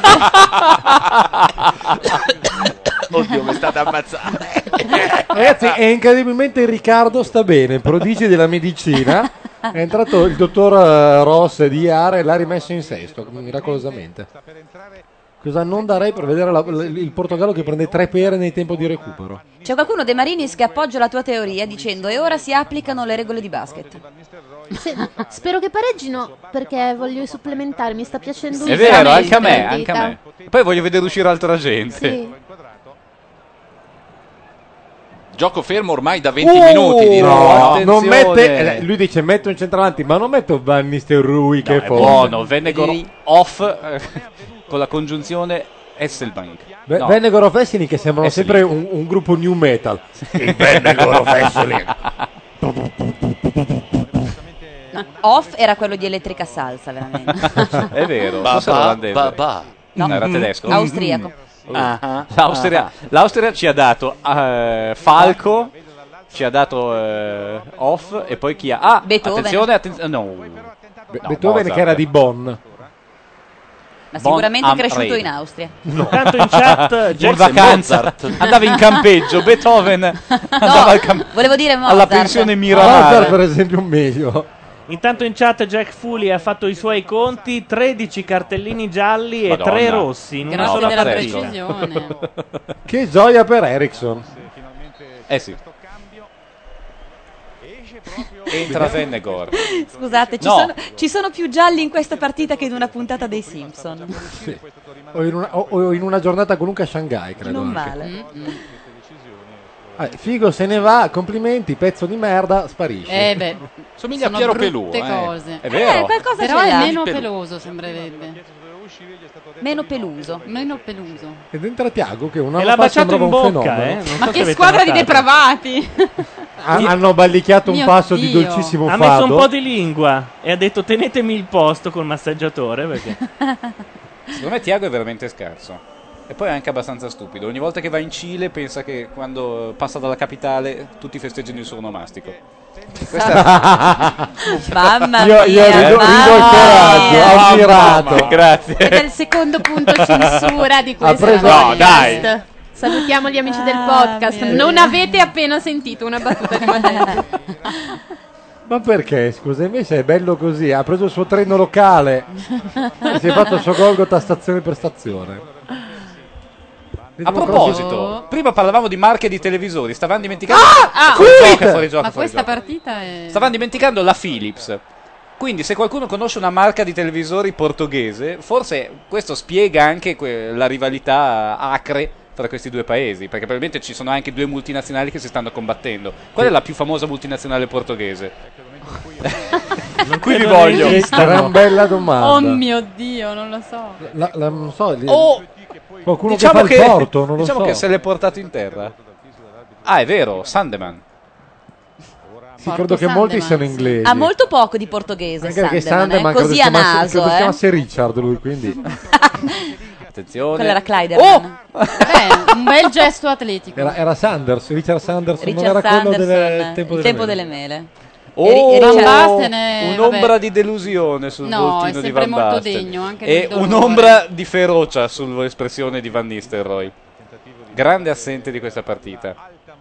Oddio, mi state ammazzando. Ragazzi, è incredibilmente Riccardo sta bene, prodigio della medicina. È entrato il dottor eh, Ross di Iara e l'ha rimesso in sesto, miracolosamente. Cosa non darei per vedere la- l- il Portogallo che prende tre pere nei tempo di recupero? C'è qualcuno De Marinis che appoggia la tua teoria dicendo e ora si applicano le regole di basket. Se- spero che pareggino perché voglio i supplementari, mi sta piacendo un È vero, sacco anche a me, questa anche a partita. me. Poi voglio vedere uscire altra gente. Sì. Gioco fermo ormai da venti Uh, minuti. direi. no, non attenzione. mette, eh, lui dice metto un centravanti, ma non metto Van Nistelrooy che No, è è forte. buono, Venegor off eh, con la congiunzione Esselbank. Ve- No. Venegor of Esselink che sembrano Esselink. sempre un, un gruppo new metal. Il Venegor of Esselink. No, off era quello di Elettrica Salsa, veramente. È vero, Ba, forse ba, era olandese. ba, ba. No. Era tedesco. Austriaco. Ah, L'Austria, l'Austria ci ha dato eh, Falco, ci ha dato eh, Off e poi chi ha... Ah, Beethoven. attenzione, attenzione, no. Be- No, Beethoven Mozart. che era di Bonn. Ma sicuramente Von cresciuto Amrei. in Austria. Intanto in chat In Jackson vacanza, Mozart. andava in campeggio, Beethoven andava al cam- volevo dire Mozart. alla pensione Mozart Miramare. per esempio meglio. Intanto in chat Jack Foley ha fatto i suoi conti, tredici cartellini gialli e Madonna. tre rossi in una Grazie sola della partita. precisione. Che gioia per Ericsson. Eh sì. Entra Venegor. Scusate, ci, No. sono, ci sono più gialli in questa partita che in una puntata dei Simpson. Sì. O, in una, o- o in una giornata qualunque a Shanghai, credo. Non anche. male. Eh, Figo se ne va, complimenti, pezzo di merda, sparisce. Eh beh, Somiglia a sono Piero brutte Pelù, eh. cose. È vero. Eh, qualcosa Però ce è l'ha. meno Pelù. peloso, sembrerebbe. Meno peluso. Meno peluso. Ed entra Tiago che una E l'ha fa baciato sembrava in un bocca, fenomeno. eh. Non so Ma se che avete squadra di notato. depravati! Ha- hanno ballichiato un Mio passo di Dio. dolcissimo Ha fado. messo un po' di lingua e ha detto tenetemi il posto col massaggiatore perché Secondo me Tiago è veramente scarso. E poi è anche abbastanza stupido. Ogni volta che va in Cile pensa che quando passa dalla capitale tutti festeggiano il suo onomastico. Questa Mamma Io, mia. io rido, mamma rido il coraggio, mia. ha Mamma, girato. Grazie. Ed è il secondo punto censura di Ha questo preso- podcast. No, dai. Salutiamo gli amici del Ah, podcast. mio Non Dio. avete appena sentito una battuta di Matteo. Ma perché? Scusa, invece è bello così. Ha preso il suo treno locale e si è fatto il suo Golgotha stazione per stazione. A Vediamo proposito, prima parlavamo di marche di televisori, stavamo dimenticando Ah, fuori quit! gioco, fuori gioco, Ma fuori questa gioco. partita è... Stavamo dimenticando la Philips. Quindi se qualcuno conosce una marca di televisori portoghese, forse questo spiega anche que- la rivalità acre tra questi due paesi, perché probabilmente ci sono anche due multinazionali che si stanno combattendo. Qual è la più famosa multinazionale portoghese? non Qui vi credo voglio. ne Che esistano. gran bella domanda. Oh mio Dio, non lo so. La- la- non so, li- O qualcuno diciamo che che, fa il porto, non lo diciamo so. che se l'è portato in terra. Ah, è vero, Sandeman. Sì, credo che molti Sandeman, siano sì. inglesi. Ha molto poco di portoghese. Anche perché Sandeman, Sandeman eh? credo Così si a chiamasse- naso, credo si eh. chiamasse Richard lui, quindi Attenzione. Quella era Clyderman. Beh, un bel gesto atletico. era, era Sanders, Richard Sanders, non Richard era quello Sanderson, del tempo il delle tempo mele. delle mele. Oh, E- e Van Richard- Basten è- un'ombra vabbè. di delusione sul No, voltino è di sempre Van molto Basten. degno, anche e nel dolore. un'ombra di ferocia sull'espressione di Van Nistelrooy. Grande assente di questa partita.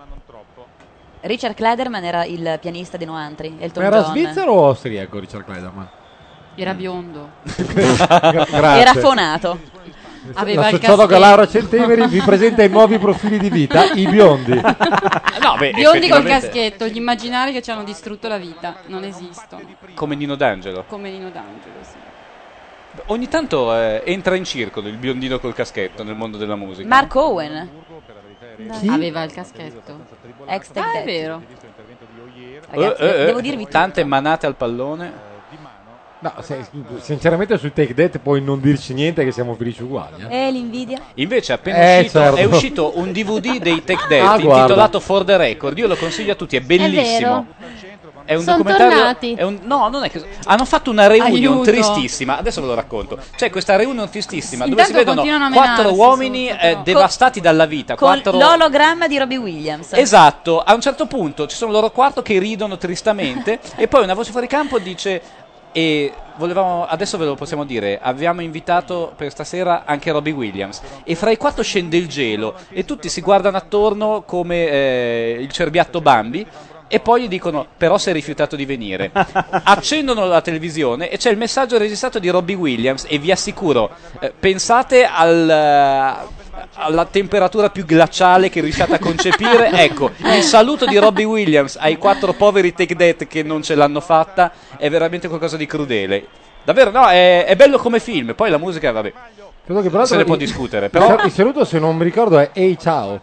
Richard Clyderman era il pianista di No Country. Elton Ma era John. svizzero o austriaco Richard Clyderman? Era biondo. Gra- grazie. Era fonato. Aveva La il sociologa caschetto. Laura Centemeri vi presenta i nuovi profili di vita, i biondi. No, beh, Biondi col effettivamente, caschetto, gli immaginari che ci hanno distrutto la vita. Non esistono. come Nino D'Angelo. Come Nino D'Angelo, sì. Ogni tanto eh, entra in circolo il biondino col caschetto nel mondo della musica. Mark Owen. Chi? Aveva il caschetto. Ex Ah, è vero. Ragazzi, Eh, eh, devo eh, dirvi tutto. tante manate al pallone. No, se- sinceramente sui Take That puoi non dirci niente che siamo felici uguali. eh. Eh, l'invidia. Invece appena Eh, uscito, certo. è uscito un D V D dei Take That Ah, guarda. intitolato For the Record. Io lo consiglio a tutti, è bellissimo. È un Son documentario. tornati. È un, no, non è che. Hanno fatto una reunion Aiuto. tristissima. Adesso ve lo racconto. C'è questa reunion tristissima Sì, dove si intanto vedono continuano a quattro menarsi uomini sotto, eh, però. devastati dalla vita. Con Quattro... l'ologramma di Robbie Williams. Esatto, a un certo punto ci sono loro quattro che ridono tristamente e poi una voce fuori campo dice e volevamo, adesso ve lo possiamo dire, abbiamo invitato per stasera anche Robbie Williams e fra i quattro scende il gelo e tutti si guardano attorno come eh, il cerbiatto Bambi e poi gli dicono però si è rifiutato di venire. Accendono la televisione e c'è il messaggio registrato di Robbie Williams e vi assicuro, eh, pensate al, alla temperatura più glaciale che riusciate a concepire. Ecco, il saluto di Robbie Williams ai quattro poveri Take That che non ce l'hanno fatta è veramente qualcosa di crudele. Davvero, no, è, è bello come film. Poi la musica, vabbè, Credo che se peraltro ne può il- discutere. il Però sal- il saluto, se non mi ricordo, è ehi ciao.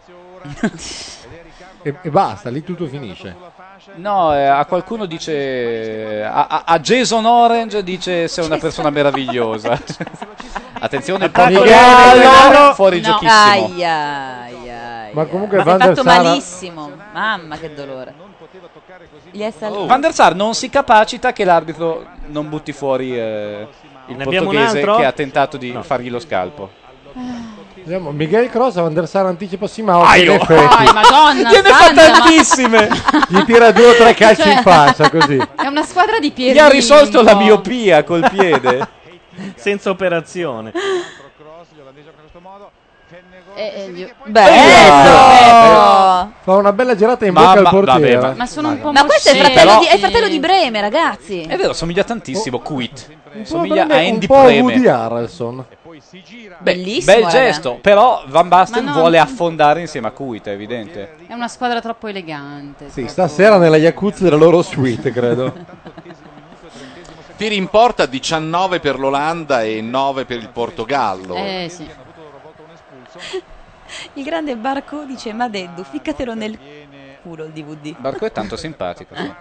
e, e basta, lì tutto finisce. no, eh, a qualcuno dice a, a- a Jason Orange dice sei una persona meravigliosa. Attenzione, Portogallo fuori No. giocissimo. Aia, aia, aia. Ma comunque Ma Van hai der fatto Sar- malissimo. Mamma che dolore. Gli è sal- Van der Sar non si capacita che l'arbitro non butti fuori eh, il Ne abbiamo un portoghese altro? che ha tentato di fargli lo scalpo. Vediamo, Miguel Cross a Van der Sar anticipo Simao che Aio. in effetti Ai, madonna Gliene fa santa, ma- tantissime. gli tira due o tre calci Cioè- in faccia così. È una squadra di piedi. Gli ha risolto la miopia col piede. Senza operazione. Eh, eh, io- Bello! Fa una bella girata in Ma- bocca al ma- portiere. vabbè, ma- Ma sono un po' Ma questo è il mosceti. fratello, però- di, è il fratello di Breme, ragazzi. È vero, somiglia tantissimo Quit. Un po' Somiglia a prende Andy un po' Preme. Woody Harrelson. Beh, Bellissimo, bel raga. gesto, però Van Basten Ma no. vuole affondare insieme a Kuit, è evidente. È una squadra troppo elegante. Sì, stasera nella Yakuza della loro suite, credo. Tiri in porta diciannove per l'Olanda e nove per il Portogallo. Eh sì. Il grande Barco dice: Ma Deddu, ficcatelo nel culo il D V D. Barco è tanto simpatico. Sì.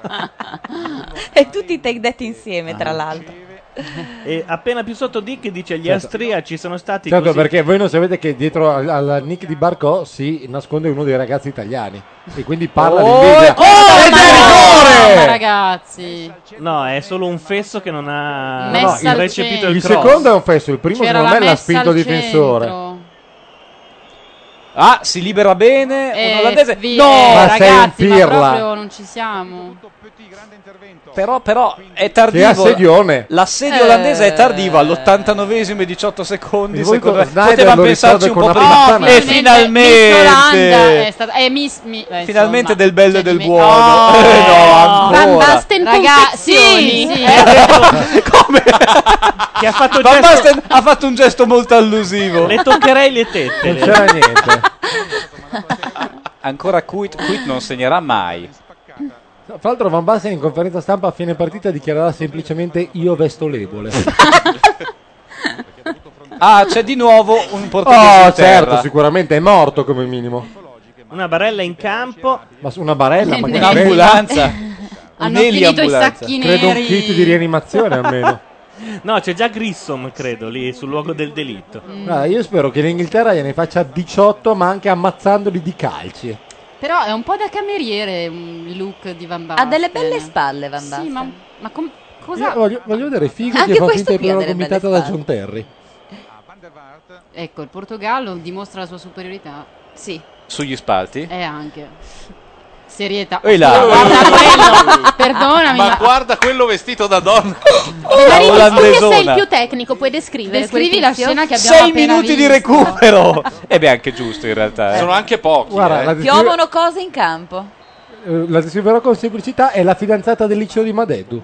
E tutti i Take That insieme, tra l'altro. E appena più sotto Dick dice gli austriaci sono stati Certo, così. perché voi non sapete che dietro al, al nick di Barco si nasconde uno dei ragazzi italiani e quindi parla Oh, l'invidia. oh, ed è rigore! Ma ragazzi, No, è solo un fesso che non ha Messa no, al recepito centro. il Il cross. secondo è un fesso, il primo c'era secondo la me l'ha messa spinto al difensore. centro. Ah, si libera bene. Eh, un olandese. vi- No, eh, ma sei un ragazzi, ma pirla. proprio non ci siamo. però, però è Che tardivo. assedione. L'assedio Eh. olandese è tardivo all'ottantanovesimo e diciotto secondi. Il voi Secondo me con Snyder potevano lo pensarci risolve un po' con prima. una E puttanata. finalmente, Miss Olanda è stata eh, Miss mi- eh, finalmente insomma, del bello cioè, e del di me- buono. Oh! Eh, no, Van ancora. Basten Ragazzi, confezioni. sì, Come? Che ha fatto Van gesto- Basten ha fatto un gesto molto allusivo. Le toccherei le tette. Non le- c'era niente. Ancora Kuit, Kuit non segnerà mai. Tra l'altro Van Basten in conferenza stampa a fine partita dichiarerà semplicemente io vesto l'ebole. Ah, c'è di nuovo un portoghese Oh, in terra. certo, sicuramente è morto come minimo. Una barella in campo. Ma su una barella, ma che Un'ambulanza. hanno Un'eli finito i ambulanza. sacchi credo un neri. kit di rianimazione almeno. No, c'è già Grissom, credo, lì sul luogo del delitto. Ah, io spero che l'Inghilterra gliene faccia diciotto, ma anche ammazzandoli di calci. Però è un po' da cameriere mm, il look di Van Basten. Ha delle belle spalle, Van Sì, Basten. ma, ma com- Io cosa? voglio, voglio vedere Figo Anche che fa questo finta di qui ha prendere delle gomitata belle da spalle. John Terry. Ecco, il Portogallo dimostra la sua superiorità. Sì. Sugli spalti. E anche serietà. Ehi là. Guarda quello. Perdonami, Ma ma guarda quello vestito da donna. Marini, tu che olandesona. sei il più tecnico, puoi descrivere descrivi quel la tizio? scena che abbiamo Sei appena minuti di visto. recupero. E beh, anche giusto in realtà. eh. Sono anche pochi. Guarda, eh. la, descrive- Piovono cose in campo. eh, la descriverò con semplicità, è la fidanzata del liceo di Madeddu.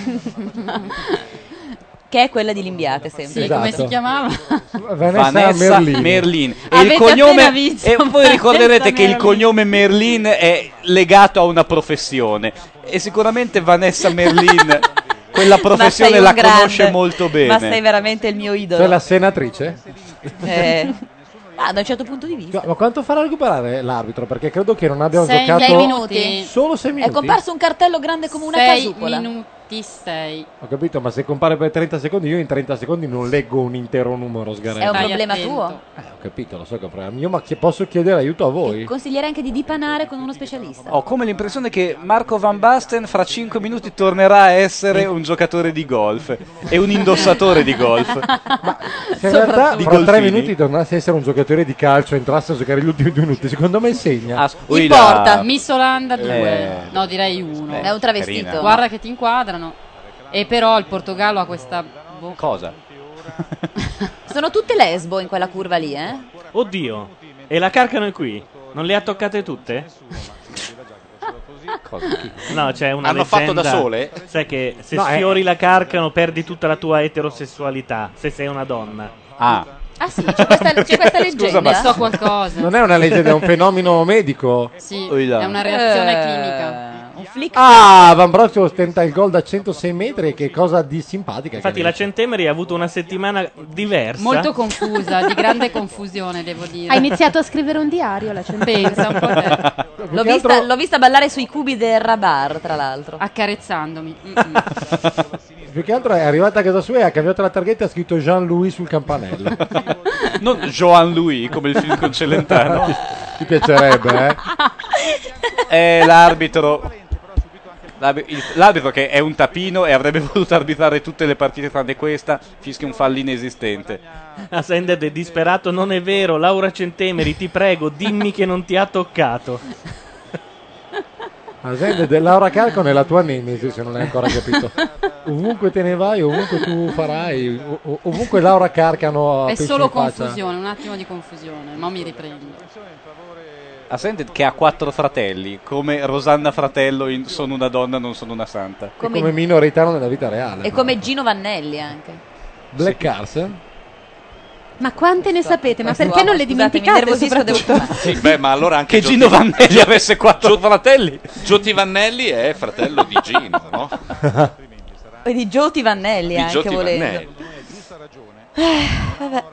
Che è quella di Limbiate, sempre. Sì, come si chiamava? Vanessa, Vanessa Merlini. Merlin. E Avete il cognome appena visto e voi Vanessa ricorderete che il Merlin. cognome Merlin è legato a una professione e sicuramente Vanessa Merlin quella Ma professione sei un la grande. conosce molto bene. Ma sei veramente il mio idolo. Cioè la senatrice? Eh, ah, da un certo punto di vista. Ma quanto farà a recuperare l'arbitro? Perché credo che non abbiamo Sei- giocato sei minuti. solo sei minuti. È comparso un cartello grande come una Sei casupola. minuti, sei. Ho capito, ma se compare per trenta secondi, io in trenta secondi non leggo un intero numero sgarretto. È un Stai problema attento. tuo. Eh, ho capito, lo so che è un problema mio, ma che posso chiedere aiuto a voi? Consiglierei anche di dipanare con uno specialista. Ho come l'impressione che Marco Van Basten fra cinque minuti tornerà a essere un giocatore di golf e un indossatore di golf. Se in realtà Di fra tre golfini. minuti tornasse a essere un giocatore di calcio e entrasse a giocare gli ultimi due minuti, secondo me segna. Ah, Gli porta. Miss Olanda due. Eh. No, direi uno. È un travestito. Carina. Guarda che ti inquadrano. E però il Portogallo ha questa boh. Cosa? Sono tutte lesbo in quella curva lì, eh? Oddio. E la Carcano è qui? Non le ha toccate tutte? No, c'è una Hanno fatto leggenda. da sole? Sai che se No, è- sfiori la Carcano perdi tutta la tua eterosessualità, se sei una donna. Ah. Ah sì, c'è questa, c'è questa leggenda. Ne so qualcosa. Non è una leggenda, è un fenomeno medico. Sì, Oi là. è una reazione Eh, clinica. Un flick. Ah, Van Bronckhorst ostenta il gol da centosei metri, che cosa di simpatica. Infatti che la è. Centemeri ha avuto una settimana diversa. Molto confusa, di grande confusione, devo dire. Ha iniziato a scrivere un diario la centesima. Pensa un po' te. L'ho Più che vista, altro- l'ho vista ballare sui cubi del Rabar, tra l'altro. Accarezzandomi. Mm-mm. Più che altro è arrivata a casa sua e ha cambiato la targhetta e ha scritto Jean-Louis sul campanello. Non Joan Louis come il film con Celentano. Ti piacerebbe, eh? È l'arbitro. L'arbi- il- L'arbitro che è un tapino e avrebbe voluto arbitrare tutte le partite tranne questa, fischia un fallo inesistente. Ascended è disperato, non è vero. Laura Centemeri, ti prego, dimmi che non ti ha toccato. Asende del Laura Carcano è la tua nemesi, se non hai ancora capito. Ovunque te ne vai, ovunque tu farai, ov- ov- ovunque Laura Carcano È pesci solo in faccia. confusione, un attimo di confusione, ma mi riprendo. Ascended che ha quattro fratelli, come Rosanna Fratello in Sono una donna, non sono una santa. È Come- come minoritano nella vita reale. E come Gino Vannelli anche. Black Cars? Ma quante ne sapete? Ma Questo perché non uomo, le scusate, mi dimenticate nervosisco, devo soprattutto? Sì, beh, ma allora anche Che Gino Giotti- Vannelli avesse quattro fratelli. Giotti Vannelli è fratello di Gino, no? E di Gioti Vannelli Di anche Giotti volendo. Vannelli. Eh, vabbè.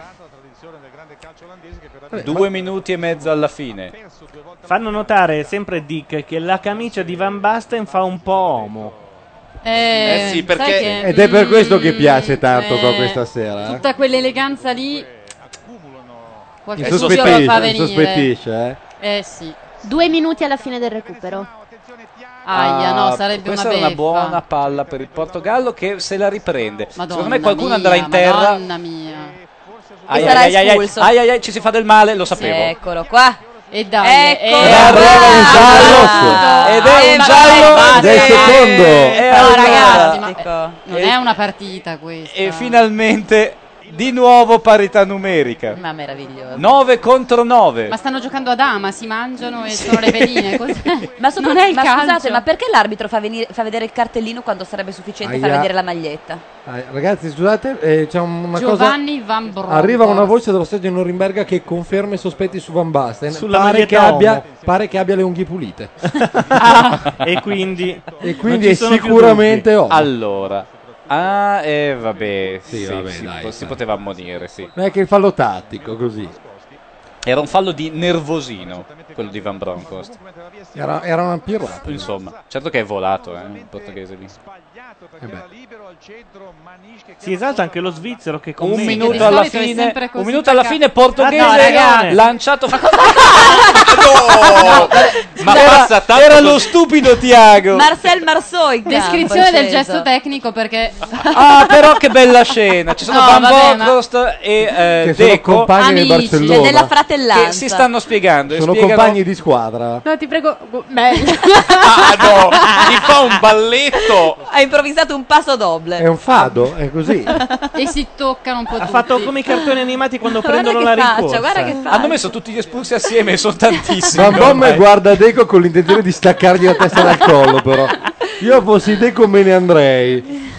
Due minuti e mezzo alla fine. Fanno notare sempre Dick che la camicia di Van Basten fa un po' omo. Eh, Eh sì, perché- sai che- Ed è per questo che piace tanto eh, qua questa sera. Eh? Tutta quell'eleganza lì. Qualche dubbio lo Insospettisce, fa venire. insospettisce, eh? Eh sì. Due minuti alla fine del recupero. Aia, no, Ah, sarebbe questa una è una beffa. buona palla per il Portogallo che se la riprende. Madonna Secondo me qualcuno mia, andrà in terra. Madonna mia. Ai, sarà ai, ai, ai, espulso. ai, ai, ai, ci si fa del male, lo sapevo. Eccolo qua. E dai, Eccolo e- E arriva un giallo ed è Eh, un vabbè, giallo basta. Ed è il secondo. E No, allora- ragazzi, ma- ma... Non è una partita questa. e finalmente di nuovo parità numerica. ma meraviglioso. nove contro nove. Ma stanno giocando a dama, si mangiano e sono le pedine. Cos'è? Ma, sopra- non è il ma calcio. scusate, ma perché l'arbitro fa, venire- fa vedere il cartellino quando sarebbe sufficiente far Aia. vedere la maglietta? Ah, ragazzi, scusate, eh, c'è un- una Giovanni cosa. Van Bronckhorst. Arriva una voce dello stadio di Norimberga che conferma i sospetti su Van Basten. Sulla Pare che, maglietta abbia, Omo. pare che abbia le unghie pulite. E quindi, E non quindi ci è sono più sicuramente Omo. Allora. Ah, e vabbè. Sì, Sì, vabbè, si, dai, po- si dai. poteva ammonire, sì. Non è che il fallo tattico, così. Era un fallo di nervosino, quello di Van Bronckhorst. Era, era una pirata. Insomma, certo che è volato, eh, il portoghese lì. Eh beh. si esalta anche lo svizzero che Un commenta. minuto di alla solito è fine, sempre così un minuto alla attaccato. fine portoghese Ah, no, ragazzi. lanciato. No! Ma era, passa tanto era lo così. stupido Tiago. Marcel Marceau in campo, Descrizione è del sceso. gesto tecnico perché Ah, però che bella scena. Ci sono No, Van vabbè, ma- Bronckhorst e eh, Che sono Deco compagni del Amici, Barcellona. C'è della fratellanza. che si stanno spiegando. e Sono spiegano- compagni di squadra. No, ti prego. gu- Beh, Ah, no! Gli fa un balletto! Ha improvvisato un passo doble. È un fado, è così. e si toccano un po' Ha tutti. fatto come i cartoni animati quando Guarda prendono che la faccia, rincorsa. guarda che faccia. Hanno messo tutti gli espulsi assieme e sono tantissimi. Van Bommel ormai. guarda Deco con l'intenzione di staccargli la testa dal collo, però. Io fossi Deco me ne andrei.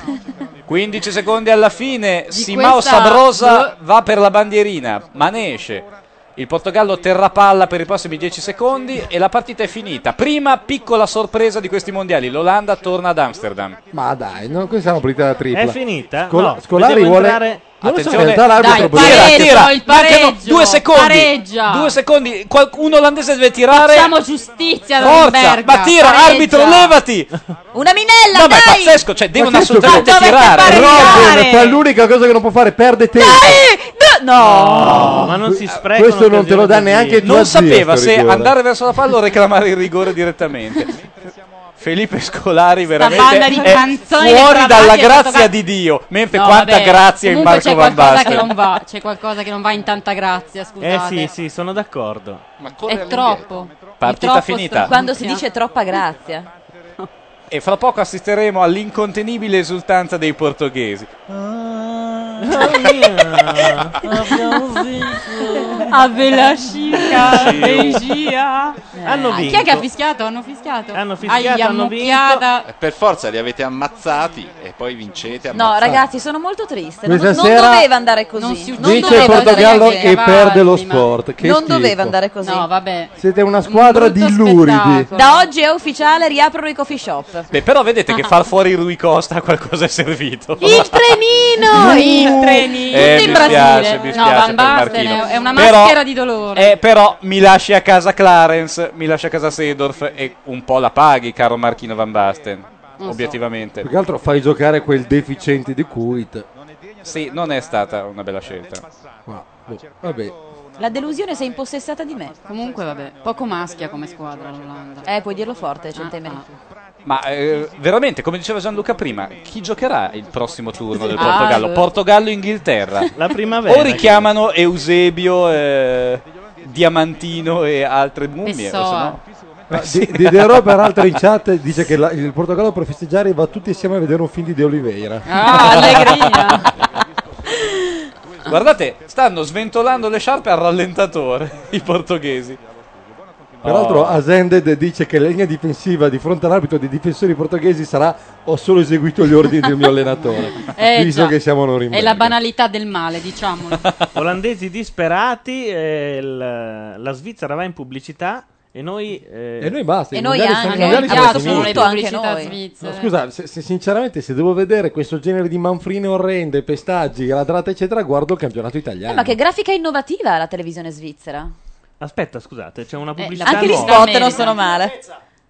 quindici secondi alla fine. Di Simao questa- Sabrosa va per la bandierina, ma ne esce. Il Portogallo terrà palla per i prossimi dieci secondi e la partita è finita. Prima piccola sorpresa di questi mondiali, l'Olanda torna ad Amsterdam. Ma dai, no, questa è una partita da tripla. È finita? Scol- No, Scolari vedevo vuole... entrare- Non lo so, in Attenzione, realtà l'arbitro dai, poteva- tira, tira, il mancano pareggio, due secondi, pareggia. due secondi, Qual- un olandese deve tirare. Facciamo giustizia a Forza, Norimberga, ma tira, pareggia. arbitro, levati. Una minella, No, ma è dai! pazzesco, cioè devono Ma che assolutamente dovete tirare. Robin fa l'unica cosa che non può fare, perde tempo. No! No, ma non si spreca. Questo non te lo dà neanche tua Non zia, sapeva sto se rigore. andare verso la palla o reclamare il rigore direttamente. Felipe Scolari banda veramente di è canzoni fuori e dalla bravati, grazia Portogallo. di Dio. Mentre No, quanta vabbè, grazia in comunque Marco c'è Van qualcosa che Basten. non va, c'è qualcosa che non va in tanta grazia, Eh scusate. sì, sì, sono d'accordo. È troppo. Partita È troppo finita. stronzia. Quando si dice troppa grazia. E fra poco assisteremo all'incontenibile esultanza dei portoghesi. A Bella Chica, Sì. regia. Hanno Ah, vinto. Chi è che ha fischiato? Hanno fischiato. Hanno fischiato, Aia, hanno vinto. mucchiata. Per forza li avete ammazzati e poi vincete. No, ammazzati. ragazzi, sono molto triste. Non, Questa non sera doveva andare così. non si Non Vince il doveva Portogallo andare e così. avanti, perde lo ma- sport. Che Non schifo. doveva andare così. No, vabbè. Siete una squadra Un brutto di luridi. spettacolo. Da oggi è ufficiale, riaprono i coffee shop. Beh, però vedete che far fuori Rui Costa a qualcosa è servito. Il trenino! Il trenino. Eh, Tutti in mi Brasile. spiace, mi No, spiace Van per Basten Marchino. è una Però- maschera di dolore. Eh, però mi lasci a casa Clarence, mi lasci a casa Seedorf e un po' la paghi, caro Marchino Van Basten. Obiettivamente. Più che altro fai giocare quel deficiente di Kuit. Sì, non è stata una bella scelta. Ma, boh, vabbè. La delusione si è impossessata di me. Comunque, vabbè, poco maschia come squadra l'Olanda. Eh, puoi dirlo forte, centemila. Ma eh, veramente, come diceva Gianluca prima, chi giocherà il prossimo turno del Ah, Portogallo? eh. Portogallo-Inghilterra. La primavera. O richiamano Eusebio, eh, Diamantino e altre mummie. O se no... Ah, Di- Diderot peraltro in chat dice che la- il Portogallo per festeggiare va tutti insieme a vedere un film di De Oliveira. Ah, allegria. Guardate, stanno sventolando le sciarpe al rallentatore i portoghesi. Peraltro Oh. Asended dice che la linea difensiva di fronte all'arbitro dei difensori portoghesi sarà ho solo eseguito gli ordini del mio allenatore. Eh, visto già. che siamo a È Norimberga. la banalità del male, diciamolo. Olandesi disperati, eh, il- la Svizzera va in pubblicità e noi... eh, E noi basta. E i noi mondiali anche. sono- i mondiali sono Esatto, finiti. sono le le anche pubblicità noi. svizzere. No, scusa, se, se sinceramente se devo vedere questo genere di manfrine orrende, pestaggi, ladrate eccetera, guardo il campionato italiano. Eh, ma che grafica innovativa la televisione svizzera. Aspetta, scusate, c'è una pubblicità Anche gli nuova. spot non sono male.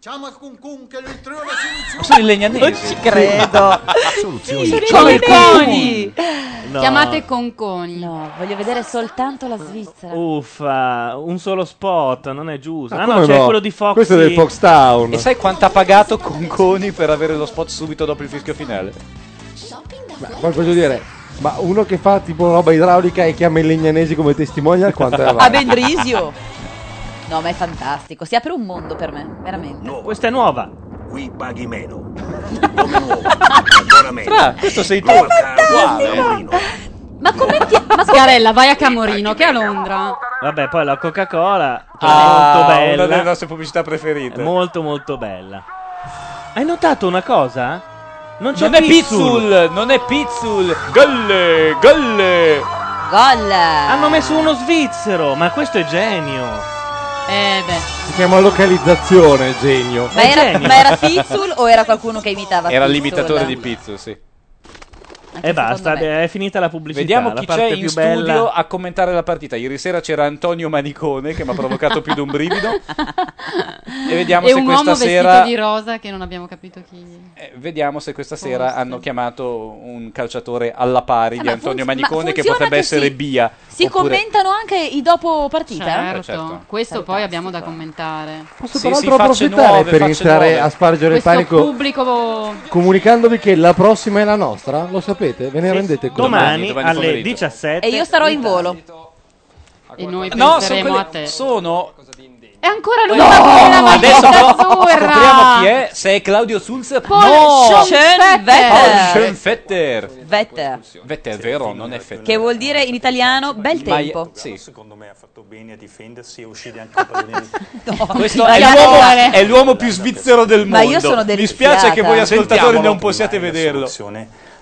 Sono i legnanesi. Non ci credo. Soluzioni. Sì, Conconi. No. Chiamate Conconi. No, voglio vedere soltanto la Svizzera. Uffa, un solo spot, non è giusto. Ah, Ah, come no, c'è no? quello di Foxy. Questo è del Foxtown. E sai quanto ha pagato Conconi per avere lo spot subito dopo il fischio finale? Ma poi voglio dire, ma uno che fa tipo roba idraulica e chiama i legnanesi come testimonial, quanto è avanti? A Bendrisio. No, ma è fantastico. Si apre un mondo per me, veramente. Questa è nuova. Qui paghi meno. Come nuovo. Ancora meno. Fra, questo sei tu. Uguale. Ma come ti... Ma Scarella, vai a Camorino, che è a Londra. Vabbè, poi la Coca-Cola, che Ah, è molto una delle bella. nostre pubblicità preferite. È molto molto bella. Hai notato una cosa? Non c'è Non è Pizzul. Pizzul, non è Pizzul. Galle, galle. Gol. Hanno messo uno svizzero, ma questo è genio. Eh beh. Si chiama localizzazione, genio. Ma era, ma era Pizzul o era qualcuno che imitava Era Pizzul? l'imitatore di Pizzul, sì. Anche E basta, secondo me. è finita la pubblicità. Vediamo la chi parte c'è più in studio bella. a commentare la partita. Ieri sera c'era Antonio Manicone che mi ha provocato più di un brivido. E vediamo E se un questa uomo sera vestito di rosa che non abbiamo capito chi. eh, vediamo se questa sera Forse. hanno chiamato un calciatore alla pari Eh, di ma Antonio funz- ma Manicone che funziona potrebbe così? essere Bia. Si oppure- commentano anche i dopo partita? Certo, certo. questo poi abbiamo da commentare. Posso Sì, peraltro sì, facce approfittare nuove, per facce iniziare nuove. a spargere il Questo panico pubblico. comunicandovi che la prossima è la nostra? Lo sapete? Ve ne rendete conto? Domani, domani alle pomeriggio. diciassette. E io starò in volo. E noi No, sono, penseremo quelle- a te. sono E ancora lui No! va con la Adesso maglietta però azzurra. scopriamo chi è, se è Claudio Sulzer. Paul no! Schoenfetter. Paul Schoenfetter. Vetter. Vetter, vero, non è Fetter. Che vuol dire in italiano bel Ma- tempo. sì. Secondo me ha fatto bene a difendersi e uscire anche i palloni. Questo Ma è io- l'uomo, è l'uomo più svizzero del mondo. Ma io sono Mi spiace che voi deliziata. ascoltatori Sentiamolo. non possiate Ormai la vederlo. soluzione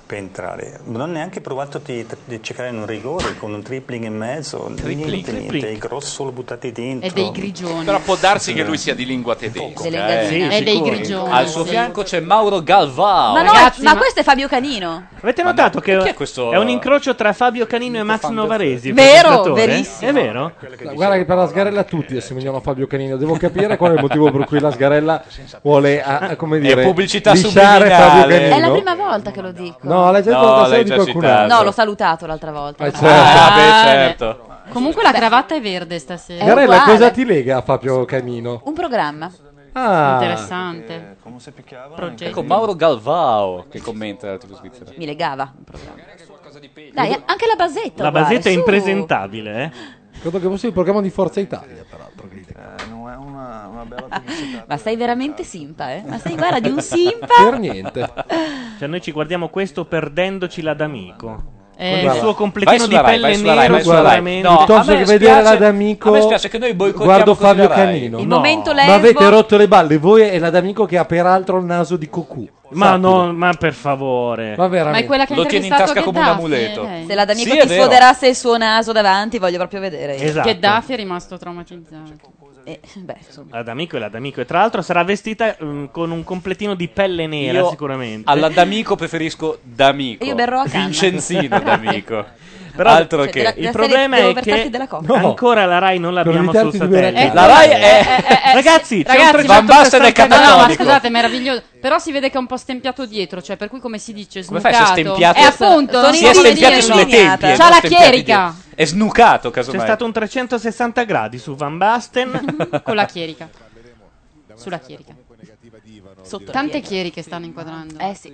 per entrare. Non ho neanche provato di, di cercare un rigore con un tripling in mezzo, Tripling. niente, niente, Tripling. i grossi solo buttati dentro. E dei grigioni. Però può darsi che lui sia di lingua tedesca. Delle eh. Sì, e dei grigioni, Al suo sì. fianco c'è Mauro Galvao. Ma no, Ragazzi, ma ma- questo è Fabio Canino. Avete notato che chi è questo- è un incrocio tra Fabio Canino e Max Novaresi? il Vero, presentatore? verissimo. È vero? Guarda che per la sgarella tutti assomigliano a Fabio Canino. Devo capire qual è il motivo per cui la sgarella vuole, a- a- come dire, pubblicità lisciare subliminale. Fabio Canino. È la prima volta che lo dico. No, l'hai già No, detto la l'hai serie di già qualcun citato. altro. No, l'ho salutato l'altra volta. Eh, certo. Ah, beh, certo. Comunque la cravatta è verde stasera. Garella, uguale. cosa ti lega a Fabio Canino? Un programma. Ah, Interessante. Progetto. Ecco Mauro Galvao che commenta la tivù svizzera. Mi legava un programma. Dai, anche la basetta. La uguale, basetta è su. impresentabile, eh? credo che fosse il programma di Forza Italia, peraltro. non è una, una bella pubblicità. Ma sei veramente simpa, eh? Ma sei guarda di un simpa. Per niente. Cioè noi ci guardiamo questo perdendoci l'Adamico. Eh, il guarda. suo completino Vai di sulla Rai, pelle vai sulla Rai, nero vai sulla sulla Rai. mente. No, Piuttosto a me che vedere spiace- l'Adamico, a me spiace che noi boicottiamo guardo così Fabio la Rai. Canino. Il No. momento Ma lesbo. avete rotto le balle voi e l'Adamico che ha peraltro il naso di Cocù. Ma Sappilo. no, ma per favore. Ma Ma veramente. è quella che ha Lo tieni in intervistato tasca come un Gheddafi, amuleto. lei. Se l'Adamico Sì, è ti vero. sfoderasse il suo naso davanti, voglio proprio vedere. io. Esatto. Gheddafi è rimasto traumatizzato. Eh, beh, insomma. L'Adamico è l'Adamico. E tra l'altro sarà vestita mm, con un completino di pelle nera, Io sicuramente. all'Adamico preferisco D'Amico. Io berrò a canna. Vincenzino D'Amico. Però Altro Cioè, che della- il della problema serie, è devo che vertarti della coca. No. ancora la Rai non l'abbiamo Per sul evitarti di bere satellite. a La Rai è Ragazzi, c'è un ragazzi, trecento Van Basten è sessanta No, no, ma catatonico. scusate, meraviglioso. Però si vede che è un po' stempiato dietro, cioè per cui come si dice Come snucato. fai a essere stempiato? E appunto, Sono non Si in è si linea stempiato di sulle lineata. tempie. eh, C'ha non la stempiati chierica. dietro. È snucato, C'è casomai. stato un trecentosessanta gradi su Van Basten. con la chierica. Sulla chierica. Sotto la Tante piega. chieriche stanno inquadrando. Eh sì.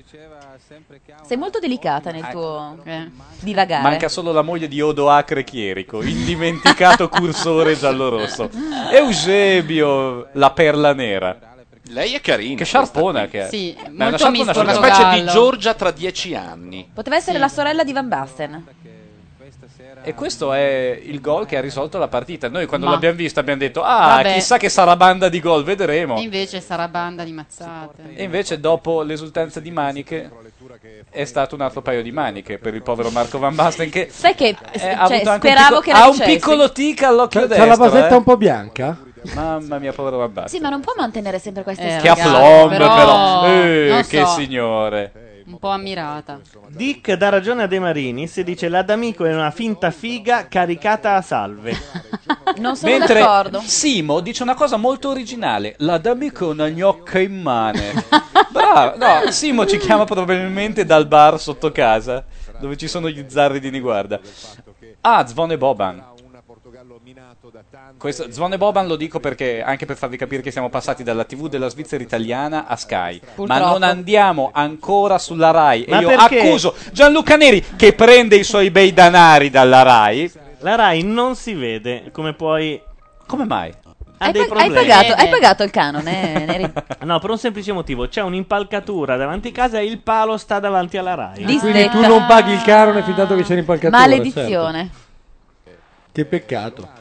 Sei molto delicata nel tuo Eh. divagare. Manca solo la moglie di Odo Acre Chierico, indimenticato cursore giallorosso. Eusebio, la perla nera. Lei è carina. Che sciarpona che è. Sì, Ma è una molto sciarpona misto Una sciarpona. specie di Portogallo. Giorgia tra dieci anni. Poteva essere Sì. la sorella di Van Basten. E questo è il gol che ha risolto la partita. Noi quando Ma- l'abbiamo vista abbiamo detto ah, Vabbè. chissà che sarabanda di gol, vedremo. E invece sarà banda di mazzate. E invece dopo l'esultanza di Maniche è stato un altro paio di maniche per il povero Marco Van Basten che Sai che eh, cioè, ha avuto anche un speravo piccolo- che la ha un dicessi. piccolo tic all'occhio C'ha, destro. c'ha la basetta eh. un po' bianca? Mamma mia, povero Van Basten. Sì, ma non può mantenere sempre queste Eh, Che ragazzi, aplomb però- però, Eh, non che so. signore. Un po' ammirata. Dick dà ragione a De Marinis e dice l'Adamico è una finta figa caricata a salve. Non sono Mentre d'accordo. Simo dice una cosa molto originale: l'Adamico è una gnocca in mane. Bravo, no, Simo ci chiama probabilmente dal bar sotto casa dove ci sono gli zarri di Niguarda. Ah, Zvone Boban. Questo, Zvone Boban lo dico perché anche per farvi capire che siamo passati dalla tivù della Svizzera italiana a Sky. Purtroppo. Ma non andiamo ancora sulla Rai. Ma e io perché? accuso Gianluca Neri che prende i suoi bei danari dalla Rai. La Rai non si vede, come puoi... Come mai? Ha Hai, dei pag- hai problemi. pagato, hai Eh. pagato il canone, eh, Neri? No, per un semplice motivo. C'è un'impalcatura davanti a casa e il palo sta davanti alla Rai. Di- Quindi tu Stecca. non paghi il canone fin tanto che c'è l'impalcatura. Maledizione. certo. Che peccato.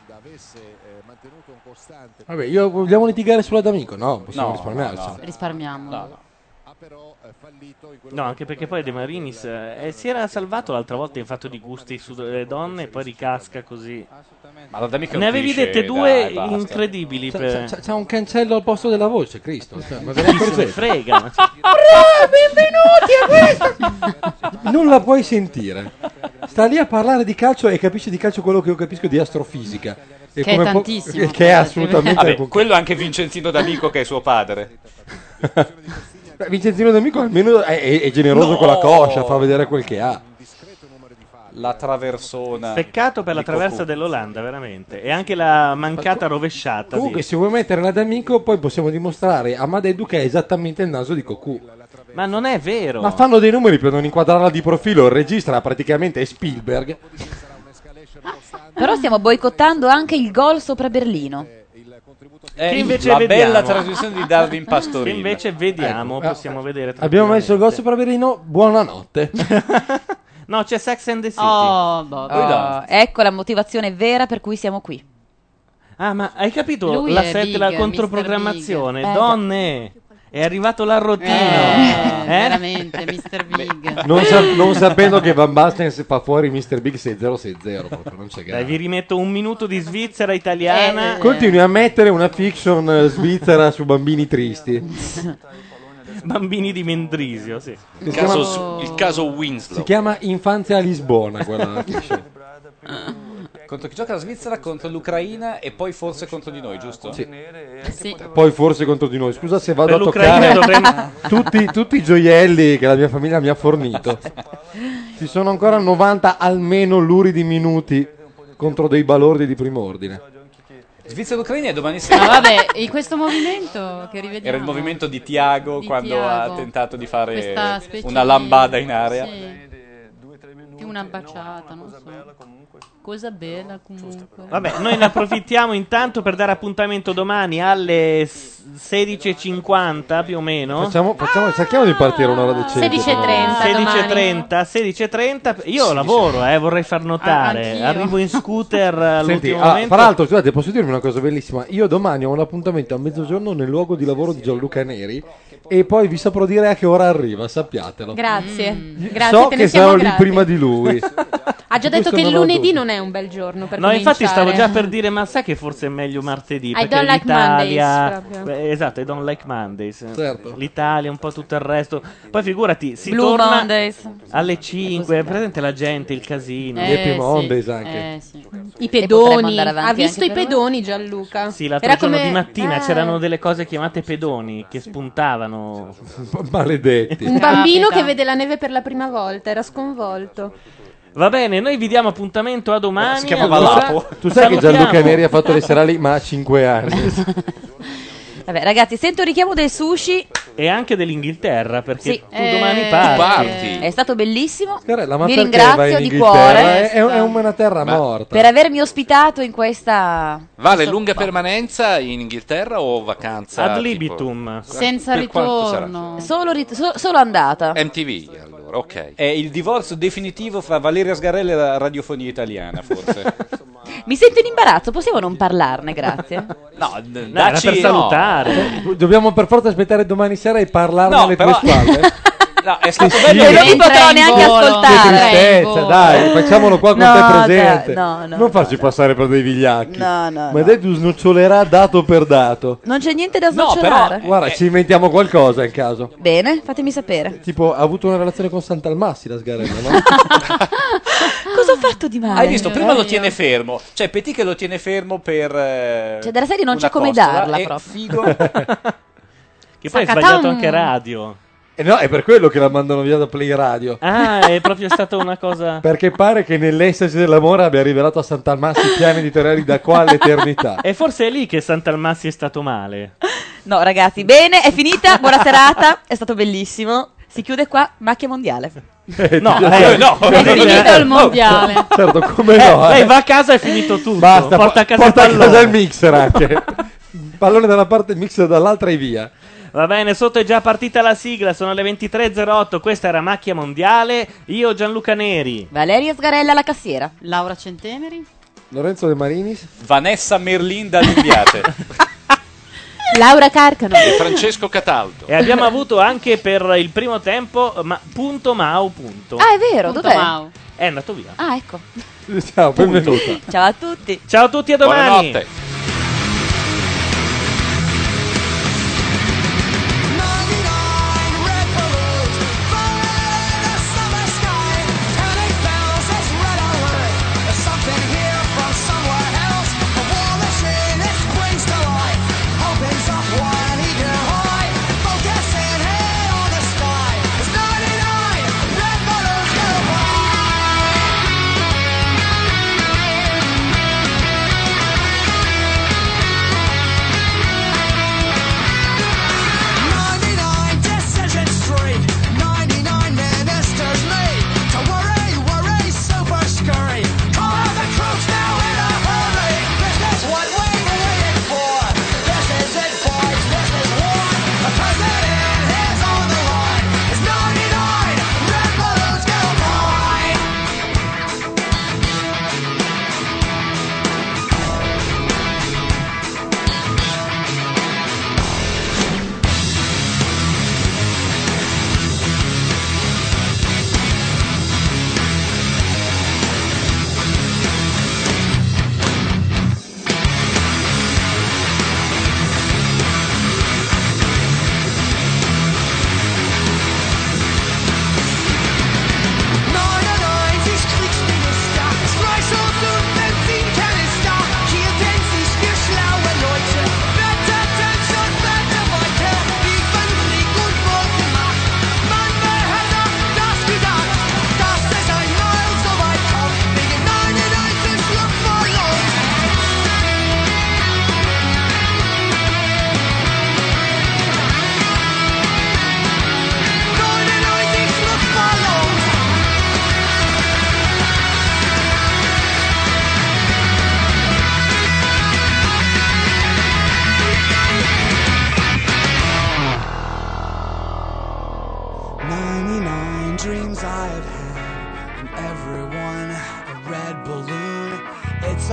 Vabbè, io vogliamo litigare sull'Adamico? No, possiamo No, risparmiarci. no, Risparmiamo. No, no. No, anche perché poi De Marinis eh, si era salvato l'altra volta in fatto di gusti sulle donne e poi ricasca così. Ma l'Adamico è un Ne avevi cliché, dette due dai, basta. incredibili. C'ha, per... c'ha- c'ha un cancello al posto della voce, Cristo. Cioè, ma ve ne Se ne accorgete? frega. Non la puoi sentire. Sta lì a parlare di calcio e capisce di calcio quello che io capisco di astrofisica. E Che è come po- tantissimo, che- che è poi, assolutamente. Vabbè, quello è anche Vincenzino D'Amico che è suo padre. Beh, Vincenzino D'Amico almeno è, è- è generoso No! con la coscia, fa vedere quel che ha. La traversona. Peccato per la di traversa Cocu. dell'Olanda, veramente. E anche la mancata rovesciata. Comunque, di- se vuoi mettere l'Adamico, poi possiamo dimostrare a Madeddu che è esattamente il naso di Cocu. Ma non è vero. Ma fanno dei numeri per non inquadrarla di profilo. Il regista praticamente è Spielberg. Però stiamo boicottando anche il gol sopra Berlino. È Che invece la vediamo. bella trasmissione di Darwin Che Pastorino. invece vediamo, Ecco, possiamo vedere. Abbiamo messo il gol tranquillamente. sopra Berlino. Buonanotte. No, c'è Sex and the City. Oh, boh. Oh, ecco la motivazione vera per cui siamo qui. Ah, ma hai capito Lui la è set, big, la mister controprogrammazione? Big. Eh, Donne! È arrivato l'arrotino. Eh, Eh? veramente, mister Big. Non, sa- non sapendo che Van Basten si fa fuori mister Big sei zero sei zero, proprio non c'è gara. Dai, vi rimetto un minuto di Svizzera italiana. Continui a mettere una fiction eh, svizzera su bambini tristi. Bambini di Mendrisio, sì. Il caso, il caso Winslow. Si chiama Infanzia a Lisbona quella fiction. Contro chi gioca la Svizzera? Contro l'Ucraina e poi forse contro di noi, giusto? Sì. Sì. Poi forse contro di noi. Scusa se vado Per a l'Ucraina toccare dovremmo- tutti, tutti i gioielli che la mia famiglia mi ha fornito. Ci sono ancora novanta almeno luridi minuti contro dei balordi di prim'ordine. Svizzera e Ucraina e domani Ma sera. vabbè, in questo movimento che rivediamo. Era il movimento di Tiago Di quando Thiago. ha tentato di fare Questa specie una di- lambada in area. Sì. Più una baciata, non so. Cosa bella comunque. Vabbè, noi ne approfittiamo intanto per dare appuntamento domani alle sedici e cinquanta più o meno. Facciamo, facciamo, cerchiamo di partire un'ora decente. sedici e trenta sedici e domani. trenta, sedici e trenta. Io lavoro, eh, vorrei far notare. anch'io. Arrivo in scooter Senti, all'ultimo ah, momento. fra l'altro, scusate, posso dirvi una cosa bellissima? Io domani ho un appuntamento a mezzogiorno nel luogo di lavoro di Gianluca Neri e poi vi saprò dire a che ora arriva, sappiatelo. Grazie. Mm. Grazie, so te che ne siamo sarò lì grati. prima di lui. Ha già detto Questo che il non ho lunedì dubbi. non è un bel giorno per No, infatti cominciare. stavo già per dire, ma sai che forse è meglio martedì? I Perché don't like l'Italia. Mondays, proprio. Beh, esatto, I don't like Mondays. Certo. L'Italia, un po' tutto il resto. Poi figurati, si Blue torna Mondays. alle cinque. È presente la gente, il casino. Gli Happy Eh, Mondays sì. anche. Eh, sì. I potremmo pedoni. andare avanti Ha visto anche i per pedoni Gianluca? Sì, l'altro Era giorno come... di mattina eh, c'erano delle cose chiamate pedoni che spuntavano. Maledetti. un bambino Capita. che vede la neve per la prima volta, era sconvolto. Va bene, noi vi diamo appuntamento a domani. Si chiamava allora, Lapo. Tu sai che salutiamo. Gianluca Neri ha fatto le serali ma a cinque anni. Vabbè, ragazzi, sento il richiamo del sushi. E anche dell'Inghilterra, perché Sì. tu Eh, domani parti. parti. È stato bellissimo. Scarella, ma Vi perché vai ringrazio in di Inghilterra? cuore È, è una terra Ma- morta. per avermi ospitato in questa. Vale questo- lunga permanenza in Inghilterra o vacanza? Ad tipo- libitum. Senza Per quanto sarà? ritorno. Solo, rit- so- solo andata. M T V allora, ok. È il divorzio definitivo fra Valeria Sgarella e la radiofonia italiana, forse. Mi sento in imbarazzo, possiamo non parlarne, grazie. No, d- No, era dacci- per salutare. Dobbiamo per forza aspettare domani sera e parlarne No, alle però- tue spalle. No, è stato Sì, bello. sì. E non vi Entra potrò in neanche volo. Che ascoltare. tristezza, dai, facciamolo qua con No, te dai, presente. no, no, non farci no. passare per dei vigliacchi. No, no, Ma no. dai, tu snocciolerà dato per dato. Non c'è niente da No, snocciolare. però- Guarda, Eh. ci inventiamo qualcosa in caso. Bene, fatemi sapere. Tipo, ha avuto una relazione con Sant'Almassi la Sgarella, no? Cosa ho fatto di male? Hai visto? Prima lo Io. tiene fermo. Cioè, Petit che lo tiene fermo per. eh, Cioè, della serie non una c'è come costola, darla, e proprio. Figo. Che poi hai Saccatam. sbagliato anche radio. E no, è per quello che la mandano via da Play Radio. Ah, è proprio stata una cosa. Perché pare che nell'estasi dell'amore abbia rivelato a Sant'Almassi i piani editoriali da qua all'eternità. E forse è lì che Sant'Almassi è stato male. No, ragazzi, bene, è finita. Buona serata, è stato bellissimo. Si chiude qua, macchia mondiale. Eh, No, ti- eh, no, È finito il mondiale. Certo, come Eh, no? lei eh. va a casa e è finito tutto. Basta, porta a casa porta il a casa pallone. il mixer anche. Pallone da una parte, il mixer dall'altra e via. Va bene, sotto è già partita la sigla, sono le ventitré e zero otto, questa era Macchia Mondiale, io Gianluca Neri. Valeria Sgarella, la cassiera. Laura Centemeri. Lorenzo De Marinis. Vanessa Merlin dall'Imbiate. Laura Carcano. E Francesco Cataldo. E abbiamo avuto anche per il primo tempo ma, punto Mau punto. Ah, è vero, Punto dov'è? Mau. È andato via. Ah, ecco. Ciao, benvenuta. Ciao a tutti. Ciao a tutti, a domani. Buonanotte.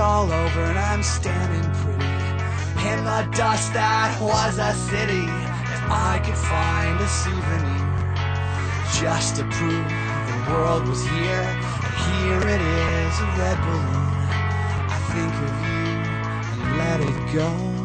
all over and I'm standing pretty in the dust that was a city. If I could find a souvenir just to prove the world was here, and here it is, a red balloon. I think of you and let it go.